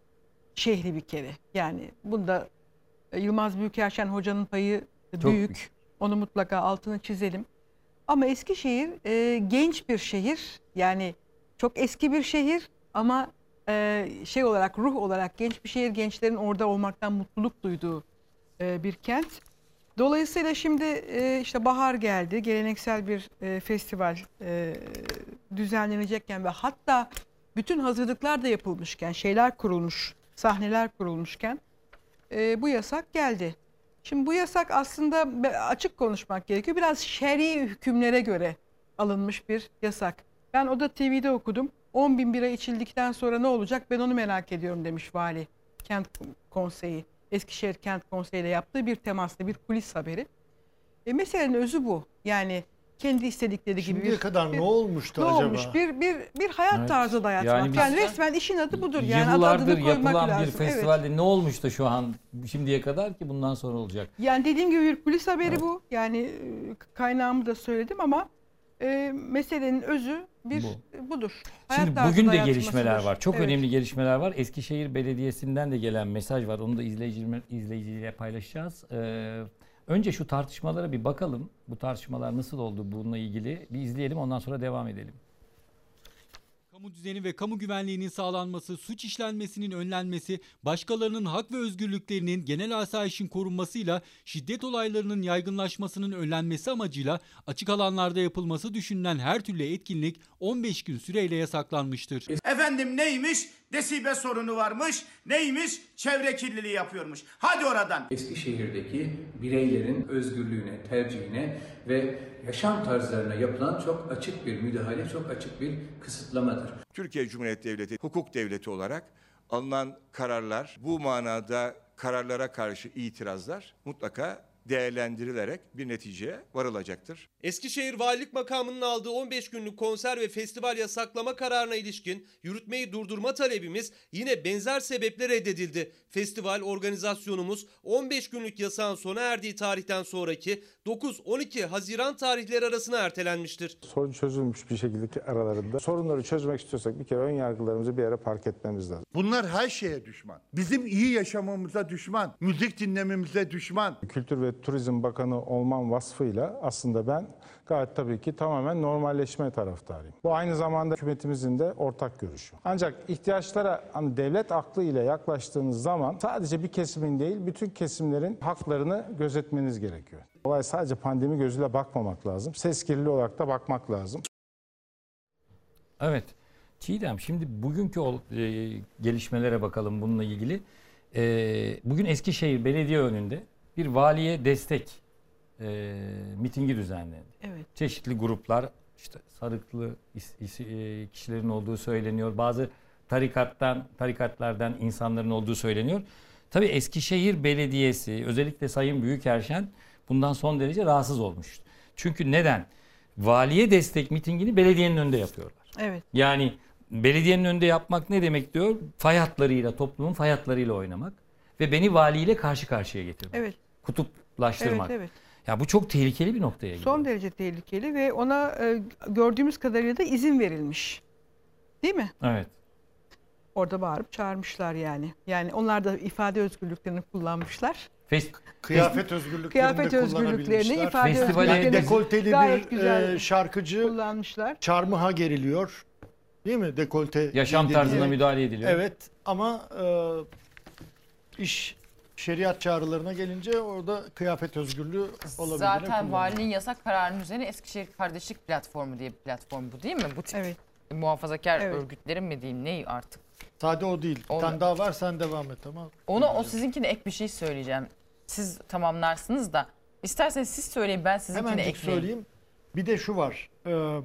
şehri bir kere. Yani bunda e, Yılmaz Büyükerşen Hoca'nın payı Çok büyük. büyük. Onu mutlaka altını çizelim. Ama Eskişehir e, genç bir şehir. Yani çok eski bir şehir ama e, şey olarak, ruh olarak genç bir şehir. Gençlerin orada olmaktan mutluluk duyduğu e, bir kent. Dolayısıyla şimdi e, işte bahar geldi. Geleneksel bir e, festival e, düzenlenecekken ve hatta bütün hazırlıklar da yapılmışken, şeyler kurulmuş, sahneler kurulmuşken e, bu yasak geldi. Şimdi bu yasak aslında açık konuşmak gerekiyor. Biraz şer'i hükümlere göre alınmış bir yasak. Ben Oda T V'de okudum. on bin bira içildikten sonra ne olacak ben onu merak ediyorum demiş vali. Kent konseyi, Eskişehir Kent Konseyi ile yaptığı bir temaslı bir kulis haberi. E, meselenin özü bu. Yani kendi istedikleri gibi Şimdiye bir kadar bir, ne olmuştu ne acaba? olmuş? Bir bir bir hayat Evet. tarzı dayatmak. Yani Yani, biz- resmen işin adı budur. Yani adı Yıllardır adını koymak yapılan lazım. bir festivalde ne olmuş da şu an şimdiye kadar ki bundan sonra olacak? Yani dediğim gibi bir kulis haberi Evet. bu. Yani e, kaynağımı da söyledim ama e, meselenin özü bir budur. Hayat Şimdi tarzı bugün de dayatmasıdır. gelişmeler var. Çok Evet. önemli gelişmeler var. Eskişehir Belediyesi'nden de gelen mesaj var. Onu da izleyicilerle, izleyiciyle paylaşacağız. Ee, önce şu tartışmalara bir bakalım. Bu tartışmalar nasıl oldu bununla ilgili? Bir izleyelim, ondan sonra devam edelim. Kamu düzeni ve kamu güvenliğinin sağlanması, suç işlenmesinin önlenmesi, başkalarının hak ve özgürlüklerinin genel asayişin korunmasıyla şiddet olaylarının yaygınlaşmasının önlenmesi amacıyla açık alanlarda yapılması düşünülen her türlü etkinlik on beş gün süreyle yasaklanmıştır. Efendim neymiş? Desibe sorunu varmış. Neymiş? Çevre kirliliği yapıyormuş. Hadi oradan. Eskişehir'deki bireylerin özgürlüğüne, tercihine ve yaşam tarzlarına yapılan çok açık bir müdahale, çok açık bir kısıtlamadır. Türkiye Cumhuriyeti Devleti hukuk devleti olarak alınan kararlar, bu manada kararlara karşı itirazlar mutlaka değerlendirilerek bir neticeye varılacaktır. Eskişehir Valilik Makamı'nın aldığı on beş günlük konser ve festival yasaklama kararına ilişkin yürütmeyi durdurma talebimiz yine benzer sebeple reddedildi. Festival organizasyonumuz on beş günlük yasağın sona erdiği tarihten sonraki dokuz on iki Haziran tarihleri arasına ertelenmiştir. Sorun çözülmüş bir şekilde aralarında. Sorunları çözmek istiyorsak bir kere ön yargılarımızı bir yere park etmemiz lazım. Bunlar her şeye düşman. Bizim iyi yaşamamıza düşman. Müzik dinlememize düşman. Kültür ve Turizm Bakanı olmam vasfıyla aslında ben gayet tabii ki tamamen normalleşme taraftarıyım. Bu aynı zamanda hükümetimizin de ortak görüşü. Ancak ihtiyaçlara hani devlet aklı ile yaklaştığınız zaman sadece bir kesimin değil bütün kesimlerin haklarını gözetmeniz gerekiyor. Olay sadece pandemi gözüyle bakmamak lazım. Ses kirliliği olarak da bakmak lazım. Evet. Çiğdem, şimdi bugünkü o, e, gelişmelere bakalım bununla ilgili. E, bugün Eskişehir Belediye önünde bir valiye destek e, mitingi düzenlendi. Evet. Çeşitli gruplar, işte sarıklı is, is, e, kişilerin olduğu söyleniyor. Bazı tarikattan, tarikatlardan insanların olduğu söyleniyor. Tabii Eskişehir Belediyesi, özellikle Sayın Büyükerşen bundan son derece rahatsız olmuş. Çünkü neden? Valiye destek mitingini belediyenin önünde yapıyorlar. Evet. Yani belediyenin önünde yapmak ne demek diyor? Fay hatlarıyla, toplumun fay hatlarıyla oynamak ve beni valiyle karşı karşıya getirmek. Evet. Kutuplaştırmak. Evet, evet. Ya bu çok tehlikeli bir noktaya gidiyor. Son derece tehlikeli ve ona e, gördüğümüz kadarıyla da izin verilmiş. Değil mi? Evet. Orada bağırıp çağırmışlar yani. Yani onlar da ifade özgürlüklerini kullanmışlar. Fest Kıyafet özgürlüklerini Kıyafet de özgürlüklerini, kullanabilmişler. ifade Festivale özgürlüklerini dekolteli gayet bir güzel e, şarkıcı kullanmışlar. çarmıha geriliyor. Değil mi? Dekolte yaşam giydiriliyor. tarzına müdahale ediliyor. Evet ama e, iş şeriat çağrılarına gelince orada kıyafet özgürlüğü olabildiğine Zaten kullanılıyor. valiliğin yasak kararının üzerine Eskişehir Kardeşlik Platformu diye bir platform bu değil mi? Bu tip evet. muhafazakar Evet. örgütlerin mi diyeyim ne artık? Sade o değil. Bir O- tane daha var sen devam et ama. Ona o sizinkine ek bir şey söyleyeceğim. Siz tamamlarsınız da isterseniz siz söyleyin ben sizinkine Hemencik ekleyeyim. söyleyeyim. Bir de şu var. E,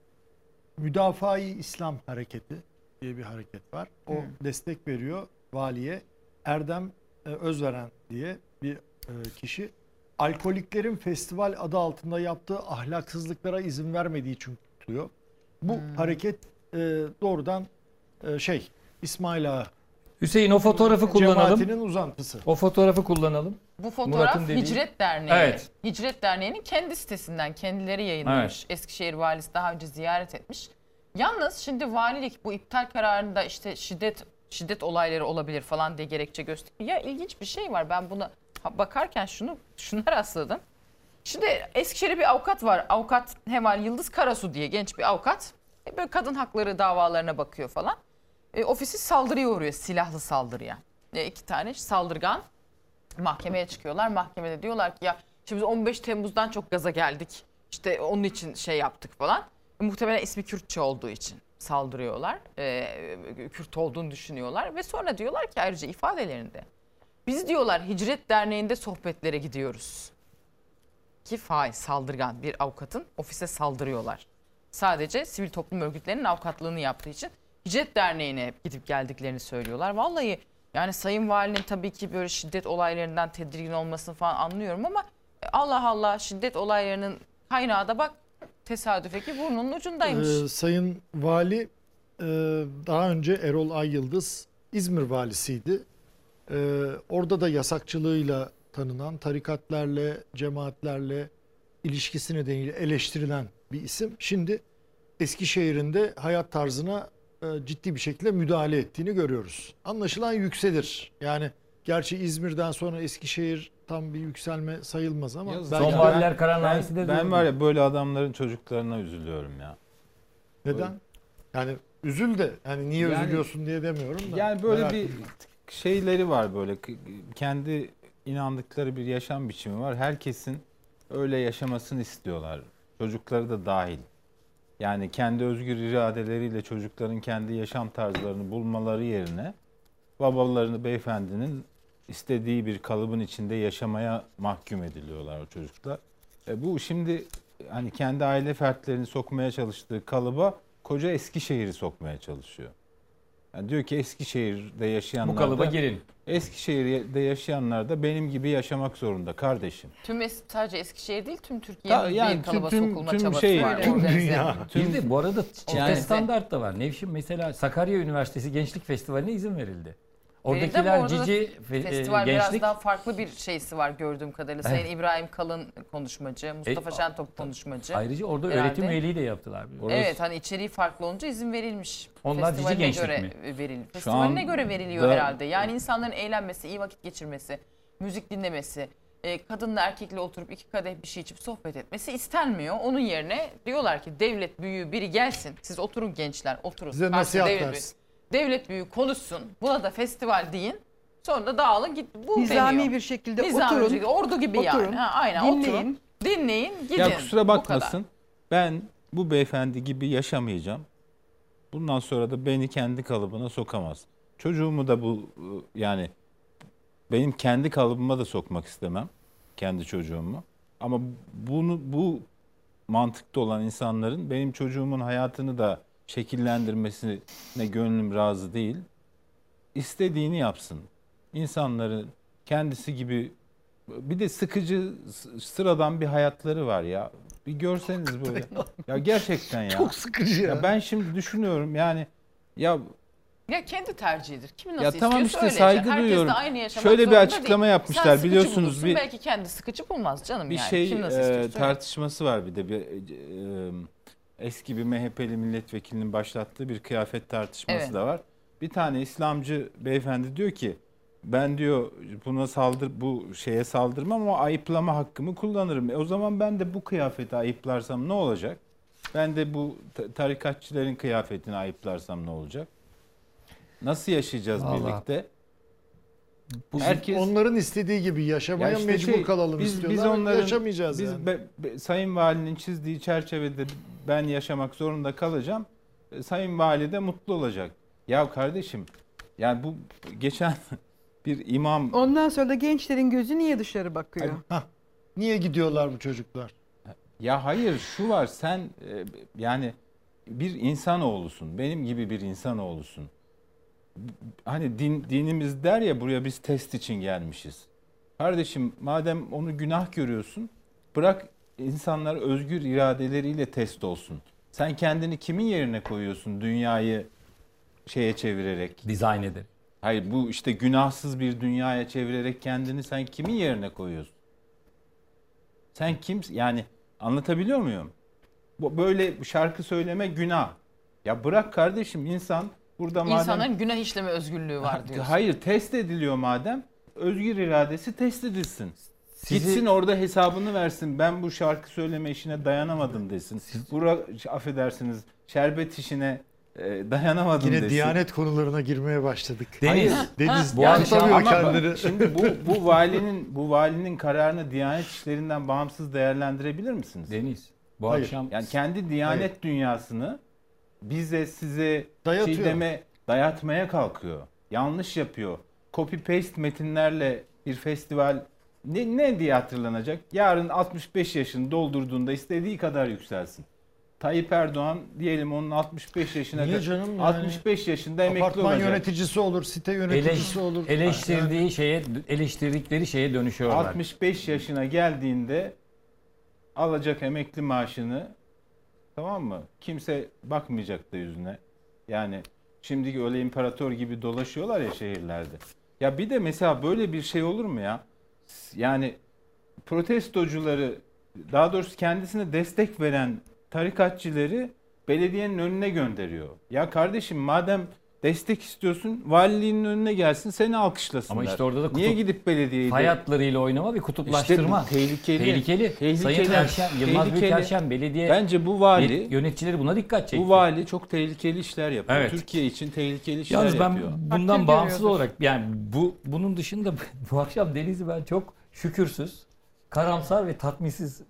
Müdafaa-i İslam Hareketi diye bir hareket var. O Hı. destek veriyor valiye. Erdem e, Özveren diye bir e, kişi. Alkoliklerin festival adı altında yaptığı ahlaksızlıklara izin vermediği için tutuyor. Bu Hmm. hareket e, doğrudan e, şey İsmail Ağa Hüseyin o fotoğrafı kullanalım. cemaatinin uzantısı. O fotoğrafı kullanalım. Bu fotoğraf Murat'ın dediği- Hicret Derneği. Evet. Hicret Derneği'nin kendi sitesinden kendileri yayınlamış. Evet. Eskişehir valisi daha önce ziyaret etmiş. Yalnız şimdi valilik bu iptal kararında işte şiddet şiddet olayları olabilir falan diye gerekçe gösteriyor. Ya ilginç bir şey var. Ben buna bakarken şunu şuna rastladım. Şimdi Eskişehir'de bir avukat var. Avukat Hemal Yıldız Karasu diye genç bir avukat. E, böyle kadın hakları davalarına bakıyor falan. E, ofisi saldırıya uğruyor. Silahlı saldırıya. E, iki tane saldırgan mahkemeye çıkıyorlar. Mahkemede diyorlar ki ya şimdi biz on beş Temmuz'dan çok gaza geldik. İşte onun için şey yaptık falan. E, muhtemelen ismi Kürtçe olduğu için saldırıyorlar. E, Kürt olduğunu düşünüyorlar. Ve sonra diyorlar ki ayrıca ifadelerinde biz diyorlar Hicret Derneği'nde sohbetlere gidiyoruz. Ki fail, saldırgan bir avukatın ofise saldırıyorlar. Sadece sivil toplum örgütlerinin avukatlığını yaptığı için Hicret Derneği'ne hep gidip geldiklerini söylüyorlar. Vallahi yani Sayın Valinin tabii ki böyle şiddet olaylarından tedirgin olmasını falan anlıyorum ama Allah Allah şiddet olaylarının kaynağı da bak tesadüfe ki burnunun ucundaymış. Ee, Sayın Vali e, daha önce Erol Ayyıldız İzmir valisiydi. Ee, orada da yasakçılığıyla tanınan, tarikatlarla, cemaatlerle ilişkisi nedeniyle eleştirilen bir isim. Şimdi Eskişehir'in de hayat tarzına e, ciddi bir şekilde müdahale ettiğini görüyoruz. Anlaşılan yükselir. Yani gerçi İzmir'den sonra Eskişehir tam bir yükselme sayılmaz ama. Ya Son valiler kararnamesi de ben diyor. var ya böyle adamların çocuklarına üzülüyorum ya. Neden? Yani üzül de yani niye Yani- üzülüyorsun diye demiyorum da. Yani böyle Merak bir ediyorum. şeyleri var böyle k- kendi inandıkları bir yaşam biçimi var. Herkesin öyle yaşamasını istiyorlar. Çocukları da dahil. Yani kendi özgür iradeleriyle çocukların kendi yaşam tarzlarını bulmaları yerine babalarını beyefendinin istediği bir kalıbın içinde yaşamaya mahkum ediliyorlar o çocuklar. E bu şimdi hani kendi aile fertlerini sokmaya çalıştığı kalıba koca Eskişehir'i sokmaya çalışıyor. Yani diyor ki Eskişehir'de yaşayanlar Bu kalıba da, girin. Eskişehir'de yaşayanlar da benim gibi yaşamak zorunda kardeşim. Tüm es- sadece Eskişehir değil tüm Türkiye Ta- yani bir kalıba tüm- sokulma tüm çabası şey- var. tüm Organize. dünya. Bir de bu arada çifte Yani- standart da var. Nevşin mesela Sakarya Üniversitesi Gençlik Festivali'ne izin verildi. Verildi ama Oradakiler orada da cici fe- festival e, biraz gençlik. daha farklı bir şeysi var gördüğüm kadarıyla. Sayın Evet. İbrahim Kalın konuşmacı, Mustafa E, Şentop konuşmacı. Ayrıca orada herhalde. öğretim üyeliği de yaptılar. Evet hani içeriği farklı olunca izin verilmiş. Onlar cici Festivaline gençlik göre mi? verildi. Şu Festivaline an göre veriliyor da- herhalde. Yani insanların eğlenmesi, iyi vakit geçirmesi, müzik dinlemesi, e, kadınla erkekle oturup iki kadeh bir şey içip sohbet etmesi istenmiyor. Onun yerine diyorlar ki devlet büyüğü biri gelsin. Siz oturun gençler, oturun. Size Karşısında nasihat devlet versin. büyüğü- Devlet büyüğü konuşsun. Buna da festival deyin. Sonra da dağılın git. Bu Nizami deniyor. bir şekilde Nizami oturun, bir şekilde, ordu gibi oturun, yani. Ha, aynen dinleyin. oturun. Dinleyin, gidin. Ya kusura Bu kadar. bakmasın. Ben bu beyefendi gibi yaşamayacağım. Bundan sonra da beni kendi kalıbına sokamaz. Çocuğumu da bu yani benim kendi kalıbıma da sokmak istemem. Kendi çocuğumu. Ama bunu bu mantıkta olan insanların benim çocuğumun hayatını da şekillendirmesine gönlüm razı değil. İstediğini yapsın. İnsanların kendisi gibi bir de sıkıcı s- sıradan bir hayatları var ya. Bir görseniz böyle. Ya gerçekten ya. Çok sıkıcı ya. Ben şimdi düşünüyorum yani ya Ya kendi tercihidir. Kimi nasıl ya tamam istiyorsa işte öyle saygı yaşar. Herkes duyuyorum. de aynı yaşamak Şöyle bir zorunda açıklama değil. yapmışlar Sen sıkıcı biliyorsunuz bulursun, bir belki kendi sıkıcı bulmaz canım bir yani. şey Kim nasıl e, istiyorsa öyle. tartışması var bir de bir e, eski bir M H P'li milletvekilinin başlattığı bir kıyafet tartışması Evet. da var. Bir tane İslamcı beyefendi diyor ki ben diyor buna saldır bu şeye saldırmam ama ayıplama hakkımı kullanırım. E, o zaman ben de bu kıyafeti ayıplarsam ne olacak? Ben de bu ta- tarikatçilerin kıyafetini ayıplarsam ne olacak? Nasıl yaşayacağız Vallahi. birlikte? Bu Herkes onların istediği gibi yaşamaya Ya işte mecbur şey, kalalım biz, istiyorlar. Biz onların, yaşamayacağız biz yani. be- be- Sayın Valinin çizdiği çerçevede ben yaşamak zorunda kalacağım. E, Sayın Vali de mutlu olacak. Ya kardeşim yani bu geçen bir imam Ondan sonra da gençlerin gözü niye dışarı bakıyor? Hah, niye gidiyorlar bu çocuklar? ya hayır şu var sen e, yani bir insanoğlusun. Benim gibi bir insanoğlusun. Hani din, dinimiz der ya buraya biz test için gelmişiz. Kardeşim madem onu günah görüyorsun bırak insanlar özgür iradeleriyle test olsun. Sen kendini kimin yerine koyuyorsun dünyayı şeye çevirerek? Dizayn eder. Hayır bu işte günahsız bir dünyaya çevirerek kendini sen kimin yerine koyuyorsun? Sen kimsin? Yani anlatabiliyor muyum? Bu böyle şarkı söyleme günah. Ya bırak kardeşim insan burada madem... İnsanların günah işleme özgürlüğü var diyorsun. Hayır test ediliyor madem. Özgür iradesi test edilsin. Sizi- Gitsin orada hesabını versin. Ben bu şarkı söyleme işine dayanamadım desin. Bura affedersiniz şerbet işine e, dayanamadım Yine desin. Diyanet konularına girmeye başladık. Deniz, Hayır, Deniz bu yani akşam- tutamıyor Ama bak, kendini. şimdi bu bu valinin bu valinin kararını Diyanet işlerinden bağımsız değerlendirebilir misiniz? Deniz, bu Hayır. akşam Yani kendi Diyanet Hayır. dünyasını bize size Dayatıyor. şey deme dayatmaya kalkıyor. Yanlış yapıyor. Copy paste metinlerle bir festival ne, ne diye hatırlanacak? Yarın altmış beş yaşını doldurduğunda istediği kadar yükselsin. Tayyip Erdoğan diyelim onun altmış beş yaşına Niye kadar- canım yani? altmış beş yaşında emekli Apartman olacak. yöneticisi olur, site yöneticisi eleş- olur. eleştirdiği şeye, eleştirdikleri şeye dönüşüyorlar. altmış beş yaşına geldiğinde alacak emekli maaşını, tamam mı? Kimse bakmayacak da yüzüne. Yani şimdiki öyle imparator gibi dolaşıyorlar ya şehirlerde. Ya bir de mesela böyle bir şey olur mu ya? Yani protestocuları, daha doğrusu kendisine destek veren tarikatçileri belediyenin önüne gönderiyor. Ya kardeşim madem destek istiyorsun valiliğinin önüne gelsin seni alkışlasınlar. Ama işte orada da kutup, Niye gidip belediyeyi de- hayatlarıyla oynama bir kutuplaştırma. İşte bu tehlikeli. Tehlikeli. Tehlikeli. Sayın Erşen, Yılmaz Tehlikeli. Büyükerşen belediye Bence bu vali yöneticileri buna dikkat çekti. bu vali çok tehlikeli işler yapıyor. Evet. Türkiye için tehlikeli işler Yalnız ben yapıyor. bundan Takdir bağımsız görüyordur. olarak yani bu bunun dışında bu akşam Deniz'i ben çok şükürsüz, karamsar ve tatminsiz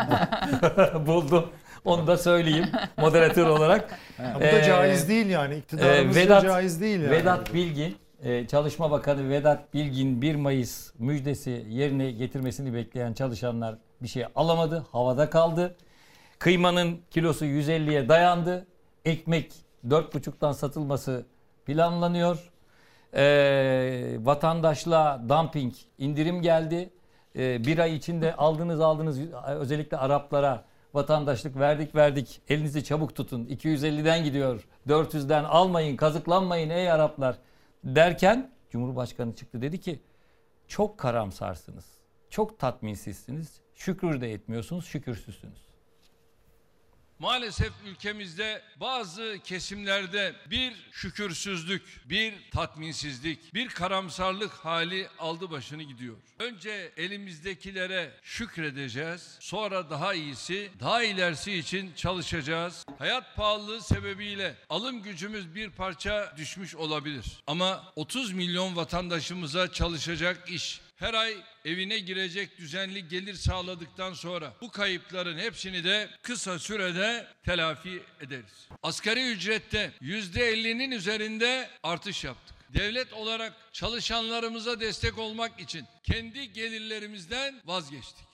buldum. Onu da söyleyeyim moderatör olarak. Ha, bu da Ee, caiz değil yani. İktidarımızca Vedat, caiz değil yani. Vedat Bilgin, e, Çalışma Bakanı Vedat Bilgin bir Mayıs müjdesi yerine getirmesini bekleyen çalışanlar bir şey alamadı. Havada kaldı. Kıymanın kilosu yüz elliye dayandı. Ekmek dört buçuktan satılması planlanıyor. Ee, vatandaşlığa dumping indirim geldi. Ee, bir ay içinde aldınız aldınız özellikle Araplara vatandaşlık verdik verdik. Elinizi çabuk tutun. iki yüz elliden gidiyor. dört yüzden almayın, kazıklanmayın ey Araplar derken Cumhurbaşkanı çıktı dedi ki çok karamsarsınız. Çok tatminsizsiniz. Şükür de etmiyorsunuz, şükürsüzsünüz. Maalesef ülkemizde bazı kesimlerde bir şükürsüzlük, bir tatminsizlik, bir karamsarlık hali aldı başını gidiyor. Önce elimizdekilere şükredeceğiz, sonra daha iyisi, daha ilerisi için çalışacağız. Hayat pahalılığı sebebiyle alım gücümüz bir parça düşmüş olabilir. Ama otuz milyon vatandaşımıza çalışacak iş, her ay evine girecek düzenli gelir sağladıktan sonra bu kayıpların hepsini de kısa sürede telafi ederiz. Asgari ücrette yüzde ellinin üzerinde artış yaptık. Devlet olarak çalışanlarımıza destek olmak için kendi gelirlerimizden vazgeçtik.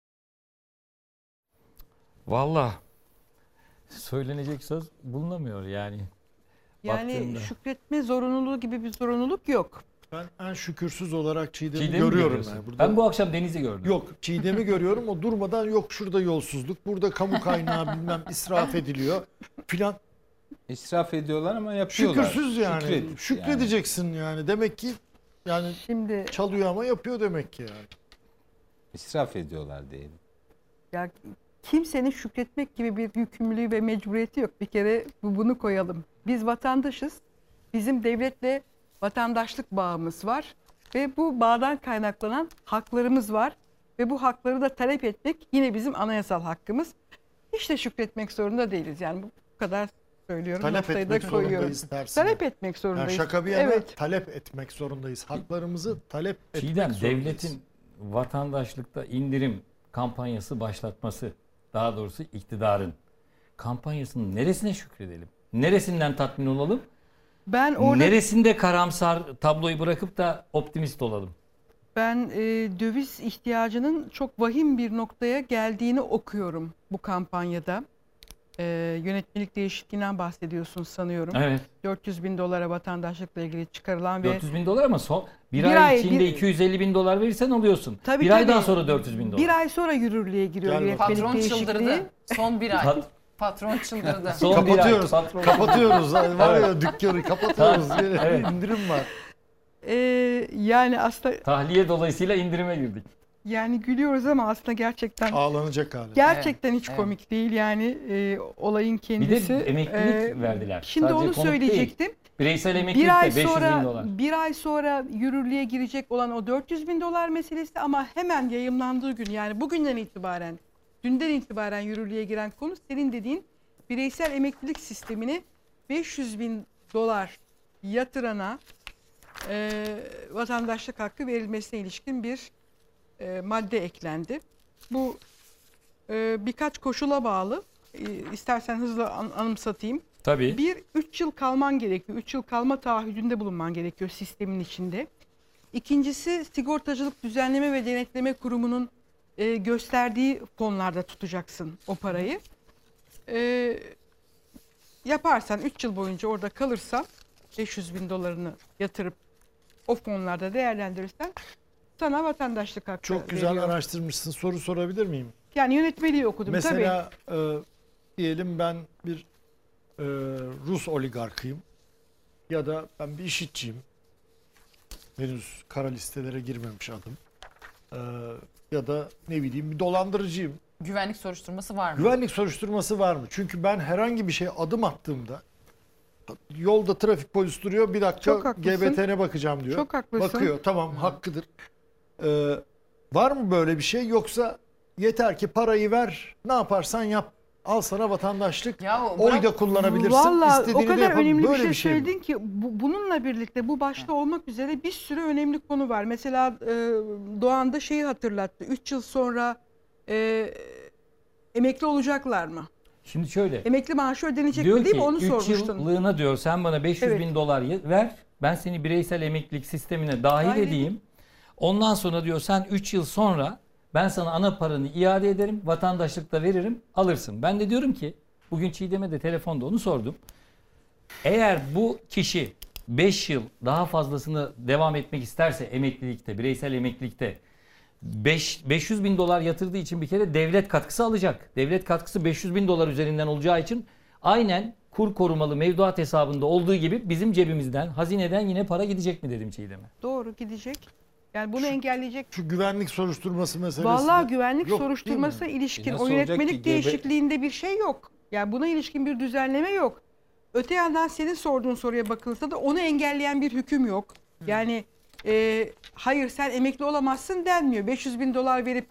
Vallahi söylenecek söz bulunamıyor yani. Yani Baktığımda. şükretme zorunluluğu gibi bir zorunluluk yok. Ben en şükürsüz olarak Çiğdem'i Çiğdem'i görüyorum. görüyorsun. Yani. Burada... Ben bu akşam Deniz'i gördüm. Yok, Çiğdem'i görüyorum. O durmadan yok şurada yolsuzluk, burada kamu kaynağı bilmem israf ediliyor filan. İsraf ediyorlar ama yapıyorlar. Şükürsüz yani. Şükredin Şükredeceksin yani. yani. Demek ki yani şimdi çalıyor ama yapıyor demek ki yani. İsraf ediyorlar diyelim. Ya kimsenin şükretmek gibi bir yükümlülüğü ve mecburiyeti yok. Bir kere bu bunu koyalım. Biz vatandaşız. Bizim devletle vatandaşlık bağımız var ve bu bağdan kaynaklanan haklarımız var ve bu hakları da talep etmek yine bizim anayasal hakkımız. Hiç de şükretmek zorunda değiliz. Yani bu kadar söylüyorum. Talep etmek zorundayız dersine. Talep etmek zorundayız. Yani şaka bir yana evet. talep etmek zorundayız. Haklarımızı talep etmek Çiğdem, zorundayız. devletin vatandaşlıkta indirim kampanyası başlatması, daha doğrusu iktidarın kampanyasının neresine şükredelim? Neresinden tatmin olalım? Ben orada Neresinde karamsar tabloyu bırakıp da optimist olalım? Ben e, döviz ihtiyacının çok vahim bir noktaya geldiğini okuyorum bu kampanyada. E, yönetmelik değişikliğinden bahsediyorsun sanıyorum. Evet. dört yüz bin dolara vatandaşlıkla ilgili çıkarılan dört yüz ve bin dolar ama son bir, Bir ay, ay, içinde bir- iki yüz elli bin dolar verirsen alıyorsun. Tabii, bir tabii. aydan sonra dört yüz bin dolar. bir ay sonra yürürlüğe giriyor Gel yönetmelik Patron değişikliği. çıldırdı. Son bir ay. Pat- Patron çıldırdı. Son bir ay, Kapatıyoruz. patron- Kapatıyoruz. Yani var ya Evet. dükkanı kapatıyoruz. Yani Evet. indirim var. E, yani aslında Tahliye dolayısıyla indirime girdik. yani gülüyoruz ama aslında gerçekten Ağlanacak hali. gerçekten Evet, hiç evet. komik değil yani e, olayın Bir kendisi. de emeklilik E, verdiler. Şimdi Sadece onu konut söyleyecektim. değil. Bireysel emeklilik Bir de ay beş yüz bin sonra dolar. bir ay sonra yürürlüğe girecek olan o dört yüz bin dolar meselesi ama hemen yayımlandığı gün yani bugünden itibaren dünden itibaren yürürlüğe giren konu senin dediğin bireysel emeklilik sistemini beş yüz bin dolar yatırana e, vatandaşlık hakkı verilmesine ilişkin bir e, madde eklendi. Bu e, birkaç koşula bağlı. E, istersen hızlı an- anımsatayım. Tabii. Bir, üç yıl kalman gerekiyor. üç yıl kalma taahhüdünde bulunman gerekiyor sistemin içinde. İkincisi, Sigortacılık Düzenleme ve Denetleme Kurumu'nun e, gösterdiği fonlarda tutacaksın o parayı. E, yaparsan üç yıl boyunca orada kalırsan beş yüz bin dolarını yatırıp o fonlarda değerlendirirsen sana vatandaşlık hakkı Çok güzel veriyor. araştırmışsın. Soru sorabilir miyim? Yani yönetmeliği okudum tabii. Mesela e, diyelim ben bir e, Rus oligarkıyım ya da ben bir işitçiyim. Henüz kara listelere girmemiş adım. E, ya da ne bileyim bir dolandırıcıyım. Güvenlik soruşturması var mı? Güvenlik soruşturması var mı? Çünkü ben herhangi bir şeye adım attığımda yolda trafik polisi duruyor. Bir dakika Çok haklısın. G B T'ne bakacağım diyor. Çok haklısın. Bakıyor. Tamam hakkıdır. Ee, var mı böyle bir şey yoksa yeter ki parayı ver ne yaparsan yap. Al sana vatandaşlık. Oy da kullanabilirsin. Vallahi istediğini o de kadar yapalım. önemli Böyle bir şey mi? söyledin ki bu, bununla birlikte bu başta olmak üzere bir sürü önemli konu var. Mesela e, Doğan da şeyi hatırlattı. üç yıl sonra e, emekli olacaklar mı? Şimdi şöyle. Emekli maaşı ödenecek Diyor mi değil ki mi? Onu üç sormuştun. yıllığına diyor sen bana beş yüz Evet. bin dolar ye- ver. Ben seni bireysel emeklilik sistemine dahil Dahil edeyim. Ondan sonra diyor sen üç yıl sonra ben sana ana paranı iade ederim. Vatandaşlık da veririm alırsın. Ben de diyorum ki bugün Çiğdem'e de telefonda onu sordum. Eğer bu kişi beş yıl daha fazlasını devam etmek isterse emeklilikte, bireysel emeklilikte beş yüz bin dolar yatırdığı için bir kere devlet katkısı alacak. Devlet katkısı beş yüz bin dolar üzerinden olacağı için aynen kur korumalı mevduat hesabında olduğu gibi bizim cebimizden, hazineden yine para gidecek mi dedim Çiğdem'e. Doğru, gidecek. Yani bunu şu, engelleyecek. Şu güvenlik soruşturması meselesi. Vallahi güvenlik yok, soruşturmasına ilişkin e o yönetmelik değişikliğinde bir şey yok. Yani buna ilişkin bir düzenleme yok. Öte yandan senin sorduğun soruya bakılırsa da onu engelleyen bir hüküm yok. Yani e, hayır sen emekli olamazsın denmiyor. beş yüz bin dolar verip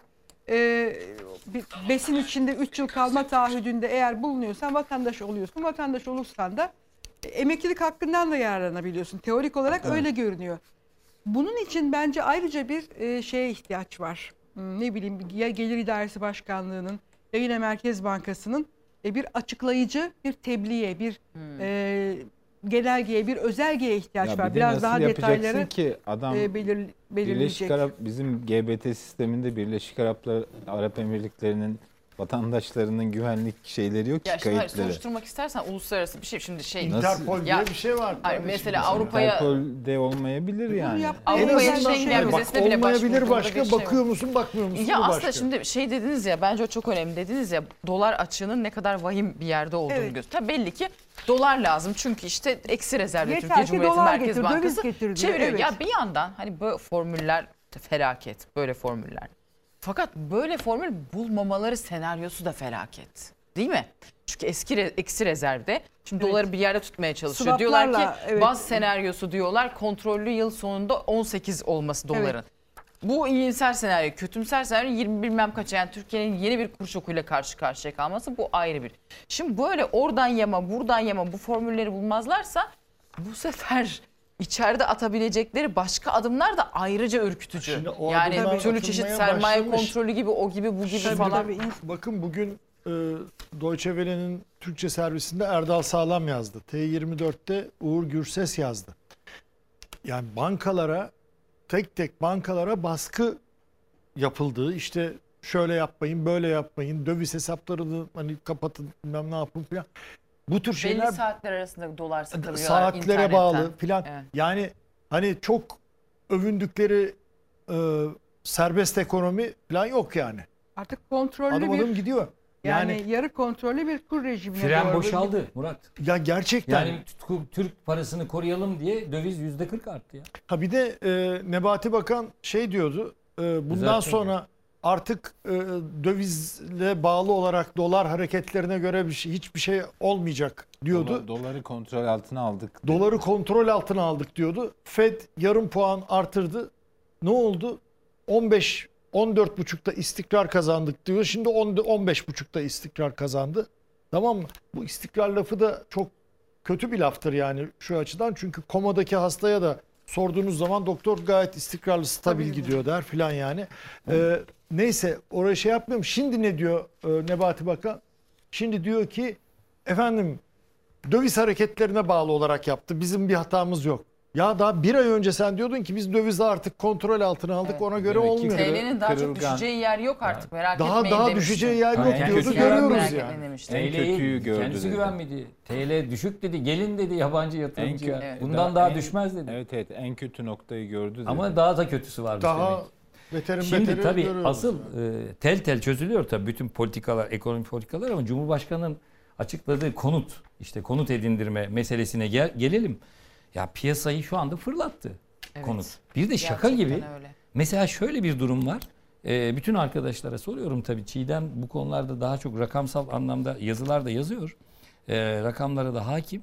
e, besin içinde üç yıl kalma taahhüdünde eğer bulunuyorsan vatandaş oluyorsun. Vatandaş olursan da e, emeklilik hakkından da yararlanabiliyorsun. Teorik olarak evet. öyle görünüyor. Bunun için bence ayrıca bir e, şeye ihtiyaç var. Hmm, ne bileyim ya Gelir İdaresi Başkanlığı'nın ya yine Merkez Bankası'nın e, bir açıklayıcı, bir tebliğe, bir hmm. e, genelgeye, bir özelgeye ihtiyaç ya var. Biraz daha detayları ki adam e, belir, belirleyecek. Arap, bizim G B T sisteminde Birleşik Araplar, Arap Emirlikleri'nin vatandaşlarının güvenlik şeyleri yok ki, ya kayıtları. Soruşturmak istersen uluslararası bir şey. Şimdi şey. Interpol diye bir şey var. Hayır, mesela Avrupa'ya. Interpol'de olmayabilir yani. Avrupa'ya Schengen vizesine bile olmayabilir başka. Şey bakıyor musun, bakmıyor musun? Ya aslında başka. Şimdi şey dediniz ya, bence o çok önemli dediniz ya, dolar açığının ne kadar vahim bir yerde olduğunu evet. gösteriyor. Belli ki dolar lazım çünkü işte eksi rezervde Yeter Türkiye Cumhuriyeti Merkez getir, Bankası çeviriyor. Evet. Ya bir yandan hani böyle formüller felaket, böyle formüller. Fakat böyle formül bulmamaları senaryosu da felaket. Değil mi? Çünkü eski eksi rezervde. Şimdi evet. doları bir yerde tutmaya çalışıyor. Swaplarla, diyorlar ki evet. baz senaryosu diyorlar. Kontrollü yıl sonunda on sekiz olması doların. Evet. Bu iyimser senaryo, kötümser senaryo yirmi bilmem kaç. Yani Türkiye'nin yeni bir kur şokuyla karşı karşıya kalması bu ayrı bir. Şimdi böyle oradan yama, buradan yama bu formülleri bulmazlarsa bu sefer içeride atabilecekleri başka adımlar da ayrıca ürkütücü. Yani türlü çeşit sermaye başlamış. Kontrolü gibi, o gibi, bu gibi tabii, falan. Tabii. Bakın bugün e, Deutsche Welle'nin Türkçe servisinde Erdal Sağlam yazdı. T yirmi dört'te Uğur Gürses yazdı. Yani bankalara, tek tek bankalara baskı yapıldığı, işte şöyle yapmayın, böyle yapmayın, döviz hesaplarını hani kapatın, bilmem ne yapın falan. Bu tür şeyler belli saatler arasında dolar satılıyorlar saatlere internetten. bağlı filan. Evet. Yani hani çok övündükleri e, serbest ekonomi falan yok yani. Artık kontrollü adım bir adım gidiyor. Yani, yani yarı kontrollü bir kur rejimine fren doğru. boşaldı Murat. Ya gerçekten. Yani Türk parasını koruyalım diye döviz yüzde kırk arttı ya. Ha bir de e, Nebati Bakan şey diyordu. E, bundan Güzel sonra tabii. artık e, dövizle bağlı olarak dolar hareketlerine göre bir şey, hiçbir şey olmayacak diyordu. Dolar, doları kontrol altına aldık. Doları kontrol altına aldık diyordu. Fed yarım puan artırdı. Ne oldu? on beş on dört buçukta istikrar kazandık diyor. Şimdi on beş buçukta istikrar kazandı. Tamam mı? Bu istikrar lafı da çok kötü bir laftır yani şu açıdan. Çünkü komadaki hastaya da sorduğunuz zaman doktor gayet istikrarlı, stabil Tabii gidiyor mi? der filan yani. Ee, neyse oraya şey yapmıyorum. Şimdi ne diyor e, Nebati Bakan? Şimdi diyor ki efendim döviz hareketlerine bağlı olarak yaptı. Bizim bir hatamız yok. Ya daha bir ay önce sen diyordun ki biz dövizi artık kontrol altına aldık, evet. ona göre Demek olmuyor. T L'nin daha çok düşeceği yer yok artık, merak daha, etmeyin Daha demişti. düşeceği yer yok yani diyordu, görüyoruz yani. T L'yi kendisi dedi. güvenmedi. T L düşük dedi, gelin dedi yabancı yatırımcı. Evet. Bundan daha, daha en, düşmez dedi. Evet evet en kötü noktayı gördü dedi. Ama daha da kötüsü varmış daha demek. Beterin Şimdi beteri tabii görüyoruz. asıl e, tel tel çözülüyor tabii bütün politikalar, ekonomik politikalar ama Cumhurbaşkanı'nın açıkladığı konut, işte konut edindirme meselesine gel, gelelim. Ya piyasayı şu anda fırlattı evet. konut. Bir de şaka Gerçekten gibi. Öyle. Mesela şöyle bir durum var. E, bütün arkadaşlara soruyorum tabii. Çiğdem bu konularda daha çok rakamsal anlamda yazılar da yazıyor. E, rakamlara da hakim.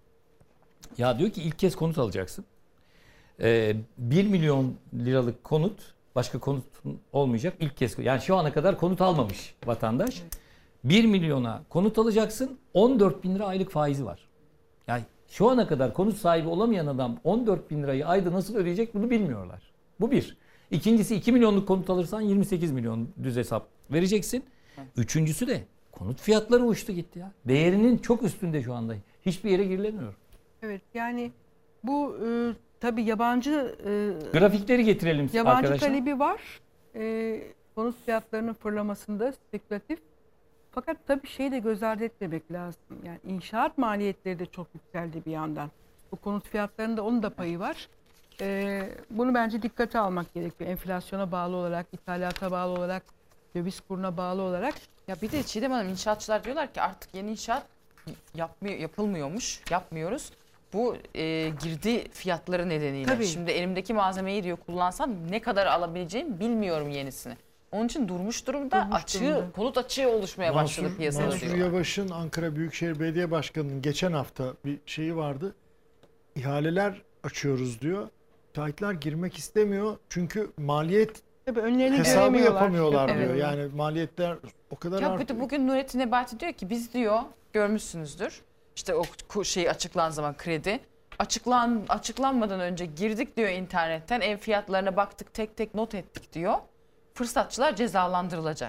Ya diyor ki ilk kez konut alacaksın. E, bir milyon liralık konut, başka konut olmayacak. İlk kez. Yani şu ana kadar konut almamış vatandaş. Evet. bir milyona konut alacaksın. on dört bin lira aylık faizi var. Yani şu ana kadar konut sahibi olamayan adam on dört bin lirayı ayda nasıl ödeyecek bunu bilmiyorlar. Bu bir. İkincisi iki milyonluk konut alırsan yirmi sekiz milyon düz hesap vereceksin. Üçüncüsü de konut fiyatları uçtu gitti ya. Değerinin çok üstünde şu anda. Hiçbir yere girilemiyor. Evet yani bu e, tabii yabancı e, grafikleri getirelim yabancı arkadaşlar. Yabancı talebi var. E, konut fiyatlarının fırlamasında spekülatif. Fakat tabii şeyi de göz ardı etmemek lazım. Yani inşaat maliyetleri de çok yükseldi bir yandan. Bu konut fiyatlarında onun da payı var. E, bunu bence dikkate almak gerekiyor. Enflasyona bağlı olarak, ithalata bağlı olarak, döviz kuruna bağlı olarak. Ya bir de Çiğdem Hanım, inşaatçılar diyorlar ki artık yeni inşaat yapmıyor, yapılmıyormuş, yapmıyoruz. Bu e, girdi fiyatları nedeniyle. Tabii. Şimdi elimdeki malzemeyi diyor kullansam ne kadar alabileceğimi bilmiyorum yenisini. Onun için durmuş durumda, Durmuş açığı, durumda. konut açığı oluşmaya başladı Mansur, piyasada. Mansur Yavaş'ın Ankara Büyükşehir Belediye Başkanı'nın geçen hafta bir şeyi vardı. İhaleler açıyoruz diyor. Müteahhitler girmek istemiyor çünkü maliyet Tabii önlerini hesabı göremiyorlar. yapamıyorlar Evet. diyor. Yani maliyetler o kadar Ya bir artıyor. de bugün Nurettin Nebati diyor ki biz diyor, görmüşsünüzdür. İşte o ku- şey açıklan zaman kredi. Açıklan açıklanmadan önce girdik diyor internetten, ev fiyatlarına baktık, tek tek not ettik diyor. Fırsatçılar cezalandırılacak.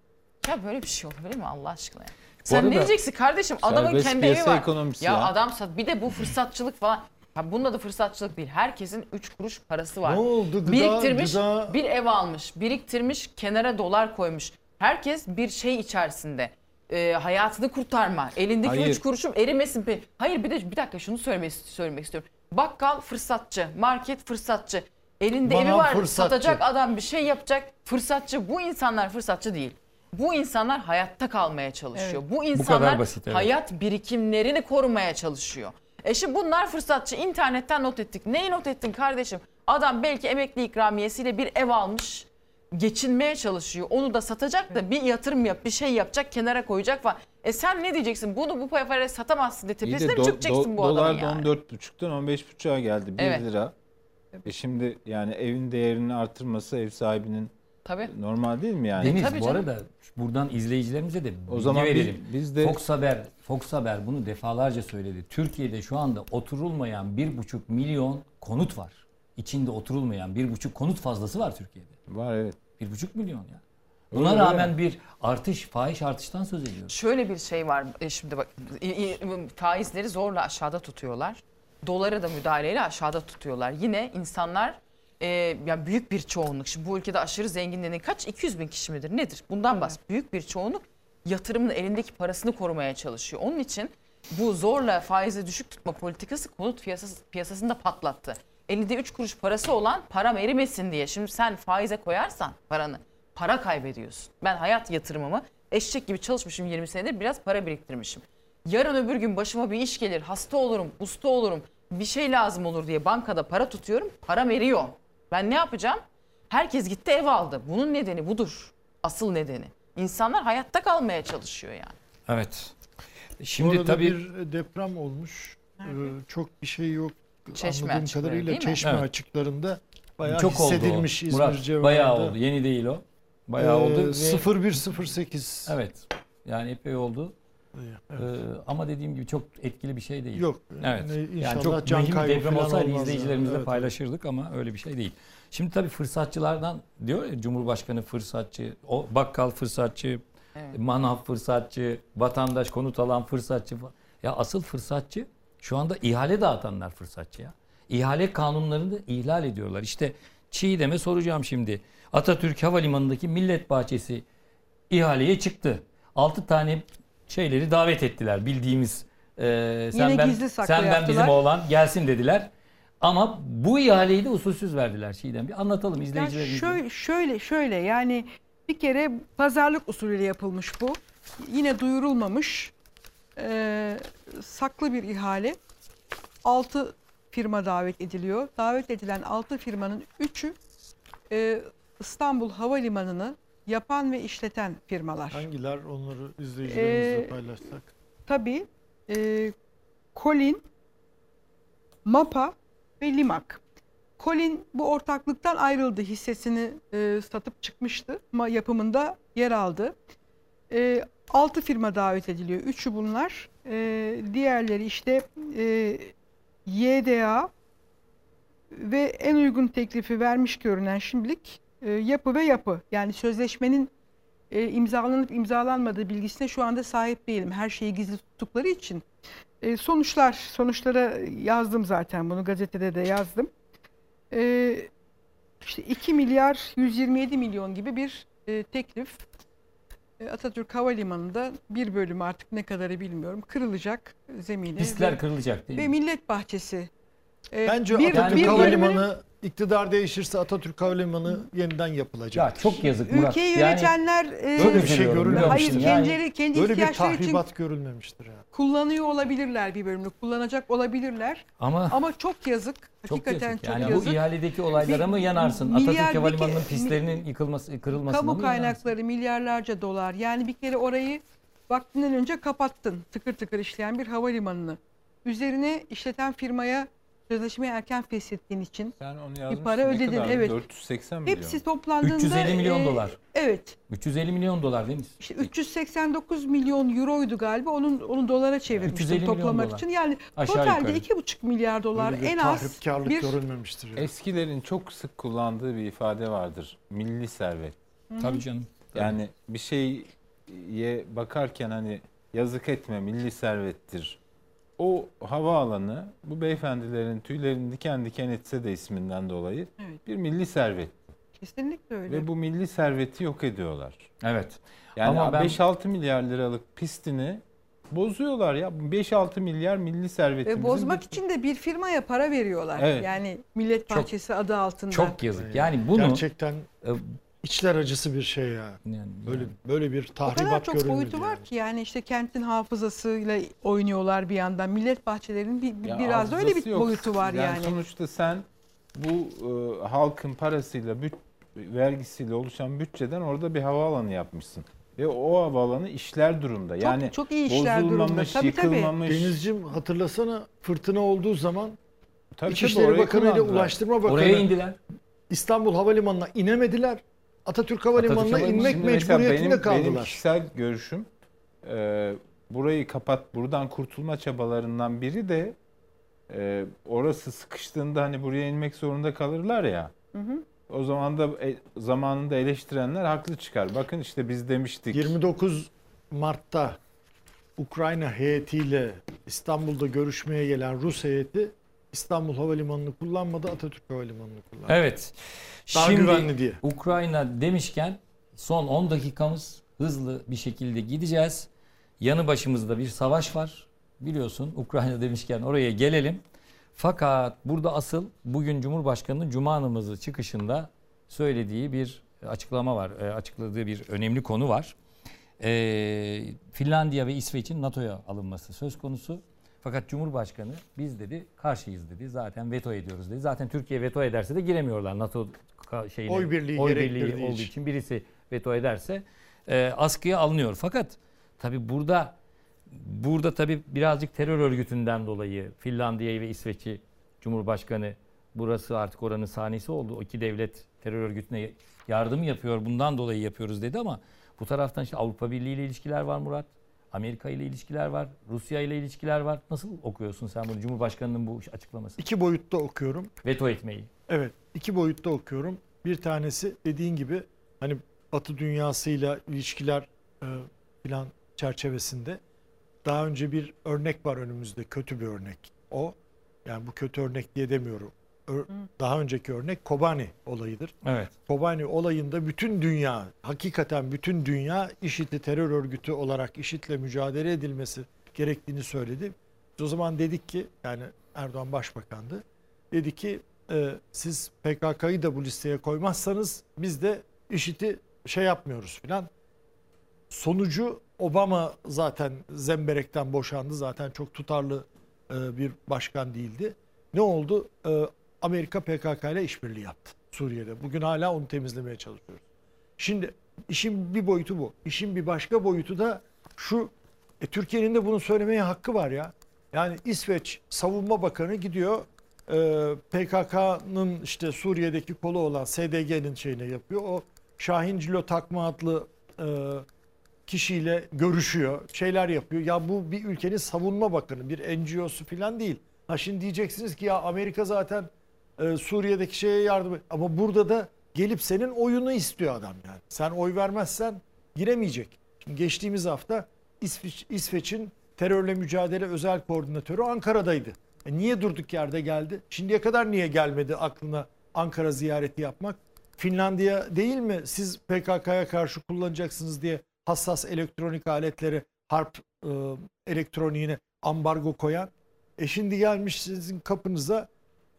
Ya böyle bir şey olabilir mi Allah aşkına ya? Sen arada ne diyeceksin kardeşim? Adamın serbest kendi evi piyasa var. ekonomisi Ya, ya. adam sat. Bir de bu fırsatçılık falan. Ha, bunun adı fırsatçılık değil. Herkesin üç kuruş parası var. Ne oldu? Gıda- biriktirmiş, gıda- bir ev almış, biriktirmiş, kenara dolar koymuş. Herkes bir şey içerisinde. Ee, hayatını kurtarma. Elindeki Hayır. üç kuruşum erimesin. Pe- Hayır bir de bir dakika şunu söylemek, söylemek istiyorum. Bakkal fırsatçı, market fırsatçı. Elinde Manav evi var, fırsatçı. satacak adam bir şey yapacak. Fırsatçı. Bu insanlar fırsatçı değil. Bu insanlar hayatta kalmaya çalışıyor. Evet. Bu kadar insanlar basit, evet. hayat birikimlerini korumaya çalışıyor. E şimdi bunlar fırsatçı. İnternetten not ettik. Neyi not ettin kardeşim? Adam belki emekli ikramiyesiyle bir ev almış. Geçinmeye çalışıyor. Onu da satacak da bir yatırım yap, bir şey yapacak, kenara koyacak falan. E sen ne diyeceksin? Bunu bu paraya satamazsın diye İyi de tepesine mi do- çökeceksin do- bu adamın dolar da yani? on dört buçuktan on beş buçuğa geldi. bir Evet. lira. E şimdi yani evin değerini artırması ev sahibinin Tabii. normal değil mi yani? Deniz tabii bu canım. arada buradan izleyicilerimize de O bilgi zaman biz- verelim. biz de- Fox Haber, Fox Haber bunu defalarca söyledi. Türkiye'de şu anda oturulmayan bir buçuk milyon konut var. İçinde oturulmayan bir buçuk konut fazlası var Türkiye'de. Var evet. Bir buçuk milyon ya. Buna Öyle, rağmen öyle. bir artış, fahiş artıştan söz ediyoruz. Şöyle bir şey var. E şimdi bak, i- i- faizleri zorla aşağıda tutuyorlar. Doları da müdahaleyle aşağıda tutuyorlar. Yine insanlar e, yani büyük bir çoğunluk. Şimdi bu ülkede aşırı zenginlerin kaç? iki yüz bin kişi midir? Nedir? Bundan bahs. Büyük bir çoğunluk yatırımın elindeki parasını korumaya çalışıyor. Onun için bu zorla faizi düşük tutma politikası konut piyasası, piyasasını da patlattı. Elinde üç kuruş parası olan param erimesin diye. Şimdi sen faize koyarsan paranı, para kaybediyorsun. Ben hayat yatırımımı eşek gibi çalışmışım yirmi senedir, biraz para biriktirmişim. Yarın öbür gün başıma bir iş gelir, hasta olurum, usta olurum, bir şey lazım olur diye bankada para tutuyorum, param eriyor. Ben ne yapacağım? Herkes gitti ev aldı. Bunun nedeni budur. Asıl nedeni. İnsanlar hayatta kalmaya çalışıyor yani. Evet. Bu Şimdi arada tabii bir deprem olmuş. Ee, çok bir şey yok. Çeşme Anladığım açıkları kadarıyla değil mi? Çeşme Evet. açıklarında bayağı çok oldu o. hissedilmiş İzmir Murat, civarında. bayağı oldu. Yeni değil o. Bayağı Ee, oldu. Ve, sıfır bir sıfır sekiz. evet. Yani epey oldu. Evet. Ee, ama dediğim gibi çok etkili bir şey değil. Yok. Evet. Ne- Yani inşallah çok can mühim bir kaybı deprem falan olsaydı olmaz izleyicilerimizle yani. Evet, paylaşırdık ama öyle bir şey değil. Şimdi tabii fırsatçılardan diyor ya, Cumhurbaşkanı fırsatçı, o bakkal fırsatçı, Evet. manav fırsatçı, vatandaş konut alan fırsatçı falan. Ya asıl fırsatçı şu anda ihale dağıtanlar fırsatçı ya. İhale kanunlarını da ihlal ediyorlar. İşte Çiğdem'e soracağım şimdi. Atatürk Havalimanı'ndaki Millet Bahçesi ihaleye çıktı. altı tane şeyleri davet ettiler bildiğimiz. Ee, sen Yine ben, gizli saklı sen ben yaptılar. bizim oğlan gelsin dediler. Ama bu ihaleyi de usulsüz verdiler Çiğdem. Bir anlatalım Yani izleyicilerimize. şöyle, şöyle şöyle yani bir kere pazarlık usulüyle yapılmış bu. Yine duyurulmamış e, saklı bir ihale. altı firma davet ediliyor. Davet edilen altı firmanın üçü e, İstanbul Havalimanı'nı yapan ve işleten firmalar. Hangiler, onları izleyicilerimizle Ee, paylaşsak? Tabii e, Colin, MAPA ve Limak. Colin bu ortaklıktan ayrıldı. Hissesini e, satıp çıkmıştı ama yapımında yer aldı. E, altı firma davet ediliyor. Üçü bunlar. E, diğerleri işte e, Y D A ve en uygun teklifi vermiş görünen şimdilik e, yapı ve yapı. Yani sözleşmenin e, imzalanıp imzalanmadığı bilgisine şu anda sahip değilim. Her şeyi gizli tuttukları için. E, sonuçlar, sonuçlara yazdım zaten, bunu gazetede de yazdım. E, işte iki milyar yüz yirmi yedi milyon gibi bir e, teklif. Atatürk Havalimanı'nda bir bölümü, artık ne kadarı bilmiyorum, kırılacak zemini. Pistler ve, kırılacak değil ve mi? Millet Bahçesi. E, Bence bir, Atatürk bir Havalimanı bölümünün, iktidar değişirse Atatürk Havalimanı yeniden yapılacak. Ya çok yazık Murat. ülkeyi Yani yönetenler e, böyle bir şey görülmemiştir. hayır, Yani kendileri kendi böyle bir ihtiyaçları için tahribat görülmemiştir. Yani. kullanıyor olabilirler, bir bölümünü kullanacak olabilirler. Ama, Ama çok yazık. çok Hakikaten yazık. çok Yani yazık. bu ihaledeki olaylara mı yanarsın? Milyardaki- Atatürk Havalimanı'nın pistlerinin yıkılması, kırılmasına Kamu mı yanarsın? kaynakları milyarlarca dolar. Yani bir kere orayı vaktinden önce kapattın. Tıkır tıkır işleyen bir havalimanını. Üzerine işleten firmaya sözleşmeyi erken feshettiğin için Sen onu bir yazmışsın. para Ne ödedin. kadar? Evet. dört yüz seksen milyon. Hepsi toplandığında üç yüz elli milyon e, dolar. Evet. üç yüz elli milyon dolar değil mi? İşte üç yüz seksen dokuz milyon euroydu galiba. Onun onu dolara üç yüz çevirmiştim elli milyon toplamak dolar. için. Yani Aşağı totalde yukarı. iki buçuk milyar dolar Böyle bir en az tahripkarlık bir görülmemiştir. Yani. Eskilerin çok sık kullandığı bir ifade vardır. Milli servet. Tabii canım. Tabii. Yani bir şeye bakarken hani yazık etme, milli servettir. O havaalanı bu beyefendilerin tüylerini diken diken etse de isminden dolayı Evet. bir milli servet. Kesinlikle öyle. Ve bu milli serveti yok ediyorlar. Evet. Yani Ama ben- beş altı milyar liralık pistini bozuyorlar ya. beş altı milyar milli servetimizin. Ve bozmak bir- için de bir firmaya para veriyorlar. Evet. Yani Millet Çok- Bahçesi adı altında. Çok yazık. Yani bunu Gerçekten e, içler acısı bir şey ya. yani, Böyle yani. böyle bir O tahribat kadar çok görülmedi. boyutu var yani. ki, yani işte kentin hafızasıyla oynuyorlar bir yandan. Millet bahçelerinin bir, bir- Ya biraz da öyle bir hafızası yok. boyutu var yani. Sonuçta sen bu e, halkın parasıyla, büt, vergisiyle oluşan bütçeden orada bir havaalanı yapmışsın. Ve o havaalanı işler durumda. Yani çok iyi işler durumda. bozulmamış, Tabii, tabii. yıkılmamış. Denizciğim, hatırlasana, fırtına olduğu zaman Tabii tabii, İçişleri orayı Bakanı ile kullandılar. Ulaştırma Bakanı Oraya indiler. İstanbul Havalimanı'na inemediler. Atatürk Havalimanı'na Atatürk inmek Şimdi mesela mecburiyetinde benim, kaldılar. Benim kişisel görüşüm e, burayı kapat, buradan kurtulma çabalarından biri de e, orası sıkıştığında hani buraya inmek zorunda kalırlar ya. Hı hı. O zaman da e, zamanında eleştirenler haklı çıkar. Bakın işte biz demiştik. yirmi dokuz Mart'ta Ukrayna heyetiyle İstanbul'da görüşmeye gelen Rus heyeti İstanbul Havalimanı'nı kullanmadı, Atatürk Havalimanı'nı kullandı. Evet. Daha Şimdi güvenli diye. Ukrayna demişken son on dakikamız, hızlı bir şekilde gideceğiz. Yanı başımızda bir savaş var. Biliyorsun, Ukrayna demişken oraya gelelim. Fakat burada asıl bugün Cumhurbaşkanı'nın Cuma namazı çıkışında söylediği bir açıklama var. E, açıkladığı bir önemli konu var. E, Finlandiya ve İsveç'in NATO'ya alınması söz konusu. Fakat Cumhurbaşkanı biz dedi karşıyız dedi. Zaten veto ediyoruz dedi. Zaten Türkiye veto ederse de giremiyorlar NATO şeyine. Oy birliği oy gerektirdiği birliği olduğu için. için birisi veto ederse e, askıya alınıyor. Fakat tabii burada burada tabii birazcık terör örgütünden dolayı Finlandiya'yı ve İsveç'i Cumhurbaşkanı, burası artık oranın sahnesi oldu. O iki devlet terör örgütüne yardım yapıyor. Bundan dolayı yapıyoruz dedi ama bu taraftan işte Avrupa Birliği ile ilişkiler var Murat. Amerika ile ilişkiler var. Rusya ile ilişkiler var. Nasıl okuyorsun sen bunu, Cumhurbaşkanı'nın bu açıklamasını? İki boyutta okuyorum. Veto etmeyi. Evet, iki boyutta okuyorum. Bir tanesi dediğin gibi hani Batı dünyasıyla ilişkiler e, plan çerçevesinde daha önce bir örnek var önümüzde, kötü bir örnek. O, yani bu kötü örnek diye demiyorum. Ö- daha önceki örnek Kobani olayıdır. Evet. Kobani olayında bütün dünya, hakikaten bütün dünya IŞİD'i terör örgütü olarak IŞİD'le mücadele edilmesi gerektiğini söyledi. Biz o zaman dedik ki, yani Erdoğan Başbakan'dı. Dedi ki e, siz P K K'yı da bu listeye koymazsanız biz de IŞİD'i şey yapmıyoruz filan. Sonucu Obama zaten zemberekten boşandı. Zaten çok tutarlı e, bir başkan değildi. Ne oldu? E, Amerika P K K ile işbirliği yaptı Suriye'de. Bugün hala onu temizlemeye çalışıyoruz. Şimdi işin bir boyutu bu. İşin bir başka boyutu da şu. E, Türkiye'nin de bunu söylemeye hakkı var ya. Yani İsveç Savunma Bakanı gidiyor e, P K K'nın işte Suriye'deki kolu olan S D G'nin şeyine yapıyor. O Şahin Cilo Takma adlı e, kişiyle görüşüyor. Şeyler yapıyor. Ya bu bir ülkenin savunma bakanı, bir N G O'su falan değil. Ha şimdi diyeceksiniz ki ya Amerika zaten e, Suriye'deki şeye yardım ediyor. Ama burada da gelip senin oyunu istiyor adam yani. Sen oy vermezsen giremeyecek. Şimdi geçtiğimiz hafta İsveç, İsveç'in terörle mücadele özel koordinatörü Ankara'daydı. E niye durduk yerde geldi? Şimdiye kadar niye gelmedi aklına Ankara ziyareti yapmak? Finlandiya değil mi siz P K K'ya karşı kullanacaksınız diye hassas elektronik aletleri, harp e, elektroniğine ambargo koyan. E şimdi gelmiş sizin kapınıza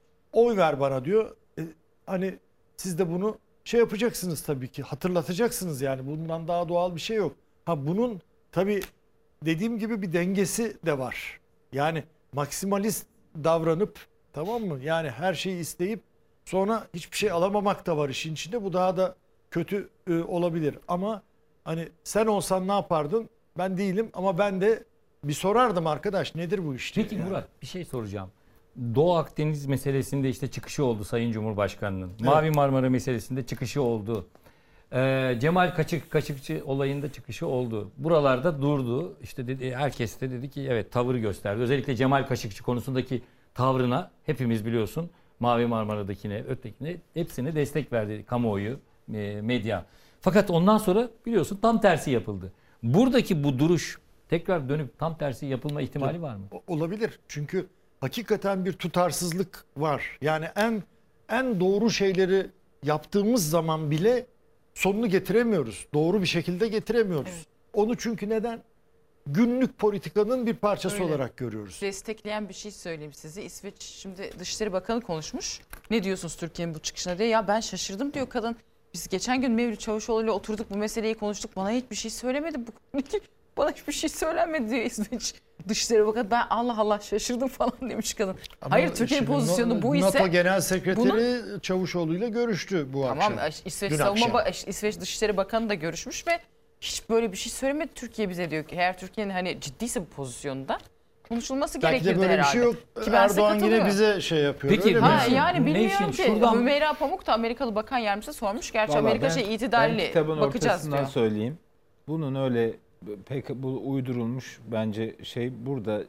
oy ver bana diyor. E, hani siz de bunu şey yapacaksınız tabii ki, hatırlatacaksınız yani. Bundan daha doğal bir şey yok. Ha bunun tabii dediğim gibi bir dengesi de var. Yani maksimalist davranıp, tamam mı? Yani her şeyi isteyip sonra hiçbir şey alamamak da var işin içinde. Bu daha da kötü e, olabilir. Ama hani sen olsan ne yapardın? Ben değilim ama ben de bir sorardım arkadaş, nedir bu iş diye. Peki yani. Murat, bir şey soracağım. Doğu Akdeniz meselesinde işte çıkışı oldu Sayın Cumhurbaşkanı'nın. Evet. Mavi Marmara meselesinde çıkışı oldu. Ee, Cemal Kaçık Kaşıkçı olayında çıkışı oldu. Buralarda durdu. İşte dedi, herkes de dedi ki evet, tavır gösterdi. Özellikle Cemal Kaşıkçı konusundaki tavrına hepimiz biliyorsun, Mavi Marmara'dakine, ötekine hepsine destek verdi kamuoyu, e, medya. Fakat ondan sonra biliyorsun tam tersi yapıldı. Buradaki bu duruş tekrar dönüp tam tersi yapılma ihtimali var mı? Olabilir. Çünkü hakikaten bir tutarsızlık var. Yani en en doğru şeyleri yaptığımız zaman bile sonunu getiremiyoruz. Doğru bir şekilde getiremiyoruz. Evet. Onu çünkü neden? Günlük politikanın bir parçası Öyle. olarak görüyoruz. Destekleyen bir şey söyleyeyim size. İsveç şimdi Dışişleri Bakanı konuşmuş. Ne diyorsunuz Türkiye'nin bu çıkışına diye. Ya ben şaşırdım diyor kadın. Biz geçen gün Mevlüt Çavuşoğlu ile oturduk, bu meseleyi konuştuk. Bana hiçbir şey söylemedi. Bu Bana hiçbir şey söylenmedi diyor İsveç Dışişleri Bakanı. Ben Allah Allah şaşırdım falan demiş kadın. Ama Hayır, Türkiye'nin pozisyonu bu ise. NATO Genel Sekreteri bunu, Çavuşoğlu ile görüştü bu tamam, akşam. Tamam, İsveç Dün Savunma akşam. İsveç Dışişleri Bakanı da görüşmüş ve hiç böyle bir şey söylemedi Türkiye bize diyor ki. Eğer Türkiye'nin hani ciddiyse bu pozisyonda konuşulması Belki gerekirdi de böyle herhalde. bir şey yok. Ki ben Erdoğan yine bize şey yapıyor. Peki, öyle ha, mi? yani bilmiyorum ki. Şuradan... Hümeyra Pamuk da Amerikalı Bakan Yardımcısı sormuş. Gerçi Vallahi Amerika ben, şey itidalli ben kitabın bakacağız ortasından diyor. söyleyeyim. Bunun öyle pek bu uydurulmuş bence şey, burada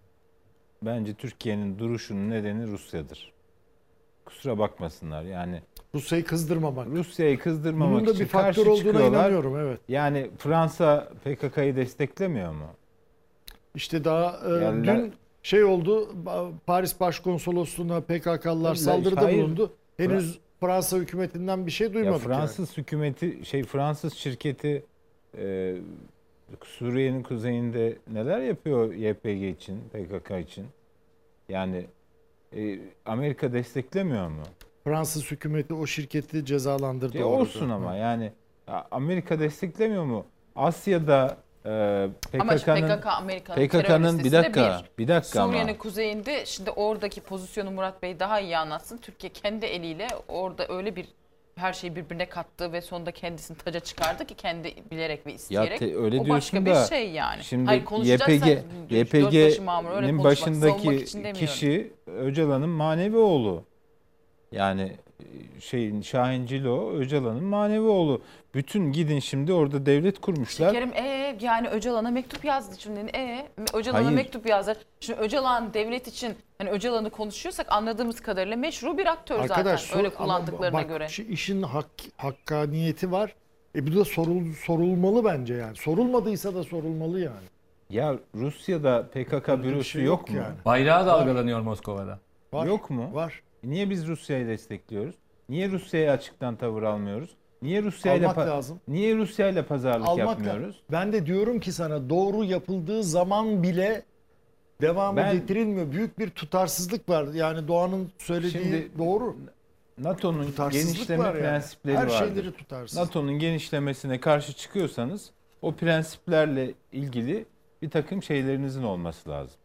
bence Türkiye'nin duruşunun nedeni Rusya'dır. Kusura bakmasınlar yani. Rusya'yı kızdırmamak. Rusya'yı kızdırmamak Bunun da için bir faktör karşı olduğuna çıkıyorlar. inanıyorum, evet. Yani Fransa P K K'yı desteklemiyor mu? İşte daha e, Yerler... dün şey oldu, Paris Başkonsolosluğu'na P K K'lılar Tabii, saldırıda hayır. bulundu. Henüz Fransa hükümetinden bir şey duymadık. Ya Fransız yani. hükümeti, şey Fransız şirketi e, Suriye'nin kuzeyinde neler yapıyor Y P G için, P K K için? Yani e, Amerika desteklemiyor mu? Fransız hükümeti o şirketi cezalandırdı. E, olsun ama yani Amerika desteklemiyor mu? Asya'da e, P K K'nın Ama P K K Amerika'nın P K K'nın bir dakika, bir, bir dakika Suriye'nin ama. kuzeyinde, şimdi oradaki pozisyonu Murat Bey daha iyi anlatsın. Türkiye kendi eliyle orada öyle bir her şeyi birbirine kattı ve sonunda kendisini taca çıkardı ki kendi bilerek ve isteyerek. Ya te, öyle o diyorsun başka da, bir şey yani. şimdi Hayır, Y P G, Y P G'nin başındaki kişi Öcalan'ın manevi oğlu. Yani şeyin Şahin Cilo Öcalan'ın manevi oğlu. Bütün gidin şimdi orada devlet kurmuşlar. Şekerim ee, yani Öcalan'a mektup yazdı şimdi. Ee, Öcalan'a mektup yazdı. Şimdi Öcalan devlet için, hani Öcalan'ı konuşuyorsak anladığımız kadarıyla meşru bir aktör Arkadaş, zaten. Öyle kullandıklarına bak, göre. İşin hak, hakkaniyeti var. E bu da sorul, sorulmalı bence yani. Sorulmadıysa da sorulmalı yani. Ya Rusya'da P K K bürosu şey yok, yok mu? yani. Bayrağı dalgalanıyor Moskova'da. Var, yok mu? Var. Niye biz Rusya'yı destekliyoruz? Niye Rusya'ya açıktan tavır almıyoruz? Niye Rusya'yla Almak lazım. Niye Rusya'yla pazarlık Almak yapmıyoruz? Da, ben de diyorum ki sana, doğru yapıldığı zaman bile devamı Ben, getirilmiyor. Büyük bir tutarsızlık var. Yani Doğan'ın söylediği şimdi, doğru. NATO'nun genişleme var yani. prensipleri Her vardır. şeyleri tutarsız. NATO'nun genişlemesine karşı çıkıyorsanız o prensiplerle ilgili bir takım şeylerinizin olması lazım.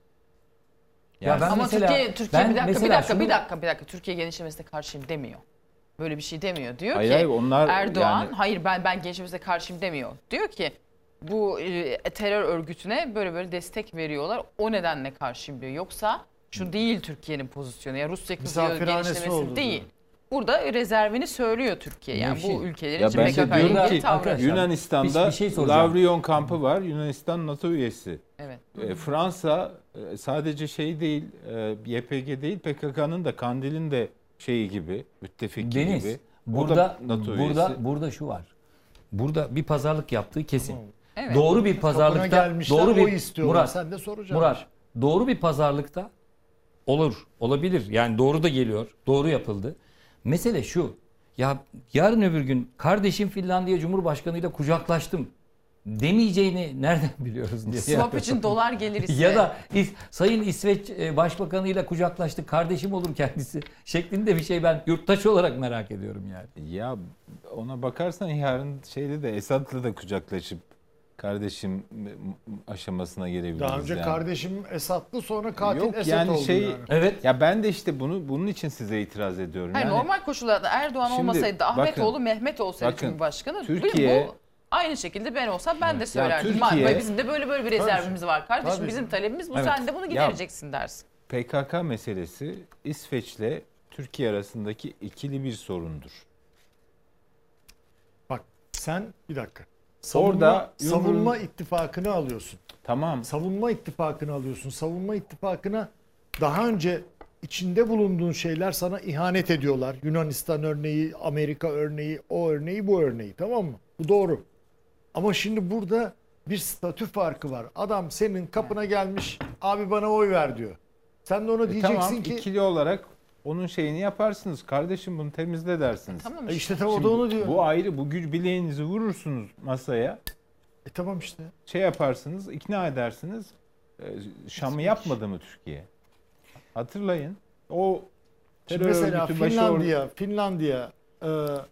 Yani ama mesela, Türkiye, Türkiye ben bir dakika, bir mesela dakika, şunu... bir dakika, bir dakika. Türkiye genişlemesine karşıyım demiyor. Böyle bir şey demiyor. Diyor hayır, ki hayır, onlar Erdoğan, yani... hayır ben ben genişlemesine karşıyım demiyor. Diyor ki bu e, terör örgütüne böyle böyle destek veriyorlar. O nedenle karşıyım diyor. Yoksa şu değil Türkiye'nin pozisyonu. Ya Rusya kızıyor genişlemesi değil. Diyor. Burada rezervini söylüyor Türkiye. Yani Nevşin. bu ülkelerin ya ben de diyorum ki tavrı. Yunanistan'da bir şey Lavrion kampı var. Yunanistan NATO üyesi. Evet. E, Fransa e, sadece şey değil, e, Y P G değil, P K K'nın da Kandil'in de şeyi gibi, müttefiki Deniz, gibi. burada NATO burada üyesi. burada şu var. Burada bir pazarlık yaptığı kesin. Evet. Doğru bir pazarlıkta doğru bir Murat, sen de soracaksın. Murat, doğru bir pazarlıkta olur, olabilir. Yani doğru da geliyor. Doğru yapıldı. Mesele şu. Ya yarın öbür gün kardeşim Finlandiya Cumhurbaşkanı ile kucaklaştım demeyeceğini nereden biliyoruz diye. Swap için dolar gelir ise. Ya da İs- Sayın İsveç e, Başbakanıyla kucaklaştık, kardeşim olur kendisi şeklinde bir şey ben yurttaş olarak merak ediyorum yani. Ya ona bakarsan yarın şeyde de Esad'la da kucaklaşıp kardeşim aşamasına gelebiliriz. Daha önce yani. kardeşim Esad'lı, sonra katil Yok, Esad yani oldu şey, yani. Evet. Ya ben de işte bunu bunun için size itiraz ediyorum. Hayır, yani, normal koşullarda Erdoğan Şimdi olmasaydı da Ahmetoğlu bakın, Mehmet olsaydı bakın, Cumhurbaşkanı. Türkiye- bu aynı şekilde ben olsam ben de Evet. söylerdim. Ya Türkiye- Bizim de böyle böyle bir rezervimiz var. Kardeşim Tabii. bizim talebimiz bu, Evet. sen de bunu Ya- gidereceksin dersin. P K K meselesi İsveç'le Türkiye arasındaki ikili bir sorundur. Bak sen bir dakika. Savunma, Orada savunma yumruğun- ittifakını alıyorsun. Tamam. Savunma ittifakını alıyorsun. Savunma ittifakına daha önce içinde bulunduğun şeyler sana ihanet ediyorlar. Yunanistan örneği, Amerika örneği, o örneği, bu örneği, tamam mı? Bu doğru. Ama şimdi burada bir statü farkı var. Adam senin kapına gelmiş, abi bana oy ver diyor. Sen de ona E diyeceksin tamam, ki ikili olarak onun şeyini yaparsınız. Kardeşim bunu temizle dersiniz. Tamam E işte tam o da Şimdi onu diyor. Bu ayrı. Bu güç bileğinizi vurursunuz masaya. E tamam işte. Şey yaparsınız, ikna edersiniz. Ee, Şam'ı yapmadı mı Türkiye? Hatırlayın. O Şimdi terör mesela örgütü başı Finlandiya, Finlandiya e,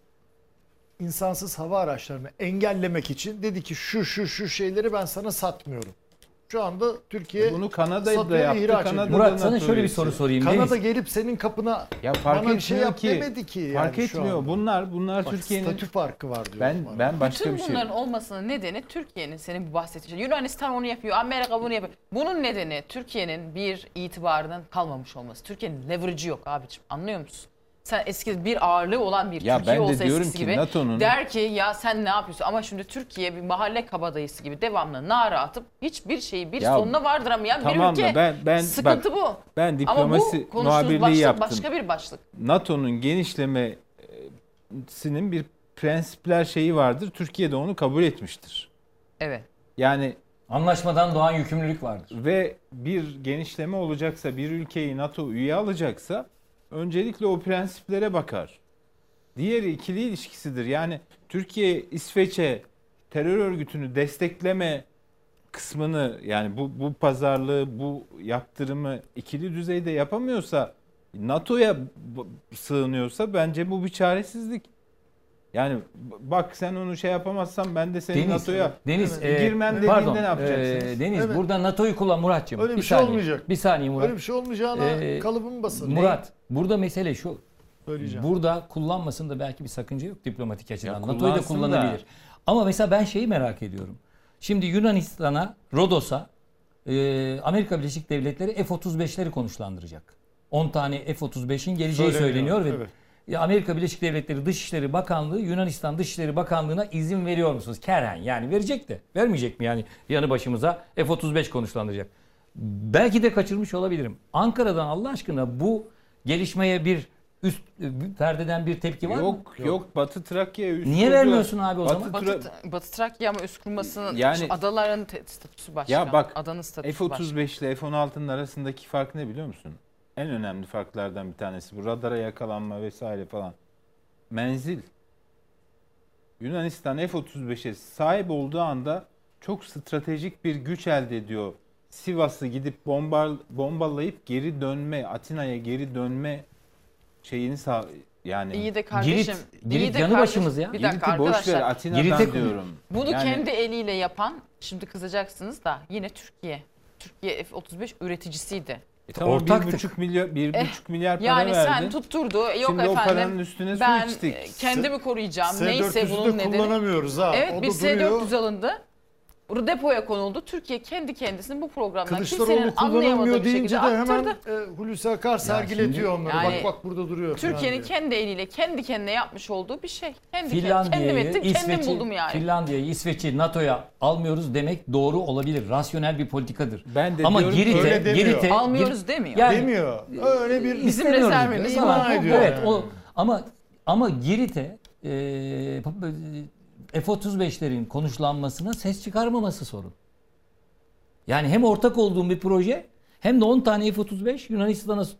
insansız hava araçlarını engellemek için dedi ki şu şu şu şeyleri ben sana satmıyorum. Şu anda Türkiye Bunu Kanada'da satıyor, yaptı, ihraç Kanada ediyor. Murat sana şöyle bir soru sorayım. Kanada Deniz. gelip senin kapına Ya fark bana bir şey etmiyor yap ki. demedi ki. Fark yani şu etmiyor. anda. Bunlar bunlar Bak, Türkiye'nin statü farkı var diyor. Ben ben başka Bütün bir şey. bunların olmasının nedeni Türkiye'nin senin bu bahsettiğin şey. Yunanistan onu yapıyor, Amerika bunu yapıyor. Bunun nedeni Türkiye'nin bir itibarının kalmamış olması. Türkiye'nin leverage'ı yok abiciğim. Anlıyor musun? Sen eski bir ağırlığı olan bir Ya Türkiye ben de olsa diyorum eskisi ki gibi NATO'nun- der ki ya sen ne yapıyorsun? Ama şimdi Türkiye bir mahalle kabadayısı gibi devamlı nara atıp hiçbir şeyi bir Ya, sonuna vardıramayan tamam bir da ülke. ben- ben- Sıkıntı bak, bu. ben diplomasi Ama bu konuştuğumuz muhabirliği başlık yaptım. başka bir başlık. NATO'nun genişlemesinin bir prensipler şeyi vardır. Türkiye de onu kabul etmiştir. Evet. Yani Anlaşmadan doğan yükümlülük vardır. ve bir genişleme olacaksa, bir ülkeyi NATO üye alacaksa öncelikle o prensiplere bakar. Diğeri ikili ilişkisidir. Yani Türkiye İsveç'e terör örgütünü destekleme kısmını, yani bu bu pazarlığı, bu yaptırımı ikili düzeyde yapamıyorsa, NATO'ya b- sığınıyorsa bence bu bir çaresizlik. Yani b- bak sen onu şey yapamazsan ben de senin Deniz, NATO'ya Deniz, e, e, girmem dediğinde pardon, ne yapacaksınız? e, Deniz Evet. burada NATO'yu kullan Muratcığım. Öyle bir, bir şey saniye. olmayacak. Bir saniye Murat. Öyle bir şey olmayacağına Ee, kalıbımı basın. Murat, burada mesele şu. Söyleyeceğim. Burada kullanmasında belki bir sakınca yok diplomatik açıdan. Ya NATO'yu da kullansın kullanabilir. da. Ama mesela ben şeyi merak ediyorum. Şimdi Yunanistan'a, Rodos'a e, Amerika Birleşik Devletleri F otuz beşleri konuşlandıracak. on tane F otuz beşin geleceği Söyleniyor, söyleniyor ve evet. ya Amerika Birleşik Devletleri Dışişleri Bakanlığı Yunanistan Dışişleri Bakanlığı'na izin veriyor musunuz? Keren yani verecek de vermeyecek mi yani yanı başımıza F otuz beş konuşlandıracak. Belki de kaçırmış olabilirim. Ankara'dan Allah aşkına bu gelişmeye bir üst perdeden bir tepki var mı? Yok, yok Batı Trakya'ya üst Niye kurdular. vermiyorsun abi o Batı zaman? Tra- Batı, Batı Trakya ama üst kurmasının Yani- şu adaların te- statüsü başka. Ya bak Adanın statüsü F otuz beş ile F on altının arasındaki fark ne biliyor musun? En önemli farklardan bir tanesi bu radara yakalanma vesaire falan. Menzil. Yunanistan F otuz beşe sahip olduğu anda çok stratejik bir güç elde ediyor. Sivas'ı gidip bomba, bombalayıp geri dönme, Atina'ya geri dönme şeyini sağ yani. İyi de kardeşim. Girit- iyi Girit de yanı kardeş- başımız ya. Bir dakika Girit'i boş ver, arkadaşlar. Atina'dan Girit'e- diyorum. Bunu Yani- kendi eliyle yapan, şimdi kızacaksınız da yine Türkiye. Türkiye F otuz beş üreticisiydi. E tamam, Ortaktık. bir buçuk milyar, bir Eh, buçuk milyar para Yani verdin. sen tutturdu. Yok Şimdi efendim. o paranın üstüne su ben içtik. e, kendimi koruyacağım. S Neyse dört yüzü de bunun nedeni. kullanamıyoruz ha. Evet O bir da S duruyor. dört yüz alındı. Depoya konuldu. Türkiye kendi kendisini bu programdan kimsenin Kılıçdaroğlu anlayamadığı kullanamıyor bir deyince şekilde de hemen aktardı. e, Hulusi Akar sergiletiyor onları. Yani bak bak burada duruyor. falan Türkiye'nin diye. kendi eliyle kendi kendine yapmış olduğu bir şey. Kendi kendim Finlandiya'yı, ettim, kendim İsveç'i, buldum yani. Finlandiya'yı, İsveç'i NATO'ya almıyoruz demek doğru olabilir. Rasyonel bir politikadır. Ben de Ama diyorum ki Girit'e, öyle demiyor. Girit'e Almıyoruz Gir- demiyor. Yani- Demiyor. Öyle bir Bizim İstemiyoruz rezervimiz diyor. var. Ama- İma ediyor Evet yani. o ama ama Girit'e e, F otuz beşlerin konuşlanmasına ses çıkarmaması sorun. Yani hem ortak olduğum bir proje hem de on tane F otuz beş Yunanistan'a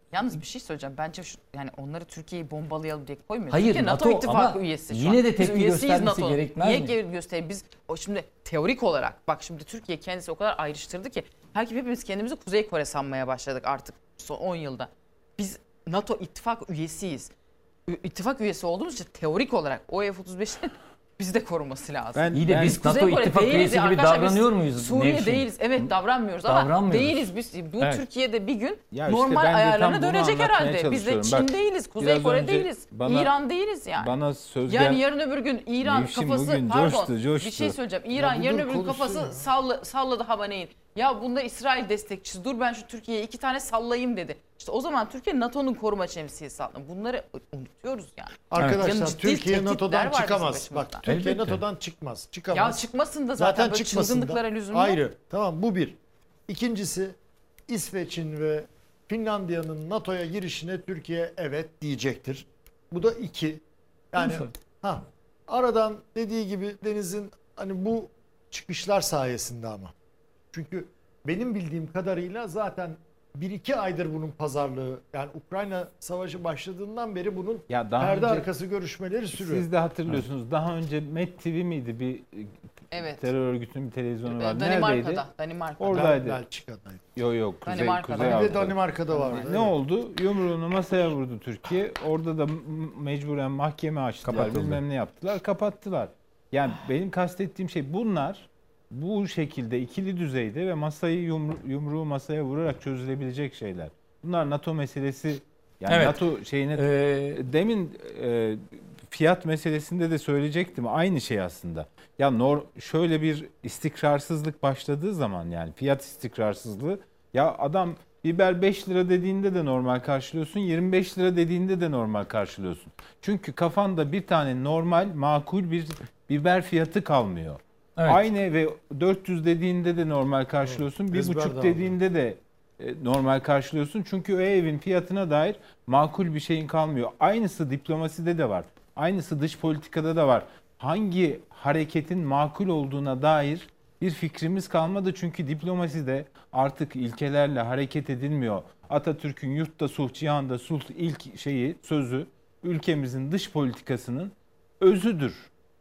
Yalnız bir şey söyleyeceğim. Bence şu, yani onları Türkiye'yi bombalayalım diye koymuyor. Hayır, Türkiye NATO, NATO ittifakı ama üyesi şu yine an. de Biz tepki üyesiyiz göstermesi NATO'nun. gerekmez Niye mi? göstereyim? Biz o şimdi teorik olarak bak şimdi Türkiye kendisi o kadar ayrıştırdı ki belki hepimiz kendimizi Kuzey Kore sanmaya başladık artık son on yılda. Biz NATO ittifak üyesiyiz. İttifak üyesi olduğumuz için teorik olarak o F otuz beşin bizi de koruması lazım. Ben, İyi de Yani biz Kuzey NATO Kore ittifak değiliz üyesi ya gibi arkadaşlar, davranıyor biz muyuz? Suriye Nevşin? değiliz. Evet davranmıyoruz ama Davranmıyoruz. değiliz biz. Bu Evet. Türkiye'de bir gün Ya işte normal ben de tam ayarlarına bunu dönecek anlatmaya herhalde. Biz de Çin çalışıyorum. Bak, değiliz, Kuzey biraz Kore önce değiliz, bana- İran değiliz yani. Bana söz Yani gel- yarın öbür gün İran Nevşin kafası bugün pardon coştu, coştu. bir şey söyleyeceğim. İran Ya bu yarın dur öbür gün konuşsun kafası ya. salla, salladı Hamaney'in. Ya bunda İsrail destekçisi dur ben şu Türkiye'ye iki tane sallayayım dedi. İşte o zaman Türkiye NATO'nun koruma şemsiyesi altında. Bunları unutuyoruz yani. Arkadaşlar Yani ciddi Türkiye tehditler NATO'dan var bizim çıkamaz. başımızda. Bak Türkiye Elbette. NATO'dan çıkmaz. Çıkamaz. Ya çıkmasın da zaten böyle çıkmasın da. çılgınlıklara lüzum yok. Ayrı. Tamam bu bir. İkincisi İsveç'in ve Finlandiya'nın NATO'ya girişine Türkiye evet diyecektir. Bu da iki. Yani ha aradan dediği gibi Deniz'in hani bu çıkışlar sayesinde ama. Çünkü benim bildiğim kadarıyla zaten bir iki aydır bunun pazarlığı yani Ukrayna savaşı başladığından beri bunun Ya daha perde önce- arkası görüşmeleri sürüyor. Siz de hatırlıyorsunuz. Daha önce Met T V miydi bir Evet. terör örgütünün bir televizyonu var. Danimarka'da, Neredeydi? Danimarka'da. Oradaydı. Belçika'daydı. Yok yok Kuzey, Danimarka'da. Kuzey Bir de Avrupa'da. Danimarka'da vardı. Ne evet. oldu? Yumruğunu masaya vurdu Türkiye. Orada da m- mecburen mahkeme açtılar. Kapatıldı. Bilmem ne yaptılar. Kapattılar. Yani benim kastettiğim şey bunlar bu şekilde ikili düzeyde ve masayı yumru, yumruğu masaya vurarak çözülebilecek şeyler. Bunlar NATO meselesi. Yani Evet. NATO şeyine Ee, demin e, fiyat meselesinde de söyleyecektim. Aynı şey aslında. Ya nor şöyle bir istikrarsızlık başladığı zaman yani fiyat istikrarsızlığı ya adam biber beş lira dediğinde de normal karşılıyorsun. yirmi beş lira dediğinde de normal karşılıyorsun. Çünkü kafanda bir tane normal makul bir biber fiyatı kalmıyor. Evet. Aynı ve dört yüz dediğinde de normal karşılıyorsun. Bir Ezber buçuk dağıldı. dediğinde de e, normal karşılıyorsun. Çünkü o evin fiyatına dair makul bir şeyin kalmıyor. Aynısı diplomaside de var. Aynısı dış politikada da var. Hangi hareketin makul olduğuna dair bir fikrimiz kalmadı. Çünkü diplomaside artık ilkelerle hareket edilmiyor. Atatürk'ün yurtta sulh, cihanda sulh ilk şeyi, sözü ülkemizin dış politikasının özüdür.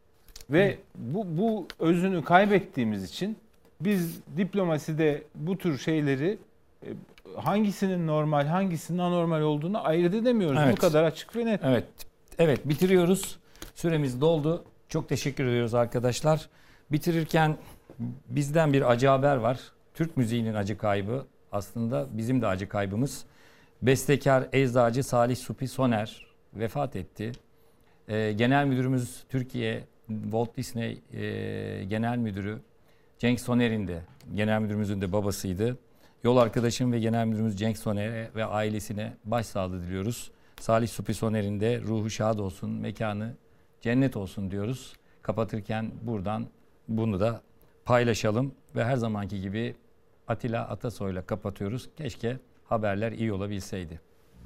Ve bu, bu özünü kaybettiğimiz için biz diplomaside bu tür şeyleri e, hangisinin normal, hangisinin anormal olduğunu ayırt edemiyoruz. Evet. Bu kadar açık ve net. Evet. Evet bitiriyoruz. Süremiz doldu. Çok teşekkür ediyoruz arkadaşlar. Bitirirken bizden bir acı haber var. Türk müziğinin acı kaybı. Aslında bizim de acı kaybımız. Bestekar, eczacı Salih Supi Soner vefat etti. Ee, Genel Müdürümüz Türkiye Walt Disney e, Genel Müdürü Cenk Soner'in de Genel Müdürümüzün de babasıydı. Yol arkadaşım ve Genel Müdürümüz Cenk Soner'e ve ailesine başsağlığı diliyoruz. Salih Supi Soner'in de ruhu şad olsun, mekanı cennet olsun diyoruz. Kapatırken buradan bunu da paylaşalım ve her zamanki gibi Atilla Atasoy'la kapatıyoruz. Keşke haberler iyi olabilseydi.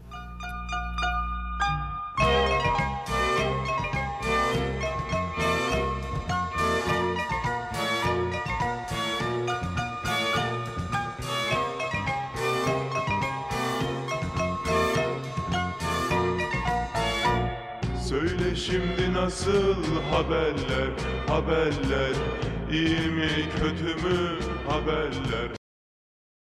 Söyle şimdi nasıl haberler, haberler, iyi mi kötü mü haberler?